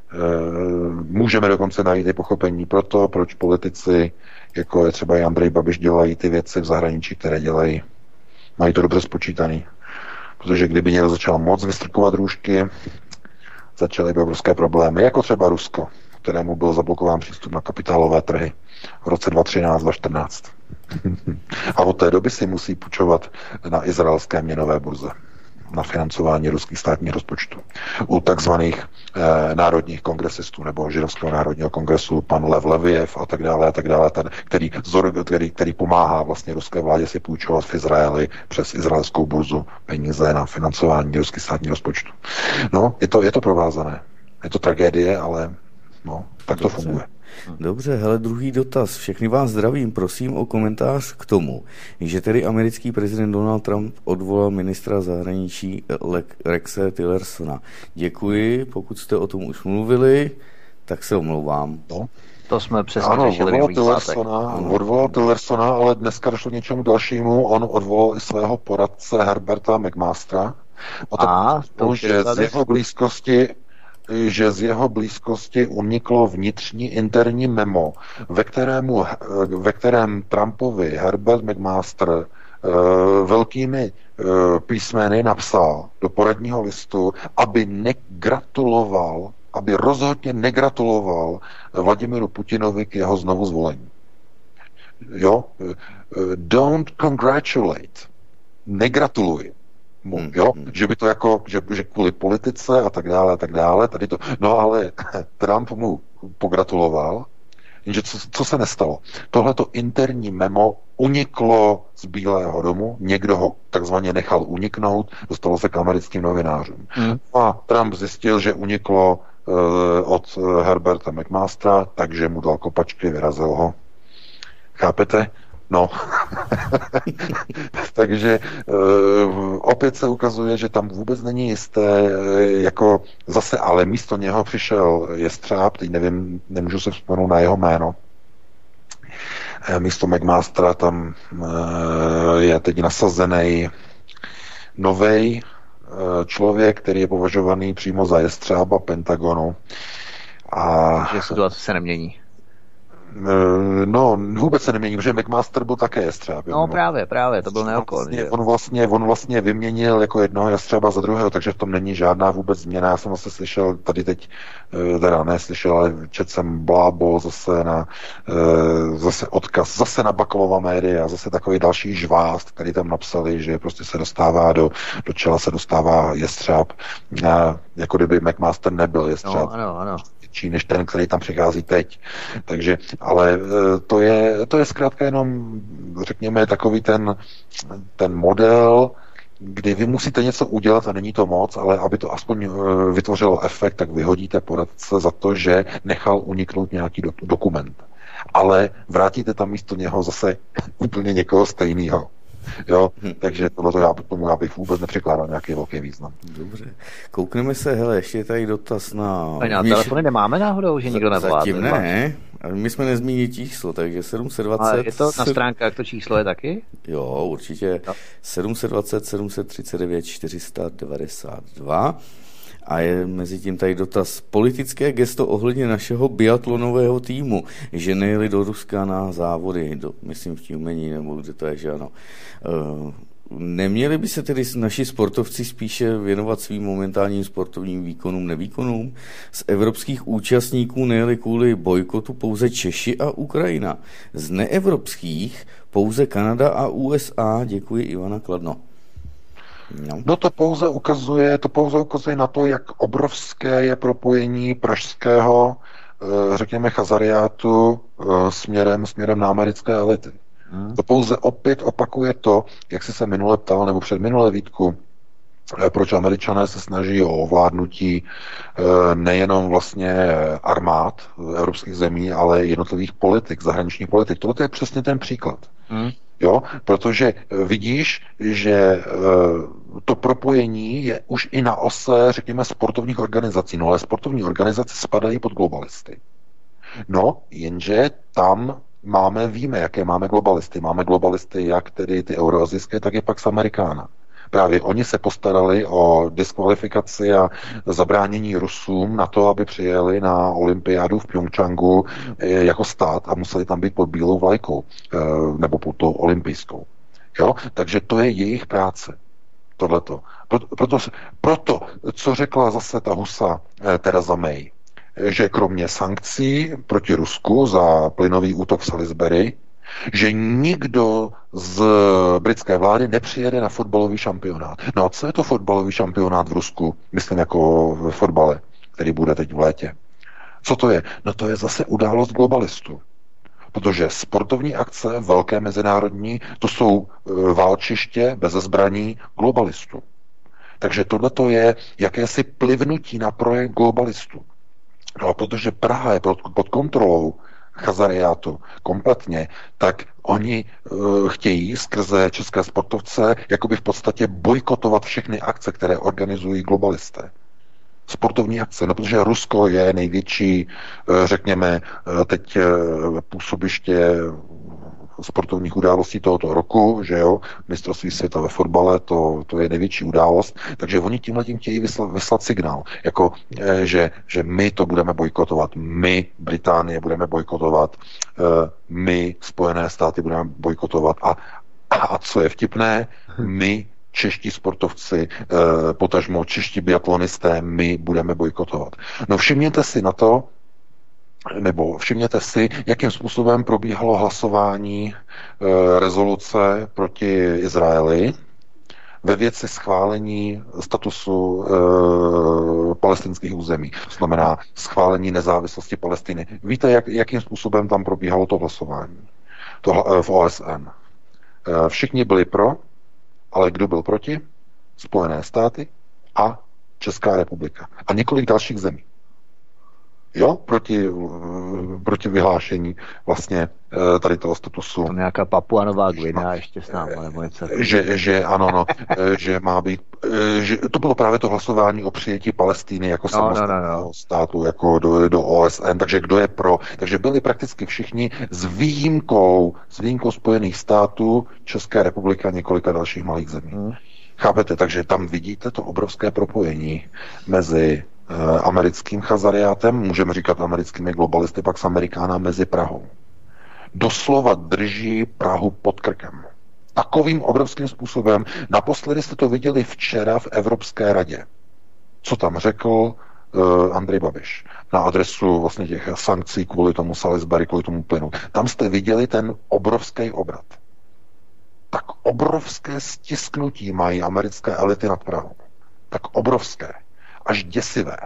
Můžeme dokonce najít i pochopení pro to, proč politici, jako je třeba i Andrej Babiš, dělají ty věci v zahraničí, které dělají. Mají to dobře spočítaný. Protože kdyby někdo začal moc vystrkovat růžky, začaly by obrovské problémy, jako třeba Rusko, kterému byl zablokován přístup na kapitálové trhy v roce dva tisíce třináct dva tisíce čtrnáct. A od té doby si musí půjčovat na izraelské měnové burze na financování ruských státních rozpočtů. U takzvaných eh, národních kongresistů nebo Židovského národního kongresu, pan Lev Leviev a tak dále, a tak dále, ten, který, který, který pomáhá vlastně ruské vládě si půjčovat v Izraeli přes izraelskou burzu peníze na financování ruských státních rozpočtů. No, je to, je to provázané. Je to tragédie, ale no, tak to funguje. Dobře, hele, druhý dotaz. Všechny vás zdravím, prosím o komentář k tomu, že tedy americký prezident Donald Trump odvolal ministra zahraničí Rexe Tillersona. Děkuji, pokud jste o tom už mluvili, tak se omlouvám. No. To jsme přesně ano, řešili odvolal Tillersona, odvolal Tillersona, ale dneska došlo k něčemu dalšímu. On odvolal i svého poradce Herberta McMastera. O tom, A, to že z jeho blízkosti že z jeho blízkosti uniklo vnitřní interní memo, ve, kterému, ve kterém Trumpovi Herbert McMaster uh, velkými uh, písmeny napsal do poradního listu, aby negratuloval, aby rozhodně negratuloval Vladimiru Putinovi k jeho znovu zvolení. Jo? Uh, don't congratulate. Negratuluj. Hmm, jo, hmm. že by to jako, že, že kvůli politice a tak dále a tak dále, tady to, no ale Trump mu pogratuloval, jenže co, co se nestalo? Tohleto interní memo uniklo z Bílého domu, někdo ho takzvaně nechal uniknout, dostalo se k americkým novinářům. Hmm. A Trump zjistil, že uniklo uh, od Herberta McMastera, takže mu dal kopačky, vyrazil ho. Chápete? No, takže uh, opět se ukazuje, že tam vůbec není jisté, jako zase, ale místo něho přišel Jestřáb, teď nevím, nemůžu se vzpomenout na jeho jméno. E, místo McMastera tam uh, je teď nasazený novej uh, člověk, který je považovaný přímo za Jestřába Pentagonu. A že situace se nemění. No, vůbec se nemění, protože McMaster byl také jestřáb. No právě, právě, to byl neokol. Vlastně, on, vlastně, on vlastně vyměnil jako jednoho jestřába za druhého, takže v tom není žádná vůbec změna. Já jsem vlastně slyšel, tady teď, teda ne slyšel, ale četl jsem blábo zase na zase odkaz, zase na Bakalova média, zase takový další žvást, který tam napsali, že prostě se dostává do, do čela se dostává jestřáb, jako kdyby McMaster nebyl jestřáb. No, ano, ano. Než ten, který tam přichází teď. Takže, ale to je, to je zkrátka jenom, řekněme, takový ten, ten model, kdy vy musíte něco udělat a není to moc, ale aby to aspoň vytvořilo efekt, tak vyhodíte poradce za to, že nechal uniknout nějaký do, dokument. Ale vrátíte tam místo něho zase úplně někoho stejného. Jo, takže tohle já tomu já bych vůbec nepřekládal nějaký velký význam. Dobře. Koukneme se, hele, ještě je tady dotaz na... A na telefony nemáme náhodou, že nikdo nevolá? Zatím ne, ale my jsme nezmínili číslo, takže sedm set dvacet... A je to na stránkách, to číslo je taky? Jo, určitě. No. sedm set dvacet sedm set třicet devět čtyři sta devadesát dva. A je mezi tím tady dotaz. Politické gesto ohledně našeho biatlonového týmu, že nejeli do Ruska na závody, do, myslím v Tímení, nebo kde to je, že ano. Uh, neměli by se tedy naši sportovci spíše věnovat svým momentálním sportovním výkonům, nevýkonům? Z evropských účastníků nejeli kvůli bojkotu pouze Češi a Ukrajina. Z neevropských pouze Kanada a U S A. Děkuji, Ivana Kladno. No. no to pouze ukazuje, to pouze ukazuje na to, jak obrovské je propojení pražského, řekněme, chazariátu směrem, směrem na americké elity. Hmm. To pouze opět opakuje to, jak jsi se minule ptal, nebo před minule Vítku, proč Američané se snaží o ovládnutí nejenom vlastně armád evropských zemí, ale jednotlivých politik, zahraničních politik. Tohle je přesně ten příklad. Hmm. Jo, protože vidíš, že to propojení je už i na ose, řekněme, sportovních organizací. No ale sportovní organizace spadají pod globalisty. No, jenže tam máme, víme, jaké máme globalisty. Máme globalisty jak tedy ty euroazijské, tak i pak z Amerikána. Právě oni se postarali o diskvalifikaci a zabránění Rusům na to, aby přijeli na olympiádu v Pyeongchangu jako stát a museli tam být pod bílou vlajkou, nebo pod tou olympijskou. Jo? Takže to je jejich práce. Tohleto. Proto, proto, proto, co řekla zase ta husa Theresa May, že kromě sankcí proti Rusku za plynový útok v Salisbury, že nikdo z britské vlády nepřijede na fotbalový šampionát. No a co je to fotbalový šampionát v Rusku? Myslím jako v fotbale, který bude teď v létě. Co to je? No to je zase událost globalistů. Protože sportovní akce, velké mezinárodní, to jsou válčiště bez zbraní globalistů. Takže tohleto je jakési plivnutí na projekt globalistů. No a protože Praha je pod, pod kontrolou Chazariátu kompletně, tak oni uh, chtějí skrze české sportovce jakoby v podstatě bojkotovat všechny akce, které organizují globalisté. Sportovní akce, no protože Rusko je největší, uh, řekněme, uh, teď uh, působiště sportovních událostí tohoto roku, že jo, mistrovství světa ve fotbale, to, to je největší událost, takže oni tímhletím chtějí vyslat, vyslat signál, jako, že, že my to budeme bojkotovat, my, Británie, budeme bojkotovat, my, Spojené státy, budeme bojkotovat a, a co je vtipné, my, čeští sportovci, potažmo čeští biatlonisté, my budeme bojkotovat. No všimněte si na to, nebo všimněte si, jakým způsobem probíhalo hlasování e, rezoluce proti Izraeli ve věci schválení statusu e, palestinských území. To znamená schválení nezávislosti Palestiny. Víte, jak, jakým způsobem tam probíhalo to hlasování to, e, v O S N? E, všichni byli pro, ale kdo byl proti? Spojené státy a Česká republika. A několik dalších zemí. Jo, proti, proti vyhlášení vlastně tady toho statusu. To nějaká Papua Nová Guinea ještě s námi, nebo něco. Že, že ano, no, že má být, že to bylo právě to hlasování o přijetí Palestiny jako no, samostatného no, no, no. státu, jako do, do O S N, takže kdo je pro. Takže byli prakticky všichni s výjimkou, s výjimkou Spojených států, České republiky a několika dalších malých zemí. Hmm. Chápete? Takže tam vidíte to obrovské propojení mezi americkým Chazariátem, můžeme říkat americkými globalisty, pak s Amerikána mezi Prahou. Doslova drží Prahu pod krkem. Takovým obrovským způsobem. Naposledy jste to viděli včera v Evropské radě. Co tam řekl uh, Andrej Babiš na adresu vlastně těch sankcí kvůli tomu Salisbury, kvůli tomu plynu. Tam jste viděli ten obrovský obrat. Tak obrovské stisknutí mají americké elity nad Prahou. Tak obrovské. Až děsivé.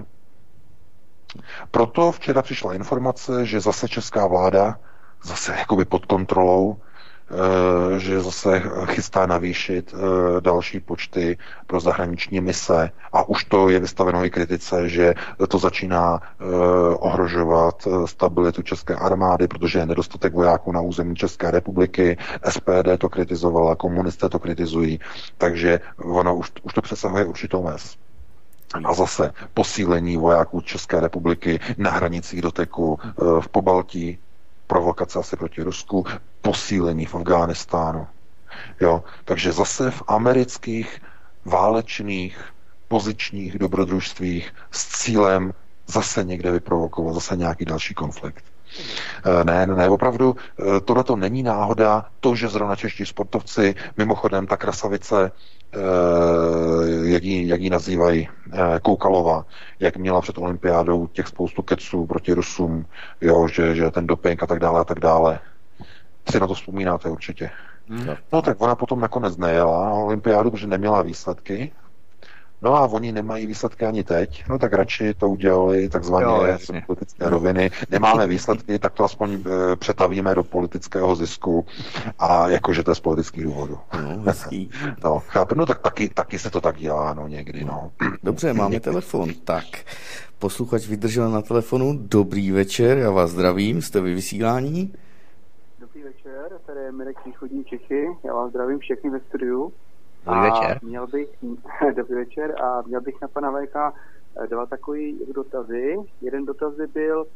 Proto včera přišla informace, že zase česká vláda, zase jakoby pod kontrolou, e, že zase chystá navýšit e, další počty pro zahraniční mise a už to je vystaveno i kritice, že to začíná e, ohrožovat stabilitu české armády, protože je nedostatek vojáků na území České republiky, S P D to kritizovala, komunisté to kritizují, takže ono už, už to přesahuje určitou mez. A zase posílení vojáků České republiky na hranicích doteku v Pobaltí, provokace asi proti Rusku, posílení v Afghánistánu. Jo, takže zase v amerických válečných pozičních dobrodružstvích s cílem zase někde vyprovokovat, zase nějaký další konflikt. Ne, ne, opravdu tohleto není náhoda, to, že zrovna čeští sportovci, mimochodem ta krasavice, jak ji, jak ji nazývají, Koukalova, jak měla před olympiádou těch spoustu keců proti Rusům, jo, že, že ten doping a tak dále a tak dále. Si na to vzpomínáte určitě. Hmm. No tak ona potom nakonec nejela na olympiádu, protože neměla výsledky. No a oni nemají výsledky ani teď, no tak radši to udělali takzvaně z politické roviny. Nemáme výsledky, tak to aspoň e, přetavíme do politického zisku a jakože to je z politických důvodů. No, hezký. No, chápu, no tak taky, taky se to tak dělá, no někdy, no. Dobře, máme telefon, tak. Posluchač vydržel na telefonu. Dobrý večer, já vás zdravím, jste vy vysílání? Dobrý večer, tady je Mirek Východní Čechy, já vás zdravím všechny ve studiu. Dobrý večer. Měl bych, dobrý večer a měl bych na pana V K dva takový dotazy. Jeden dotaz by byl,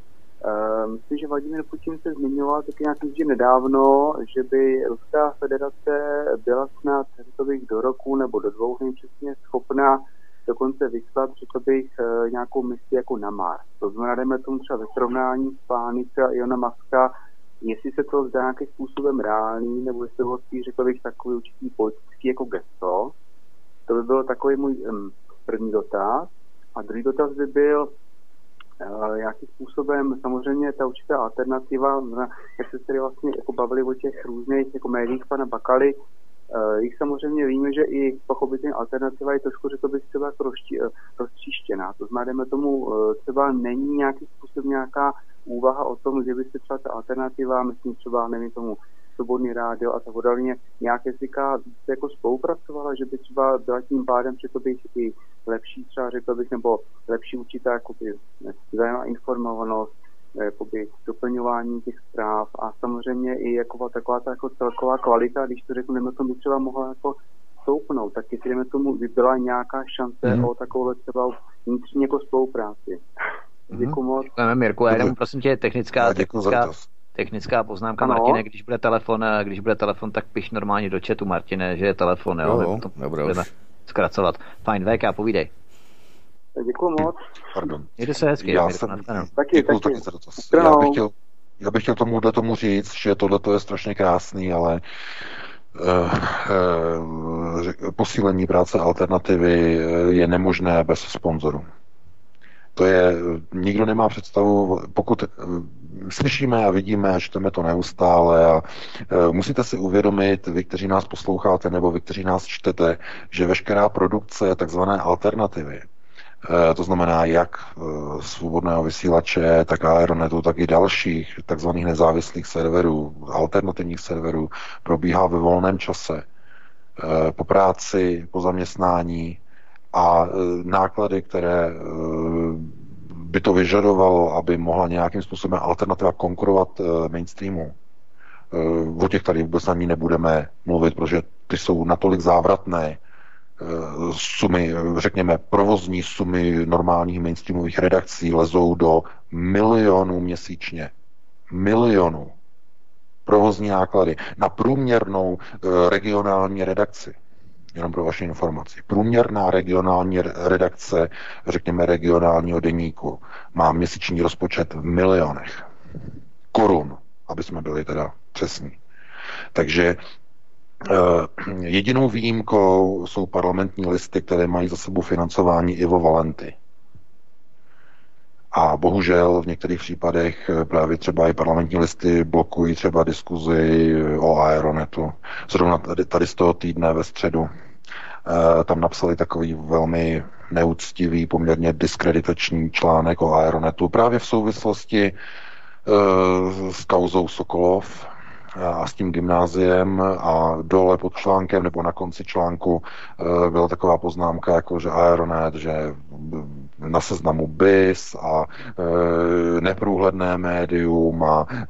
Myslím, že Vladimír Putin se zmiňoval taky nějak že nedávno, že by Ruská federace byla snad, řekl bych, do roku nebo do dvou, nevím přesně, schopná dokonce vyslat, řekl bych, nějakou misi jako na Mars. To znamená, dejme tomu třeba ve srovnání s plány třeba Ilona Muska, jestli se to zdá nějakým způsobem reálný, nebo jestli to spíš, řekl bych, takový určitý politický jako gesto. To by byl takový můj um, první dotaz. A druhý dotaz by byl, uh, jakým způsobem samozřejmě ta určitá alternativa, jak se tady vlastně jako bavili o těch různých jako médiích pana Bakaly, uh, jich samozřejmě víme, že i pochopitelně alternativa je trošku, řekl bych, třeba jako rozči, uh, roztříštěná. To znamená, dejme tomu, uh, třeba není nějaký způsob nějaká úvaha o tom, že by se třeba ta alternativa, myslím třeba, nevím tomu, Svobodný rádio a tak podobně, nějak jazyka více jako spolupracovala, že by třeba byla tím pádem, řekl bych, i lepší třeba, řekl bych, nebo lepší určitá jakoby vzájemná informovanost, jakoby doplňování těch zpráv a samozřejmě i jako taková ta jako celková kvalita, když to řeknu, nevím, to by třeba mohla jako stoupnout, tak jestli jdeme tomu, by byla nějaká šance mm-hmm. o takovou třeba vnitřní jako spolupráci. Mm-hmm. Děkuji moc. Děkujeme, Mirku, a jenom prosím tě technická, technická, technická poznámka, ano. Martine, když bude telefon, když bude telefon, tak piš normálně do chatu, Martine, že je telefon, jo, jo to budeme zkracovat. Fajn, V K, povídej. Děkuji moc. Pardon. Jde se hezky. Já, jsem, taky, děkuju, taky. Taky já, bych chtěl, já bych chtěl tomuhle tomu říct, že tohle je strašně krásný, ale uh, uh, posílení práce alternativy je nemožné bez sponzorů. To je, nikdo nemá představu, pokud slyšíme a vidíme a čteme to neustále a e, musíte si uvědomit, vy, kteří nás posloucháte nebo vy, kteří nás čtete, že veškerá produkce takzvané alternativy, e, to znamená jak e, svobodného vysílače, tak Aeronetu, tak i dalších takzvaných nezávislých serverů, alternativních serverů, probíhá ve volném čase, e, po práci, po zaměstnání, a náklady, které by to vyžadovalo, aby mohla nějakým způsobem alternativa konkurovat mainstreamu. O těch tady vůbec ani nebudeme mluvit, protože ty jsou natolik závratné sumy, řekněme, provozní sumy normálních mainstreamových redakcí lezou do milionů měsíčně. Milionů. Provozní náklady na průměrnou regionální redakci. Jenom pro vaši informaci. Průměrná regionální redakce, řekněme regionálního deníku, má měsíční rozpočet v milionech korun, aby jsme byli teda přesní. Takže eh, jedinou výjimkou jsou parlamentní listy, které mají za sebou financování Ivo Valenty. A bohužel v některých případech právě třeba i parlamentní listy blokují třeba diskuzi o Aeronetu. Zrovna tady, tady z toho týdne ve středu e, tam napsali takový velmi neúctivý, poměrně diskreditační článek o Aeronetu právě v souvislosti e, s kauzou Sokolov a s tím gymnáziem a dole pod článkem nebo na konci článku e, byla taková poznámka, jako že Aeronet, že na seznamu B I S a e, neprůhledné médium a e,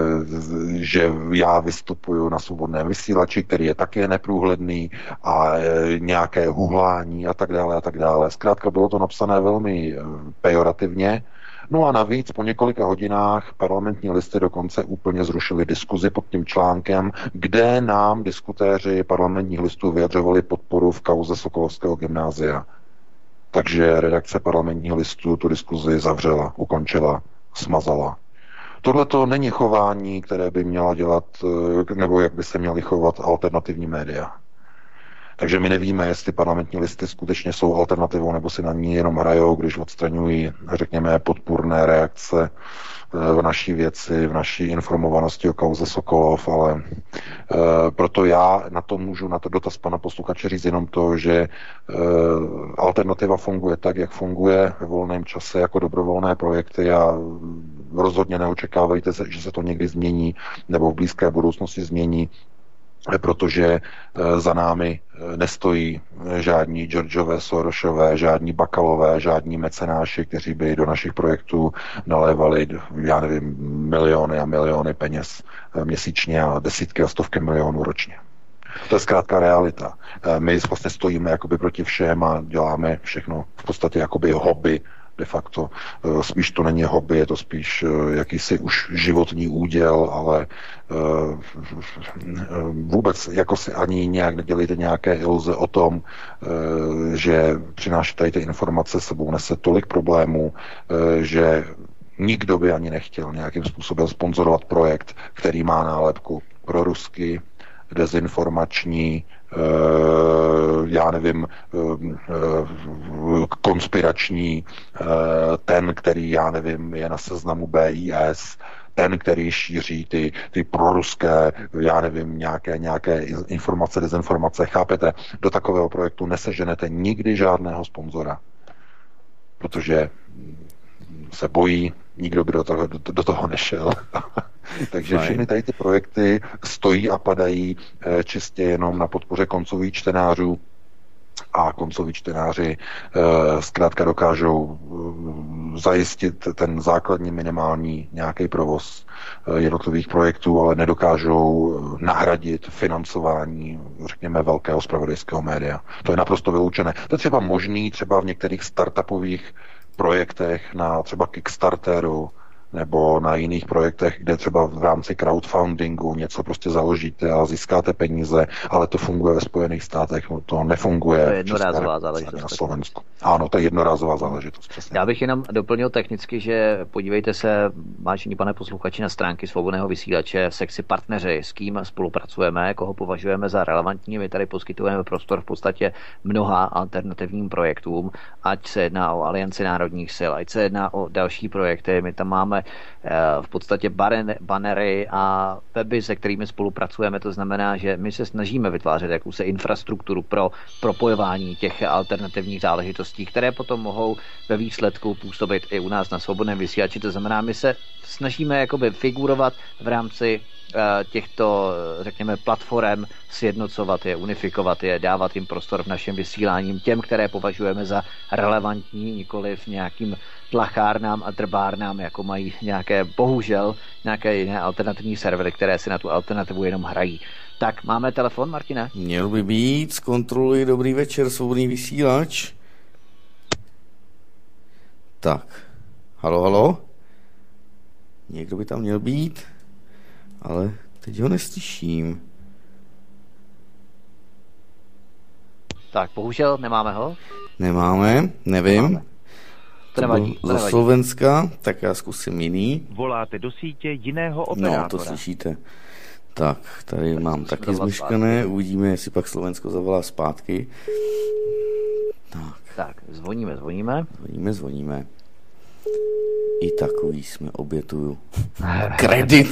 že já vystupuju na svobodném vysílači, který je také neprůhledný a e, nějaké huhlání a tak dále a tak dále. Zkrátka bylo to napsané velmi e, pejorativně. No a navíc po několika hodinách parlamentní listy dokonce úplně zrušili diskuzi pod tím článkem, kde nám diskutéři parlamentních listů vyjadřovali podporu v kauze Sokolovského gymnázia. Takže redakce parlamentních listů tu diskuzi zavřela, ukončila, smazala. Tohle to není chování, které by měla dělat, nebo jak by se měly chovat alternativní média. Takže my nevíme, jestli parlamentní listy skutečně jsou alternativou, nebo si na ní jenom hrajou, když odstraňují, řekněme, podpůrné reakce v naší věci, v naší informovanosti o kauze Sokolov, ale e, proto já na to můžu, na to dotaz pana posluchače říct jenom to, že e, alternativa funguje tak, jak funguje ve volném čase jako dobrovolné projekty a rozhodně neočekávejte, že se to někdy změní nebo v blízké budoucnosti změní, protože za námi nestojí žádní Georgeové, Sorosové, žádní Bakalové, žádní mecenáši, kteří by do našich projektů nalévali, já nevím, miliony a miliony peněz měsíčně a desítky a stovky milionů ročně. To je zkrátka realita. My vlastně stojíme jakoby proti všem a děláme všechno v podstatě jakoby hobby de facto. Spíš to není hobby, je to spíš jakýsi už životní úděl, ale vůbec jako si ani nějak nedělejte nějaké iluze o tom, že přináší tady ty informace sebou nese tolik problémů, že nikdo by ani nechtěl nějakým způsobem sponzorovat projekt, který má nálepku proruský, dezinformační, já nevím, konspirační, ten, který, já nevím, je na seznamu B I S, ten, který šíří ty, ty proruské, já nevím, nějaké, nějaké informace, dezinformace, chápete? Do takového projektu neseženete nikdy žádného sponzora, protože se bojí, nikdo by do toho, do, do toho nešel. Takže všechny tady ty projekty stojí a padají e, čistě jenom na podpoře koncových čtenářů a koncoví čtenáři e, zkrátka dokážou e, zajistit ten základní minimální nějaký provoz e, jednotlivých projektů, ale nedokážou nahradit financování, řekněme, velkého zpravodajského média. To je naprosto vyloučené. To je třeba možný třeba v některých startupových projektech na třeba Kickstarteru nebo na jiných projektech, kde třeba v rámci crowdfundingu něco prostě založíte a získáte peníze, ale to funguje ve Spojených státech, to nefunguje to je jednorázová záležitost na Slovensku. Ano, to je jednorázová záležitost. Přesně. Já bych jenom doplnil technicky, že podívejte se, vážení pane posluchači, na stránky Svobodného vysílače v sekci partneři, s kým spolupracujeme, koho považujeme za relevantní. My tady poskytujeme prostor v podstatě mnoha alternativním projektům, ať se jedná o Alianci národních sil, ať se jedná o další projekty. My tam máme v podstatě banery a weby, se kterými spolupracujeme. To znamená, že my se snažíme vytvářet jakousi infrastrukturu pro propojování těch alternativních záležitostí, které potom mohou ve výsledku působit i u nás na Svobodném vysílači. To znamená, my se snažíme jakoby figurovat v rámci těchto, řekněme, platform, sjednocovat je, unifikovat je, dávat jim prostor v našem vysílání těm, které považujeme za relevantní, nikoliv nějakým tlachárnám a drbárnám, jako mají nějaké, bohužel, nějaké jiné alternativní servery, které si na tu alternativu jenom hrají. Tak, máme telefon, Martine? Měl by být, zkontroluji, dobrý večer, Svobodný vysílač. Tak, halo, halo? Někdo by tam měl být, ale teď ho neslyším. Tak, bohužel nemáme ho? Nemáme, nevím. Nemáme. To nevadí. Za Slovenska, tak já zkusím jiný. Voláte do sítě jiného operátora. No, to slyšíte. Tak, tady tak mám taky zmeškané, uvidíme, jestli pak Slovensko zavolá zpátky. Tak. Tak, zvoníme, zvoníme. Zvoníme, zvoníme. I takový jsme, obětuju. Kredit.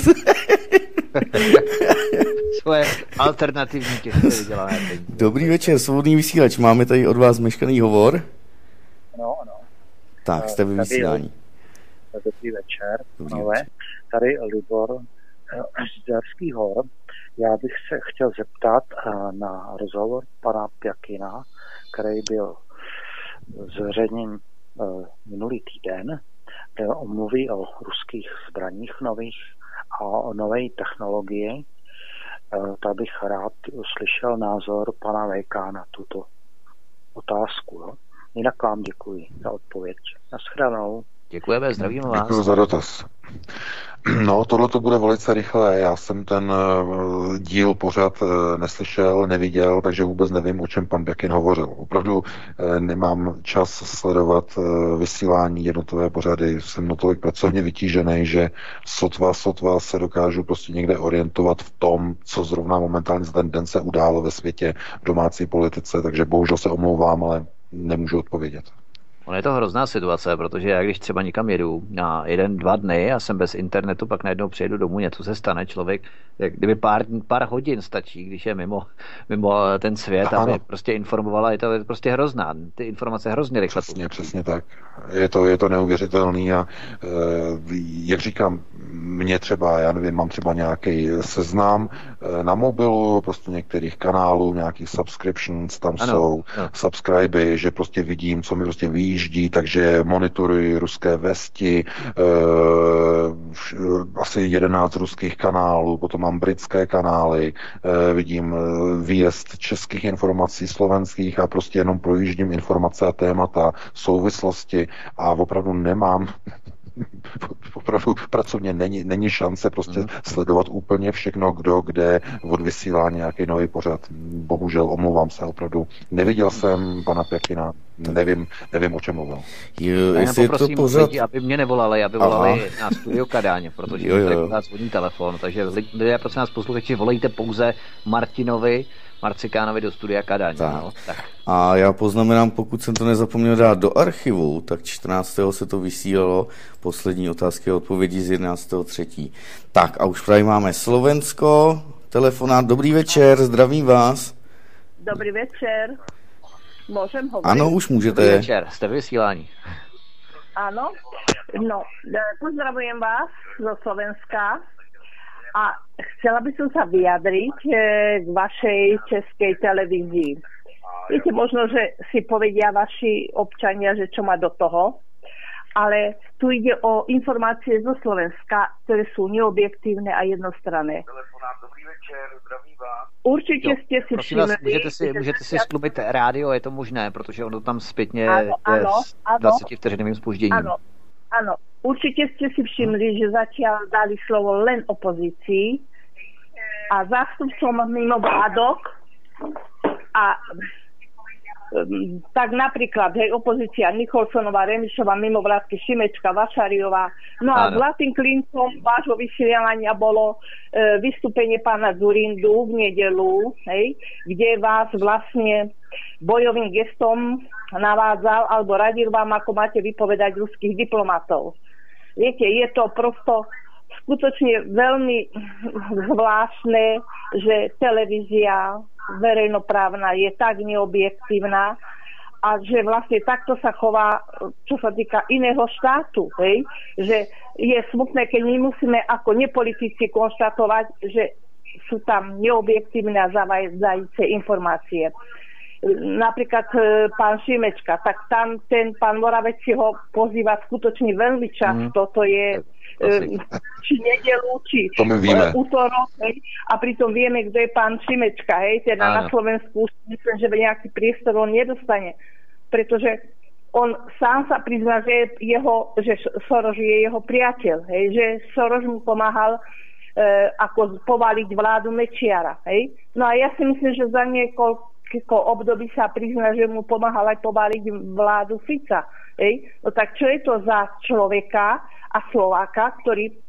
Svoje alternativní těžké dělané. Dobrý večer, Svobodný vysílač. Máme tady od vás zmeškaný hovor. No, ano. Tak, jste ve vysílání. Dobrý večer. Dobrý Nové. večer. Tady Libor z Zdarských hor. Já bych se chtěl zeptat na rozhovor pana Pjakina, který byl zveřejněn minulý týden, kde on mluví o ruských zbraních nových a o nové technologii. Tak bych rád uslyšel názor pana Vejka na tuto otázku. Jo? Jinak vám děkuji za odpověď. Naschledanou. Děkujeme, zdravíme vás. Děkuji za dotaz. No, tohle to bude velice rychlé. Já jsem ten uh, díl pořád uh, neslyšel, neviděl, takže vůbec nevím, o čem pan Pjakin hovořil. Opravdu uh, nemám čas sledovat uh, vysílání jednotlivé pořady. Jsem natolik pracovně vytížený, že sotva, sotva se dokážu prostě někde orientovat v tom, co zrovna momentálně za ten den se událo ve světě, v domácí politice, takže bohužel se omlouvám, ale nemůžu odpovědět. Ono je to hrozná situace, protože já když třeba někam jedu na jeden, dva dny a jsem bez internetu, pak najednou přijedu domů, něco se stane, člověk, jak kdyby pár, pár hodin stačí, když je mimo, mimo ten svět, ano. Aby prostě informovala, je to prostě hrozná, ty informace hrozně rychle. Přesně, přesně tak. Je to, je to neuvěřitelný a e, jak říkám, mě třeba, já nevím, mám třeba nějaký seznam, na mobilu, prostě některých kanálů, nějakých subscriptions, tam ano, jsou ano. subscriby, že prostě vidím, co mi prostě vyjíždí, takže monitoruji ruské vesti, uh, asi jedenáct ruských kanálů, potom mám britské kanály, uh, vidím výjezd českých informací, slovenských a prostě jenom projíždím informace a témata, souvislosti a opravdu nemám opravdu pracovně není, není šance prostě mm. sledovat úplně všechno, kdo kde odvysílá nějaký nový pořad. Bohužel, omlouvám se, opravdu neviděl jsem pana Pěkina, nevím, nevím o čem mluvil. Jo, jestli to pořad... lidi, aby mě nevolali, aby volali Aha. na Studio Kadáň, protože jo, jo. nás zvoní telefon, takže lidé, prosím nás posluchači, volejte pouze Martinovi Marcikánovi do Studia Kadaň. Tak. No, tak. A já poznamenám, pokud jsem to nezapomněl dát do archivu, tak čtrnáctého se to vysílalo, poslední otázky a odpovědi z jedenáctého třetího Tak a už právě máme Slovensko, telefonát, dobrý večer, zdravím vás. Dobrý večer, môžem hovoriť? Ano, už můžete. Dobrý večer, jste vysílání. Áno, no, pozdravujem vás zo Slovenska. A chcela by som sa vyjadriť e, k vašej českej televízii. Viete, možno, že si povedia vaši občania, že čo má do toho, ale tu ide o informácie zo Slovenska, ktoré sú neobjektívne a jednostranné. Určitě jste si všimli... Můžete si, můžete si stlumit rádio, je to možné, protože ono tam zpětně ano, je ano, s dvaceti vteřinovým zpožděním. Ano, ano. Určite ste si všimli, že zatiaľ dali slovo len opozícii a zástupcom mimovládok a um, tak napríklad, hej, opozícia Nicholsonová, Remišová, mimovládky Šimečka, Vašariová. No a ano. Zlatým klincom vášho vysielania bolo e, vystúpenie pána Zurindu v nedelu, hej, kde vás vlastne bojovým gestom navádzal alebo radil vám, ako máte vypovedať ruských diplomatov. Viete, je to prosto skutočne veľmi zvláštne, že televízia verejnoprávna je tak neobjektívna a že vlastne takto sa chová, čo sa týka iného štátu. Hej? Že je smutné, keď my musíme ako nepolitici konštatovať, že sú tam neobjektívne a zavádzajúce informácie. Napríklad e, pán Šimečka, tak tam ten pán Moravec si ho pozýva skutočne veľmi často, mm. to je e, či nedelu, či e, útorok, hej, a pritom vieme, kto je pán Šimečka, hej, teda Áno. na Slovensku myslím, že nejaký priestor on nedostane, pretože on sám sa prizná, že, jeho, že Soros je jeho priateľ, hej, že Soros mu pomáhal e, ako povaliť vládu Mečiara, hej. No a ja si myslím, že za niekoľko období sa prizná, že mu pomáhal aj povaliť vládu Fica. Hej? No tak čo je to za človeka a Slováka, ktorý e,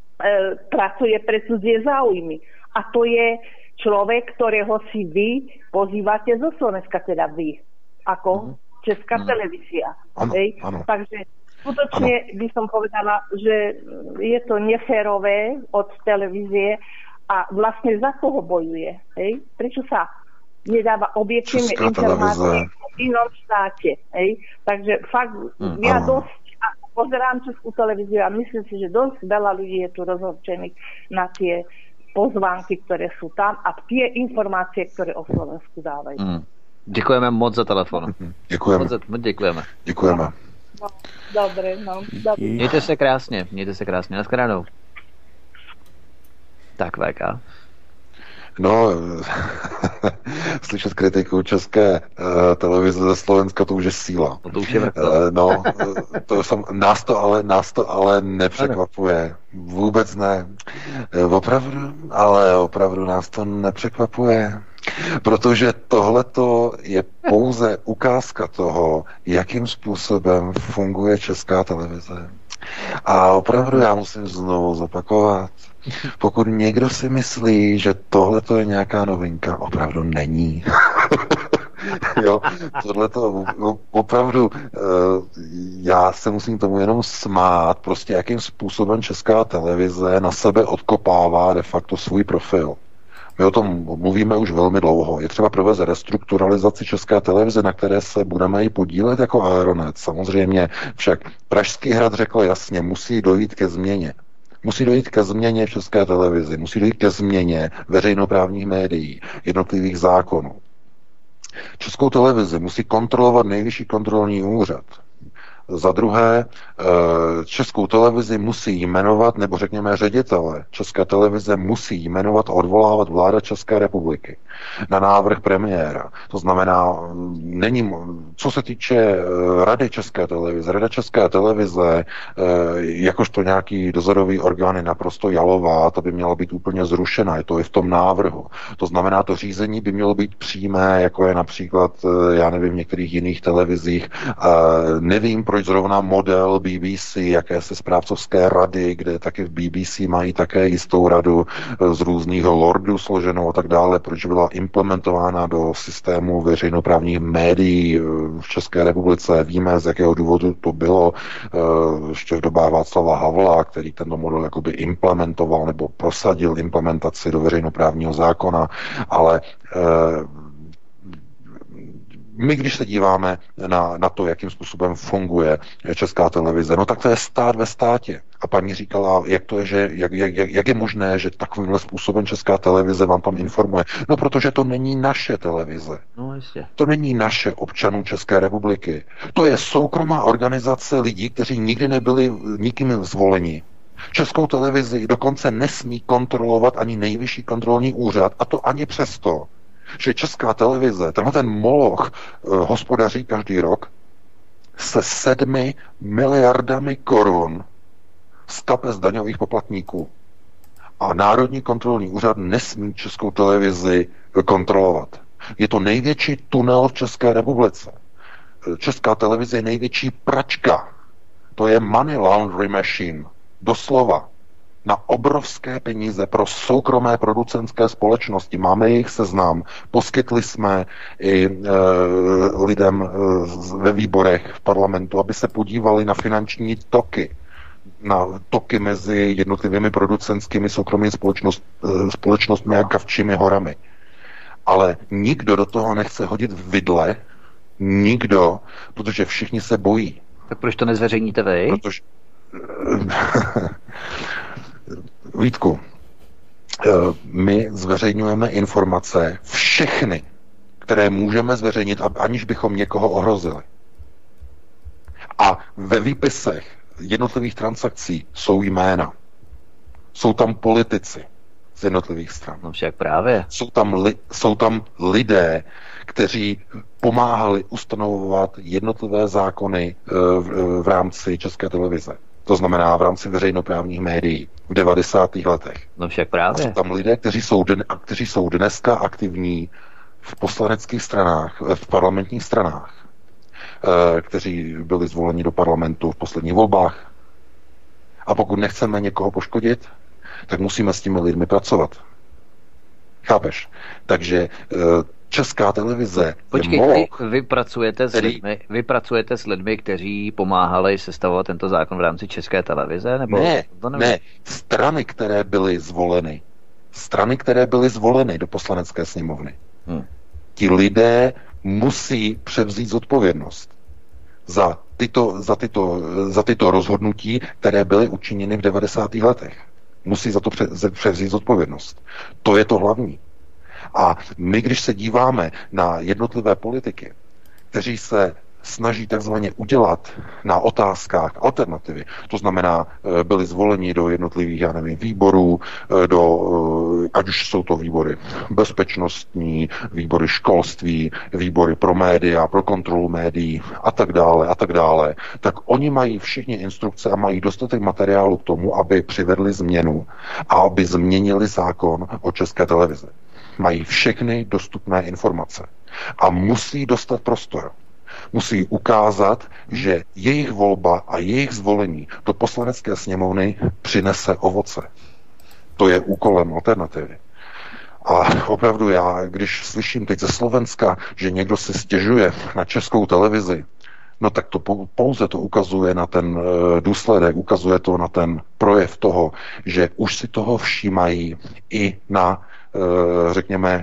pracuje pre cudzie záujmy? A to je človek, ktorého si vy pozývate zo Slovenska, teda vy, ako mm. Česká mm. televízia. Ano, hej? Ano. Takže skutočne ano. by som povedala, že je to neférové od televízie a vlastne za koho bojuje? Hej? Prečo sa nedáva objektívne informácie v inom štáte. Hej? Takže fakt, mm, ja áno. dosť pozerám Českú televíziu a myslím si, že dosť veľa ľudí je tu rozhorčených na tie pozvánky, ktoré sú tam a tie informácie, ktoré o Slovensku dávajú. Mm. Děkujeme moc za telefon. Děkujeme. Moc, moc děkujeme. Děkujeme. No, dobre, no. Dobre. Mějte se krásně, mějte se krásně. Naschledanou. Tak, V K. No, slyšet kritiku české uh, televize ze Slovenska, to už je síla. To už je vrchol. Uh, no, to jsem, nás, to ale, nás to ale nepřekvapuje. Vůbec ne. Uh, opravdu, ale opravdu nás to nepřekvapuje. Protože tohleto je pouze ukázka toho, jakým způsobem funguje česká televize. A opravdu já musím znovu zopakovat, pokud někdo si myslí, že tohle je nějaká novinka, opravdu není. Jo, tohleto opravdu, já se musím tomu jenom smát, prostě jakým způsobem česká televize na sebe odkopává de facto svůj profil. My o tom mluvíme už velmi dlouho. Je třeba provést restrukturalizaci české televize, na které se budeme i podílet jako Aeronet. Samozřejmě však Pražský hrad řekl jasně, musí dojít ke změně. Musí dojít ke změně v České televizi, musí dojít ke změně veřejnoprávních médií, jednotlivých zákonů. Českou televizi musí kontrolovat Nejvyšší kontrolní úřad. Za druhé, Českou televizi musí jmenovat, nebo řekněme ředitele České televize musí jmenovat a odvolávat vláda České republiky na návrh premiéra. To znamená, není, co se týče Rady České televize, Rada České televize, jakožto nějaký dozorový orgán je naprosto jalová, to by mělo být úplně zrušena, je to i v tom návrhu. To znamená, to řízení by mělo být přímé, jako je například, já nevím, v některých jiných televizích. Nevím, proč zrovna model B B C, jakési správcovské rady, kde taky v B B C mají také jistou radu z různých lordů složenou a tak dále, proč byla implementována do systému veřejnoprávních médií v České republice. Víme, z jakého důvodu to bylo ještě v dobách Václava Havla, který tento model jakoby implementoval nebo prosadil implementaci do veřejnoprávního zákona, ale my, když se díváme na, na to, jakým způsobem funguje Česká televize, no tak to je stát ve státě. A paní říkala, jak to je, že, jak, jak, jak je možné, že takovýmhle způsobem Česká televize vám tam informuje. No, protože to není naše televize. No, jistě. To není naše občanů České republiky. To je soukromá organizace lidí, kteří nikdy nebyli nikým zvoleni. Českou televizi dokonce nesmí kontrolovat ani Nejvyšší kontrolní úřad, a to ani přesto, že Česká televize, tenhle ten moloch uh, hospodaří každý rok se sedmi miliardami korun z kapes daňových poplatníků. A Národní kontrolní úřad nesmí Českou televizi kontrolovat. Je to největší tunel v České republice. Česká televize je největší pračka. To je money laundry machine. Doslova. Na obrovské peníze pro soukromé producentské společnosti. Máme jejich seznam. Poskytli jsme i e, lidem e, ve výborech v parlamentu, aby se podívali na finanční toky. Na toky mezi jednotlivými producentskými soukromými společnost, e, společnostmi a Kavčími horami. Ale nikdo do toho nechce hodit vidle. Nikdo, protože všichni se bojí. Tak proč to nezveřejníte vy? Protože... Vítku, my zveřejňujeme informace všechny, které můžeme zveřejnit, aniž bychom někoho ohrozili. A ve výpisech jednotlivých transakcí jsou jména. Jsou tam politici z jednotlivých stran. No však právě. Jsou tam, li, jsou tam lidé, kteří pomáhali ustanovovat jednotlivé zákony v, v rámci České televize. To znamená v rámci veřejnoprávních médií v devadesátých letech. No však právě. A jsou tam lidé, kteří jsou, den, kteří jsou dneska aktivní v poslaneckých stranách, v parlamentních stranách, kteří byli zvoleni do parlamentu v posledních volbách. A pokud nechceme někoho poškodit, tak musíme s těmi lidmi pracovat. Chápeš? Takže Česká televize Počkej, je moloch, vy, vy, pracujete s lidmi, vy pracujete s lidmi, kteří pomáhali sestavovat tento zákon v rámci České televize? Nebo ne, to ne, strany, které byly zvoleny, strany, které byly zvoleny do poslanecké sněmovny. Hmm. Ti lidé musí převzít zodpovědnost za tyto, za, tyto, za tyto rozhodnutí, které byly učiněny v devadesátých letech. Musí za to převzít zodpovědnost. To je to hlavní. A my, když se díváme na jednotlivé politiky, kteří se snaží takzvaně udělat na otázkách alternativy, to znamená, byli zvoleni do jednotlivých, já nevím, výborů, do, ať už jsou to výbory bezpečnostní, výbory školství, výbory pro média, pro kontrolu médií a tak dále, a tak dále, tak oni mají všichni instrukce a mají dostatek materiálu k tomu, aby přivedli změnu a aby změnili zákon o České televizi. Mají všechny dostupné informace a musí dostat prostor. Musí ukázat, že jejich volba a jejich zvolení do poslanecké sněmovny přinese ovoce. To je úkolem alternativy. A opravdu já, když slyším teď ze Slovenska, že někdo si stěžuje na Českou televizi, no tak to pouze to ukazuje na ten důsledek, ukazuje to na ten projev toho, že už si toho všímají i na, řekněme,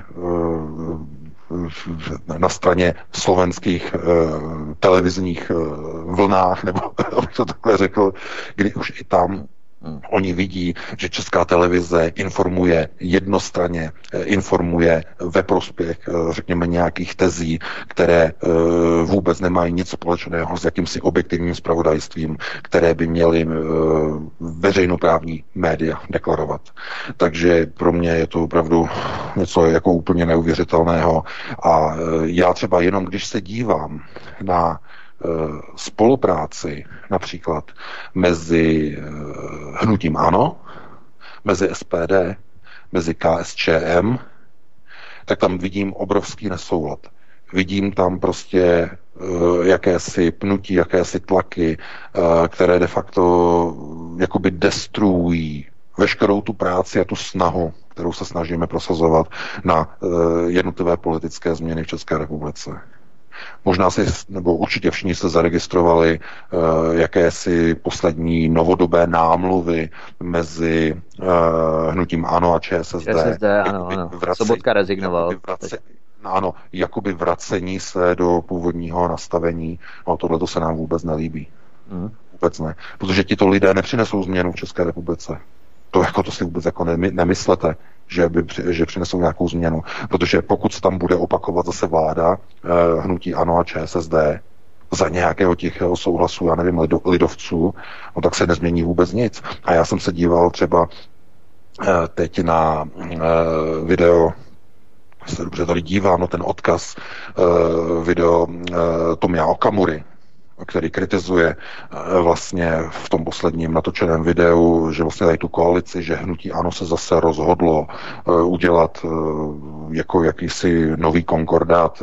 na straně slovenských uh, televizních uh, vlnách, nebo abych to takhle řekl, kdy už i tam Hmm. Oni vidí, že Česká televize informuje jednostranně, informuje ve prospěch, řekněme, nějakých tezí, které vůbec nemají nic společného s jakýmsi objektivním zpravodajstvím, které by měly veřejnoprávní média deklarovat. Takže pro mě je to opravdu něco jako úplně neuvěřitelného. A já třeba jenom, když se dívám na spolupráci například mezi hnutím ANO, mezi S P D, mezi K S Č M, tak tam vidím obrovský nesoulad. Vidím tam prostě uh, jakési pnutí, jakési tlaky, uh, které de facto jakoby destruují veškerou tu práci a tu snahu, kterou se snažíme prosazovat na uh, jednotlivé politické změny v České republice. Možná si, nebo určitě všichni se zaregistrovali uh, jakési poslední novodobé námluvy mezi uh, hnutím ANO a Č S S D. Č S S D, ano, ano. Vracej, Sobotka rezignoval. Vracej, ano, jakoby vracení se do původního nastavení. No tohle to se nám vůbec nelíbí. Mm. Vůbec ne. Protože tito lidé nepřinesou změnu v České republice. To jako to si vůbec jako nemyslete, že, by, že přinesou nějakou změnu. Protože pokud se tam bude opakovat zase vláda eh, hnutí ANO a Č S S D za nějakého tichého souhlasu, já nevím, lido, lidovců, no tak se nezmění vůbec nic. A já jsem se díval třeba eh, teď na eh, video, se dobře tady dívám, no ten odkaz eh, video eh, Tomia Okamury, který kritizuje vlastně v tom posledním natočeném videu, že vlastně tady tu koalici, že hnutí ANO se zase rozhodlo udělat jako jakýsi nový konkordát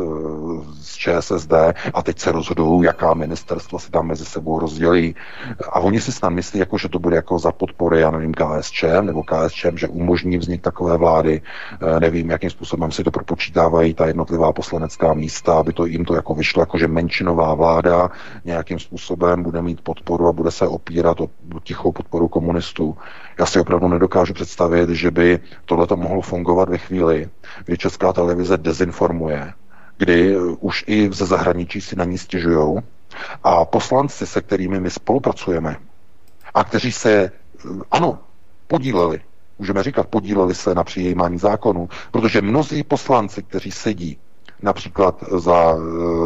s Č S S D a teď se rozhodují, jaká ministerstva si tam mezi sebou rozdělí. A oni si snad myslí, jako, že to bude jako za podpory, já nevím, K S Č M nebo K S Č M, že umožní vznik takové vlády. Nevím, jakým způsobem si to propočítávají ta jednotlivá poslanecká místa, aby to jim to jako vyšlo, jako že menšinová vláda nějakým způsobem bude mít podporu a bude se opírat o tichou podporu komunistů. Já si opravdu nedokážu představit, že by tohleto mohlo fungovat ve chvíli, kdy Česká televize dezinformuje, kdy už i ze zahraničí si na ní stěžujou a poslanci, se kterými my spolupracujeme a kteří se, ano, podíleli, můžeme říkat, podíleli se na přijímání zákonů, protože mnozí poslanci, kteří sedí například za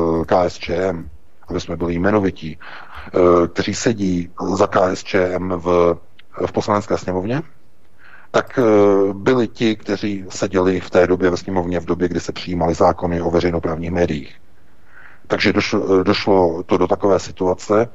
K S Č M, aby jsme byli jmenovití, kteří sedí za K S Č M v, v poslanecké sněmovně, tak byli ti, kteří seděli v té době ve sněmovně, v době, kdy se přijímaly zákony o veřejnoprávních médiích. Takže došlo, došlo to do takové situace,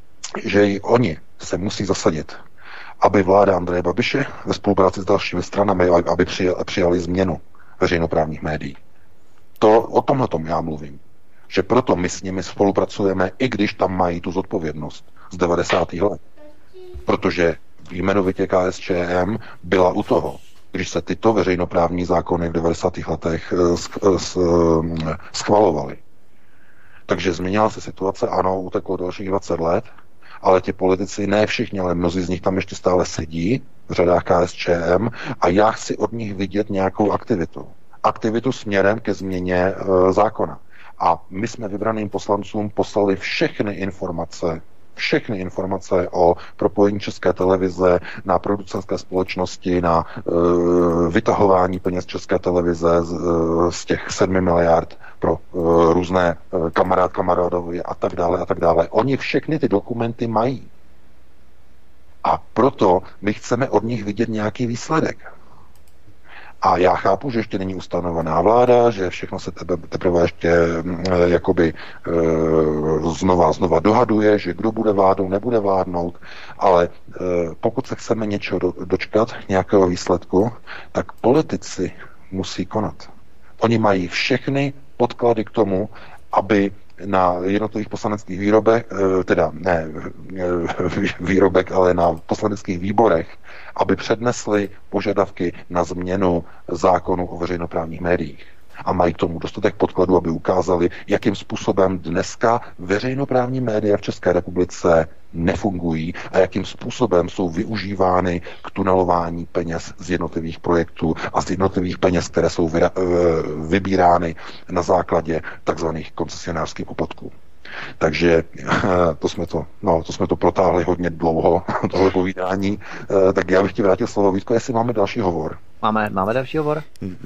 že i oni se musí zasadit, aby vláda Andreje Babiše ve spolupráci s dalšími stranami, aby přijali změnu veřejnoprávních médií. To, o tomhle tom já mluvím. Že proto my s nimi spolupracujeme, i když tam mají tu zodpovědnost z devadesátých let. Protože jmenovitě K S Č M byla u toho, když se tyto veřejnoprávní zákony v devadesátých letech schvalovaly. Takže změnila se situace, ano, uteklo dalších dvacet let, ale ti politici, ne všichni, ale mnozí z nich tam ještě stále sedí v řadách K S Č M a já chci od nich vidět nějakou aktivitu. Aktivitu směrem ke změně e, zákona. A my jsme vybraným poslancům poslali všechny informace, všechny informace o propojení České televize na producentské společnosti, na uh, vytahování peněz České televize z, uh, z těch sedmi miliard pro uh, různé uh, kamarád, kamarádovi a tak dále a tak dále. Oni všechny ty dokumenty mají. A proto my chceme od nich vidět nějaký výsledek. A já chápu, že ještě není ustanovená vláda, že všechno se tebe, teprve ještě e, jakoby e, znova znova dohaduje, že kdo bude vládnout, nebude vládnout, ale e, pokud se chceme něčeho do, dočkat, nějakého výsledku, tak politici musí konat. Oni mají všechny podklady k tomu, aby na jednotlivých poslaneckých výrobech, teda ne výrobek, ale na poslaneckých výborech, aby přednesli požadavky na změnu zákonu o veřejnoprávních médiích. A mají k tomu dostatek podkladů, aby ukázali, jakým způsobem dneska veřejnoprávní média v České republice nefungují a jakým způsobem jsou využívány k tunelování peněz z jednotlivých projektů a z jednotlivých peněz, které jsou vybírány na základě takzvaných koncesionářských poplatků. Takže to jsme to, no, to jsme to protáhli hodně dlouho, tohle povídání. Tak já bych ti vrátil slovo. Vítko, jestli máme další hovor. Máme, máme další hovor?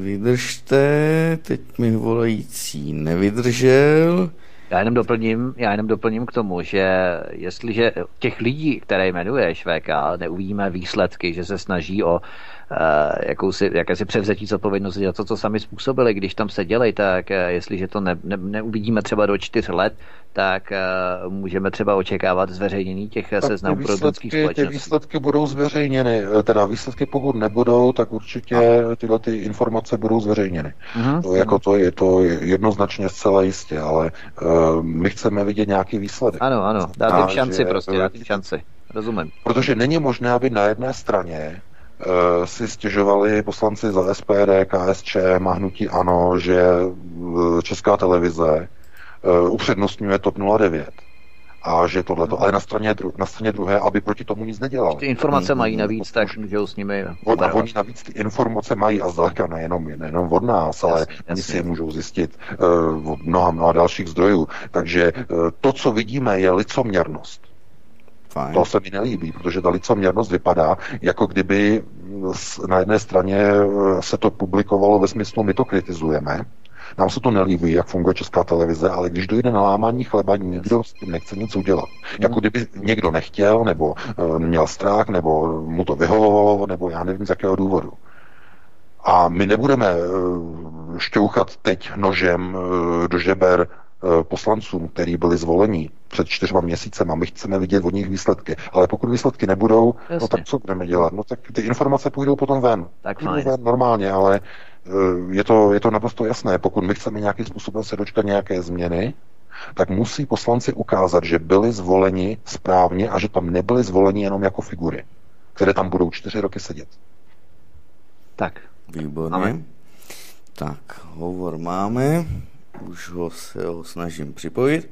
Vydržte, teď mi volající nevydržel. Já jenom doplním, já jenom doplním k tomu, že jestliže těch lidí, které jmenuješ V K, neuvidíme výsledky, že se snaží o uh, jakousi, jakési převzetí zodpovědnosti za to, co sami způsobili, když tam se dělají, tak uh, jestliže to ne, ne, neuvidíme třeba do čtyř let, tak uh, můžeme třeba očekávat zveřejnění těch seznamů producentských společností. Ty výsledky budou zveřejněny, teda výsledky pokud nebudou, tak určitě tyhle ty informace budou zveřejněny. Uh-huh. To, jako to je to jednoznačně zcela jistě, ale uh, my chceme vidět nějaký výsledek. Ano, ano, dát jim šanci prostě, dát jim šanci. Rozumím. Protože není možné, aby na jedné straně uh, si stěžovali poslanci za S P D, K S Č M a hnutí ANO, že uh, Česká televize uh, upřednostňuje TOP nula devět. A že tohleto, ale na straně, dru- na straně druhé, aby proti tomu nic nedělal. Ty informace mají navíc, tak můžou s nimi... On, a oni navíc ty informace mají a zdaleka nejenom, nejenom od nás, ale jasně, oni si je můžou zjistit uh, od mnoha, mnoha dalších zdrojů. Takže uh, to, co vidíme, je licoměrnost. Fajn. To se mi nelíbí, protože ta licoměrnost vypadá, jako kdyby na jedné straně se to publikovalo ve smyslu, my to kritizujeme, nám se to nelíbí, jak funguje Česká televize, ale když dojde na lámání chleba, nikdo s tím nechce nic udělat. Jako kdyby někdo nechtěl, nebo uh, měl strach, nebo mu to vyhovovalo, nebo já nevím z jakého důvodu. A my nebudeme uh, šťouchat teď nožem uh, do žeber uh, poslancům, který byli zvoleni před čtyřma měsícem a my chceme vidět od nich výsledky. Ale pokud výsledky nebudou, jasně, no tak co budeme dělat? No tak ty informace půjdou potom ven. Tak půjdou ven normálně, ale je to, je to naprosto jasné. Pokud my chceme nějakým způsobem se dočkat nějaké změny, tak musí poslanci ukázat, že byli zvoleni správně a že tam nebyli zvoleni jenom jako figury, které tam budou čtyři roky sedět. Tak. Výborně. Máme. Tak, hovor máme. Už ho se ho snažím připojit.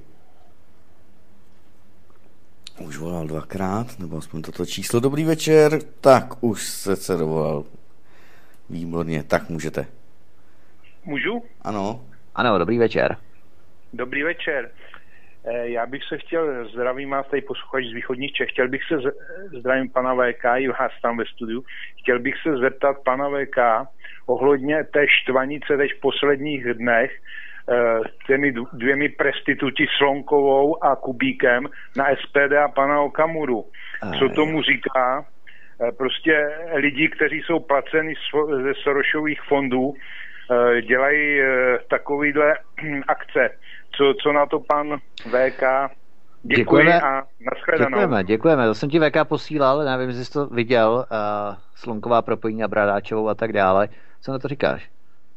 Už volal dvakrát, nebo aspoň toto číslo. Dobrý večer. Tak, už se se dovolal. Výborně, tak můžete. Můžu? Ano. Ano, dobrý večer. Dobrý večer. Já bych se chtěl, zdravím vás tady posluchač z východních Čech, chtěl bych se, zdravím pana V K i vás tam ve studiu, chtěl bych se zeptat pana V K ohledně té štvanice teď v posledních dnech těmi dvěmi prestituti Slonkovou a Kubíkem na S P D a pana Okamuru. Co tomu říká? Prostě lidi, kteří jsou placeni ze Sorosových fondů, dělají takovýhle akce. Co, co na to pan V K? Děkuji děkujeme, a nashledanou. Děkujeme, děkujeme. To jsem ti V K posílal, nevím, jestli jsi to viděl, uh, Slonková propojení a Bradáčovou a tak dále. Co na to říkáš?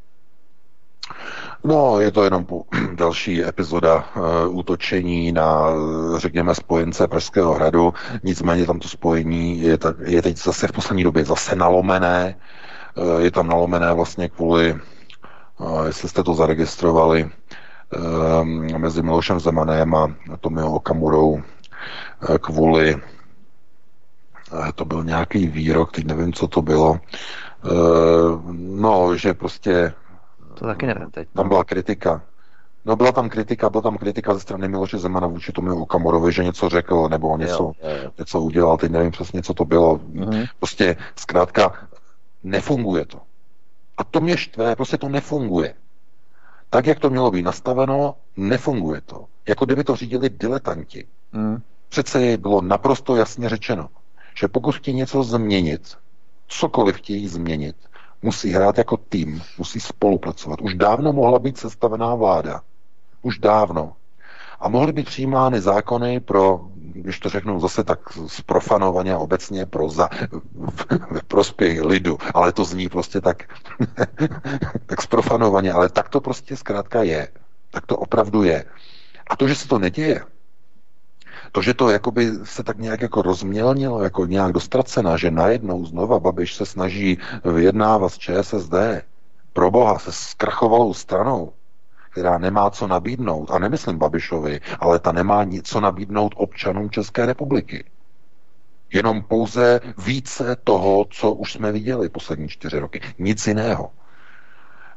No, je to jenom další epizoda uh, útočení na, řekněme, spojence Pražského hradu. Nicméně tam to spojení je, ta, je teď zase v poslední době zase nalomené. Uh, je tam nalomené vlastně kvůli, uh, jestli jste to zaregistrovali, uh, mezi Milošem Zemanem a Tomio Okamurou uh, kvůli, uh, to byl nějaký výrok, teď nevím, co to bylo, uh, no, že prostě to taky nevím teď. Tam byla kritika. No byla tam kritika, byla tam kritika ze strany Miloše Zemana vůči Tomiu Okamurovi, že něco řekl, nebo něco, jo, jo, jo. něco udělal, teď nevím přesně, co to bylo. Mm-hmm. Prostě zkrátka nefunguje to. A to mě štve, prostě to nefunguje. Tak, jak to mělo být nastaveno, nefunguje to. Jako kdyby to řídili diletanti. Mm. Přece bylo naprosto jasně řečeno, že pokud chtějí něco změnit, cokoliv chtějí změnit, musí hrát jako tým, musí spolupracovat. Už dávno mohla být sestavená vláda. Už dávno. A mohly být přijímány zákony pro, když to řeknu zase tak zprofanovaně obecně, pro za, ve prospěch lidu. Ale to zní prostě tak, tak zprofanovaně. Ale tak to prostě zkrátka je. Tak to opravdu je. A to, že se to neděje, to, že to jakoby se tak nějak jako rozmělnilo, jako nějak dostracená, že najednou znova Babiš se snaží vyjednávat s ČSSD, pro boha se zkrachovalou stranou, která nemá co nabídnout, a nemyslím Babišovi, ale ta nemá nic co nabídnout občanům České republiky. Jenom pouze více toho, co už jsme viděli poslední čtyři roky. Nic jiného.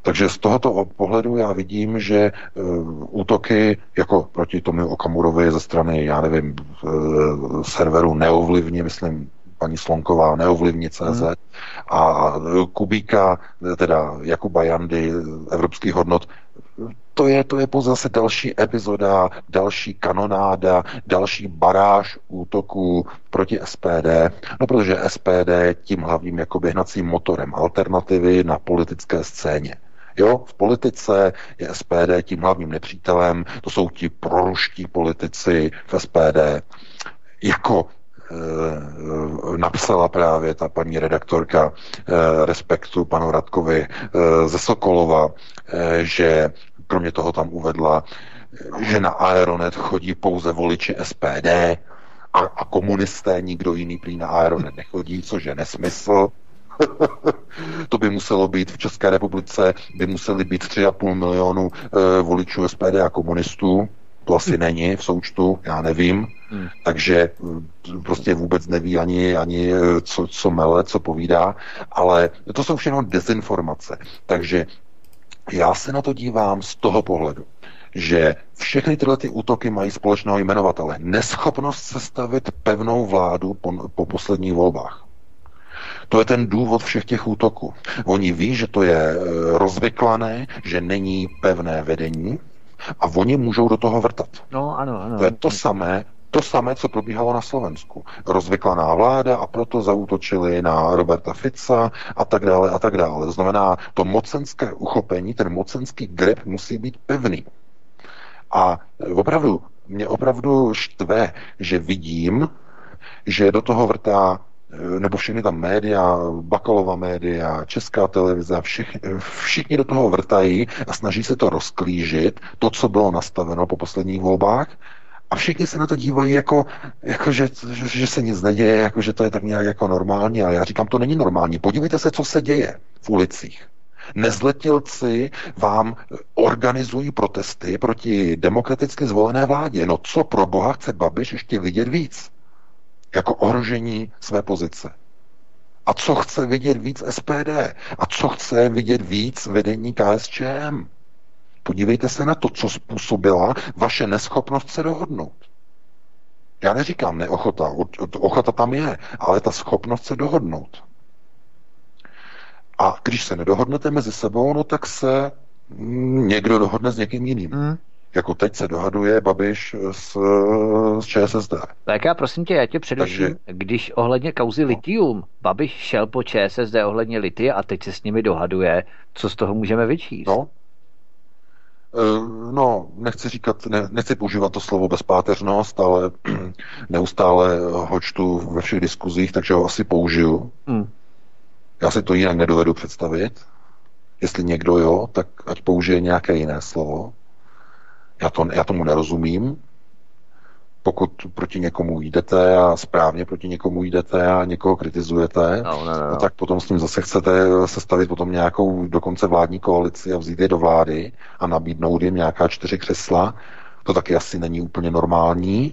Takže z tohoto pohledu já vidím, že uh, útoky jako proti Tomiu Okamurovi ze strany, já nevím, uh, serveru Neovlivni, myslím, paní Slonková, Neovlivni tečka cé zet hmm. a Kubíka, teda Jakuba Jandy, Evropských hodnot, to je, to je pouze zase další epizoda, další kanonáda, další baráž útoků proti S P D, no protože S P D je tím hlavním jakoby hnacím motorem alternativy na politické scéně. Jo, v politice je S P D tím hlavním nepřítelem, to jsou ti proruští politici v S P D. Jako e, napsala právě ta paní redaktorka e, Respektu panu Radkovi e, ze Sokolova, e, že kromě toho tam uvedla, že na Aeronet chodí pouze voliči S P D a, a komunisté, nikdo jiný prý na Aeronet nechodí, což je nesmysl. To by muselo být v České republice, by museli být tři a půl milionu e, voličů S P D a komunistů. To asi není v součtu, já nevím. Hmm. Takže prostě vůbec neví ani, ani co, co mele, co povídá. Ale to jsou všechno dezinformace. Takže já se na to dívám z toho pohledu, že všechny tyhle ty útoky mají společného jmenovatele. Neschopnost sestavit pevnou vládu po, po posledních volbách. To je ten důvod všech těch útoků. Oni ví, že to je rozvyklané, že není pevné vedení a oni můžou do toho vrtat. No, ano, ano. To je to samé, to samé, co probíhalo na Slovensku. Rozvyklaná vláda a proto zaútočili na Roberta Fica a tak dále a tak dále. To znamená, to mocenské uchopení, ten mocenský grip musí být pevný. A opravdu, mě opravdu štve, že vidím, že do toho vrtá nebo všechny tam média, Bakalova média, Česká televize, všich, všichni do toho vrtají a snaží se to rozklížit, to, co bylo nastaveno po posledních volbách, a všichni se na to dívají jako, jako že, že, že se nic neděje, jako že to je tak nějak jako normální, ale já říkám, to není normální. Podívejte se, co se děje v ulicích. Nezletilci vám organizují protesty proti demokraticky zvolené vládě. No co pro boha chce Babiš ještě vidět víc? Jako ohrožení své pozice. A co chce vidět víc S P D? A co chce vidět víc vedení K S Č M? Podívejte se na to, co způsobila vaše neschopnost se dohodnout. Já neříkám neochota, ochota tam je, ale ta schopnost se dohodnout. A když se nedohodnete mezi sebou, no tak se někdo dohodne s někým jiným. Hmm. Jako teď se dohaduje Babiš s, s Č S S D. Tak já prosím tě, já tě především, Takže, když ohledně kauzy no. litium, Babiš šel po Č S S D ohledně litia a teď se s nimi dohaduje, co z toho můžeme vyčíst? No, no nechci říkat, ne, nechci používat to slovo bezpáteřnost, ale neustále ho čtu ve všech diskuzích, takže ho asi použiju. Hmm. Já si to jinak nedovedu představit. Jestli někdo jo, tak ať použije nějaké jiné slovo. Já, to, já tomu nerozumím. Pokud proti někomu jdete a správně proti někomu jdete a někoho kritizujete, no, no, no. No, tak potom s tím zase chcete sestavit potom nějakou dokonce vládní koalici a vzít je do vlády a nabídnout jim nějaká čtyři křesla. To taky asi není úplně normální.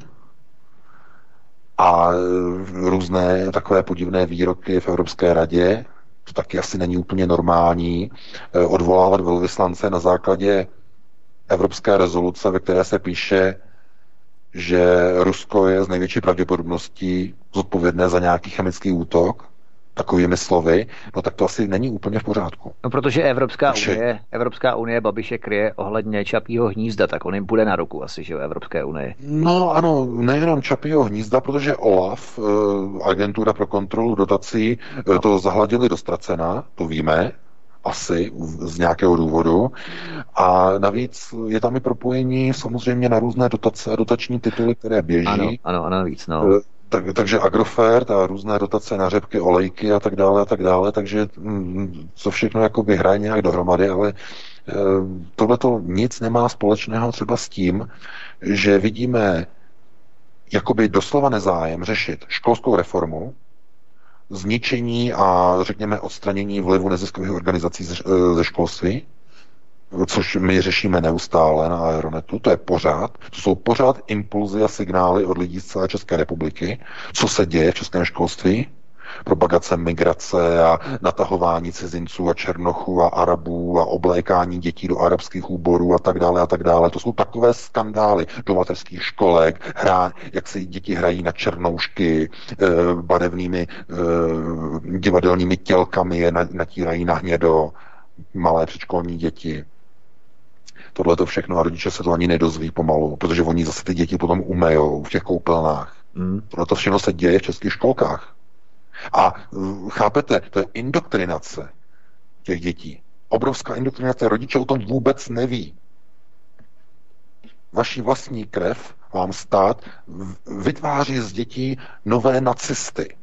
A různé takové podivné výroky v Evropské radě, to taky asi není úplně normální. Odvolávat velvyslance na základě evropské rezoluce, ve které se píše, že Rusko je z největší pravděpodobností zodpovědné za nějaký chemický útok, takovými slovy, no tak to asi není úplně v pořádku. No protože Evropská Takže... unie, Evropská unie Babiše kryje ohledně Čapího hnízda, tak on jim bude na ruku asi, že jo, Evropské unie. No ano, nejenom Čapího hnízda, protože OLAF, agentura pro kontrolu dotací, no. to zahladili do ztracena, to víme, asi z nějakého důvodu. A navíc je tam i propojení samozřejmě na různé dotace a dotační tituly, které běží. Ano, ano, ano navíc, no. Tak, takže Agrofert a různé dotace na řepky, olejky a tak dále a tak dále, takže co všechno jakoby hraje nějak dohromady, ale tohleto nic nemá společného třeba s tím, že vidíme jakoby doslova nezájem řešit školskou reformu, zničení a řekněme odstranění vlivu neziskových organizací ze školství, což my řešíme neustále na Aeronetu, to je pořád, to jsou pořád impulzy a signály od lidí z celé České republiky, co se děje v českém školství, Propagace migrace a natahování cizinců a černochů a Arabů a oblékání dětí do arabských úborů a tak dále a tak dále. To jsou takové skandály do mateřských školek, hra, jak si děti hrají na černoušky, barevnými divadelními tělkami je natírají na hnědo, malé předškolní děti. Tohle to všechno a rodiče se to ani nedozví pomalu, protože oni zase ty děti potom umejou v těch koupelnách. Mm. Tohle to všechno se děje v českých školkách. A chápete, to je indoktrinace těch dětí. Obrovská indoktrinace, rodiče o tom vůbec neví. Vaší vlastní krev vám stát vytváří z dětí nové nacisty.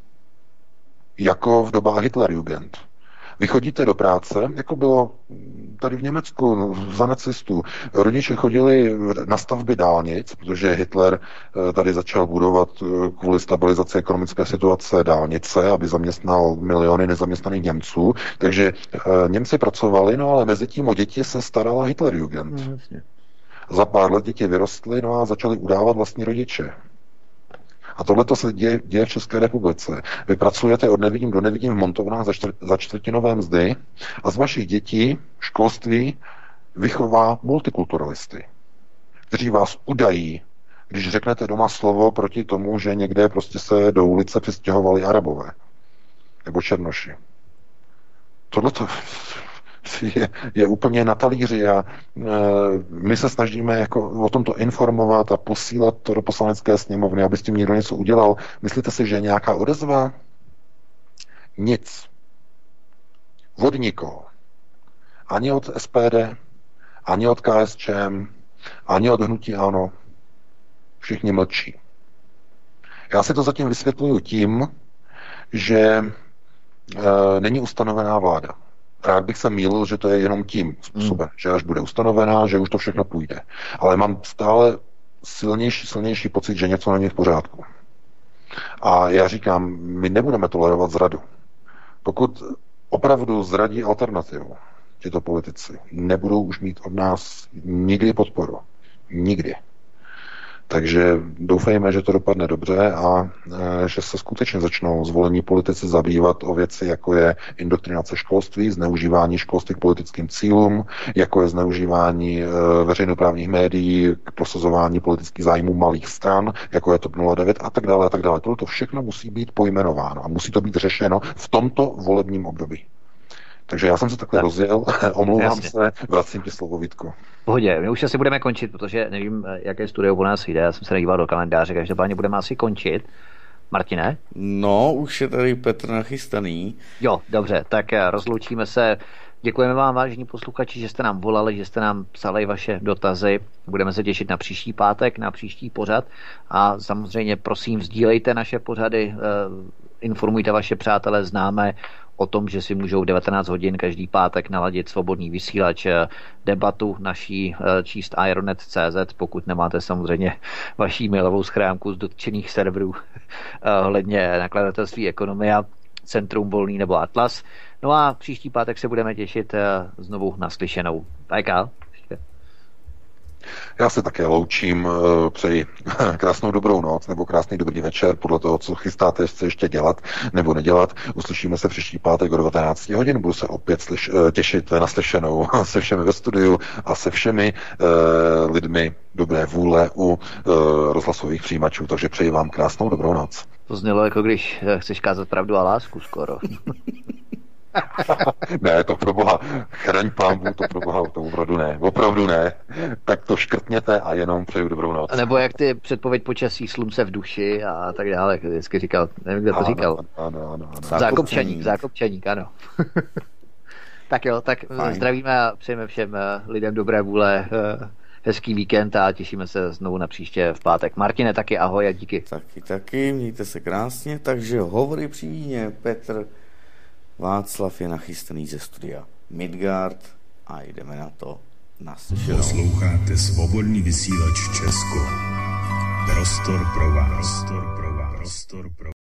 Jako v dobách Hitlerjugend. Vy chodíte do práce, jako bylo tady v Německu za nacistů. Rodiče chodili na stavby dálnic, protože Hitler tady začal budovat kvůli stabilizaci ekonomické situace dálnice, aby zaměstnal miliony nezaměstnaných Němců. Takže Němci pracovali, no ale mezi tím o děti se starala Hitlerjugend. No, vlastně. Za pár let děti vyrostly, no a začali udávat vlastní rodiče. A tohle to se děje, děje v České republice. Vy pracujete od nevidím do nevidím v montovnách za, čtvrt, za čtvrtinové mzdy a z vašich dětí školství vychová multikulturalisty, kteří vás udají, když řeknete doma slovo proti tomu, že někde prostě se do ulice přistěhovali Arabové nebo Černoši. Tohle to je, je úplně na talíři a e, my se snažíme jako o tomto informovat a posílat to do poslanecké sněmovny, aby s tím někdo něco udělal. Myslíte si, že je nějaká odezva? Nic. Od nikoho. Ani od S P D, ani od K S Č M, ani od hnutí ANO. Všichni mlčí. Já si to zatím vysvětluju tím, že e, není ustanovená vláda. Rád bych se mýlil, že to je jenom tím způsobem, hmm. že až bude ustanovená, že už to všechno půjde. Ale mám stále silnější, silnější pocit, že něco není v pořádku. A já říkám, my nebudeme tolerovat zradu. Pokud opravdu zradí alternativu, tyto politici nebudou už mít od nás nikdy podporu. Nikdy. Takže doufejme, že to dopadne dobře a e, že se skutečně začnou zvolení politici zabývat o věci, jako je indoktrinace školství, zneužívání školství k politickým cílům, jako je zneužívání e, veřejnoprávních médií k prosazování politických zájmů malých stran, jako je TOP nula devět a tak dále a tak dále. Tohle to všechno musí být pojmenováno a musí to být řešeno v tomto volebním období. Takže já jsem se takhle tak rozjel, omlouvám Jasně. se, vracím ti slovo, Vítku. V pohodě, my už asi budeme končit, protože nevím, jaké studio po nás jde, já jsem se nedíval do kalendáře, každopádně budeme asi končit. Martine? No, už je tady Petr nachystaný. Jo, dobře, tak rozloučíme se. Děkujeme vám, vážení posluchači, že jste nám volali, že jste nám psali vaše dotazy. Budeme se těšit na příští pátek, na příští pořad a samozřejmě prosím sdílejte naše pořady, informujte vaše přátelé, známé o tom, že si můžou v devatenáct hodin každý pátek naladit svobodný vysílač, debatu naší číst ironet tečka cé zet, pokud nemáte samozřejmě vaší mailovou schránku z dotčených serverů ohledně nakladatelství Ekonomia, Centrum Volný nebo Atlas. No a příští pátek se budeme těšit znovu naslyšenou. V K. Já se také loučím, přeji krásnou dobrou noc nebo krásný dobrý večer, podle toho, co chystáte se ještě dělat nebo nedělat. Uslyšíme se příští pátek o devatenáct hodin, budu se opět slyš- těšit na slyšenou se všemi ve studiu a se všemi uh, lidmi dobré vůle u uh, rozhlasových přijímačů, takže přeji vám krásnou dobrou noc. To znělo, jako když chceš kázat pravdu a lásku skoro. Ne, to pro boha, chraň pánbů, to pro boha, to opravdu ne, opravdu ne. Tak to škrtněte a jenom přeju dobrou noc. Nebo jak ty předpověď počasí, slunce v duši a tak dále, jak vždycky říkal, nevím, kdo to říkal. Ano, ano, ano. Zákopčaník, zákopčaník, ano. Tak jo, tak Fajn. Zdravíme a přejeme všem lidem dobré vůle, hezký víkend a těšíme se znovu na příště v pátek. Martine, taky ahoj a díky. Taky, taky, mějte se krásně, takže hovory přímě, Petr Václav je nachystaný ze studia Midgard a jdeme na to naslyšenou. Posloucháte Svobodný vysílač Česko. Prostor pro vás. Prostor pro vás. Prostor pro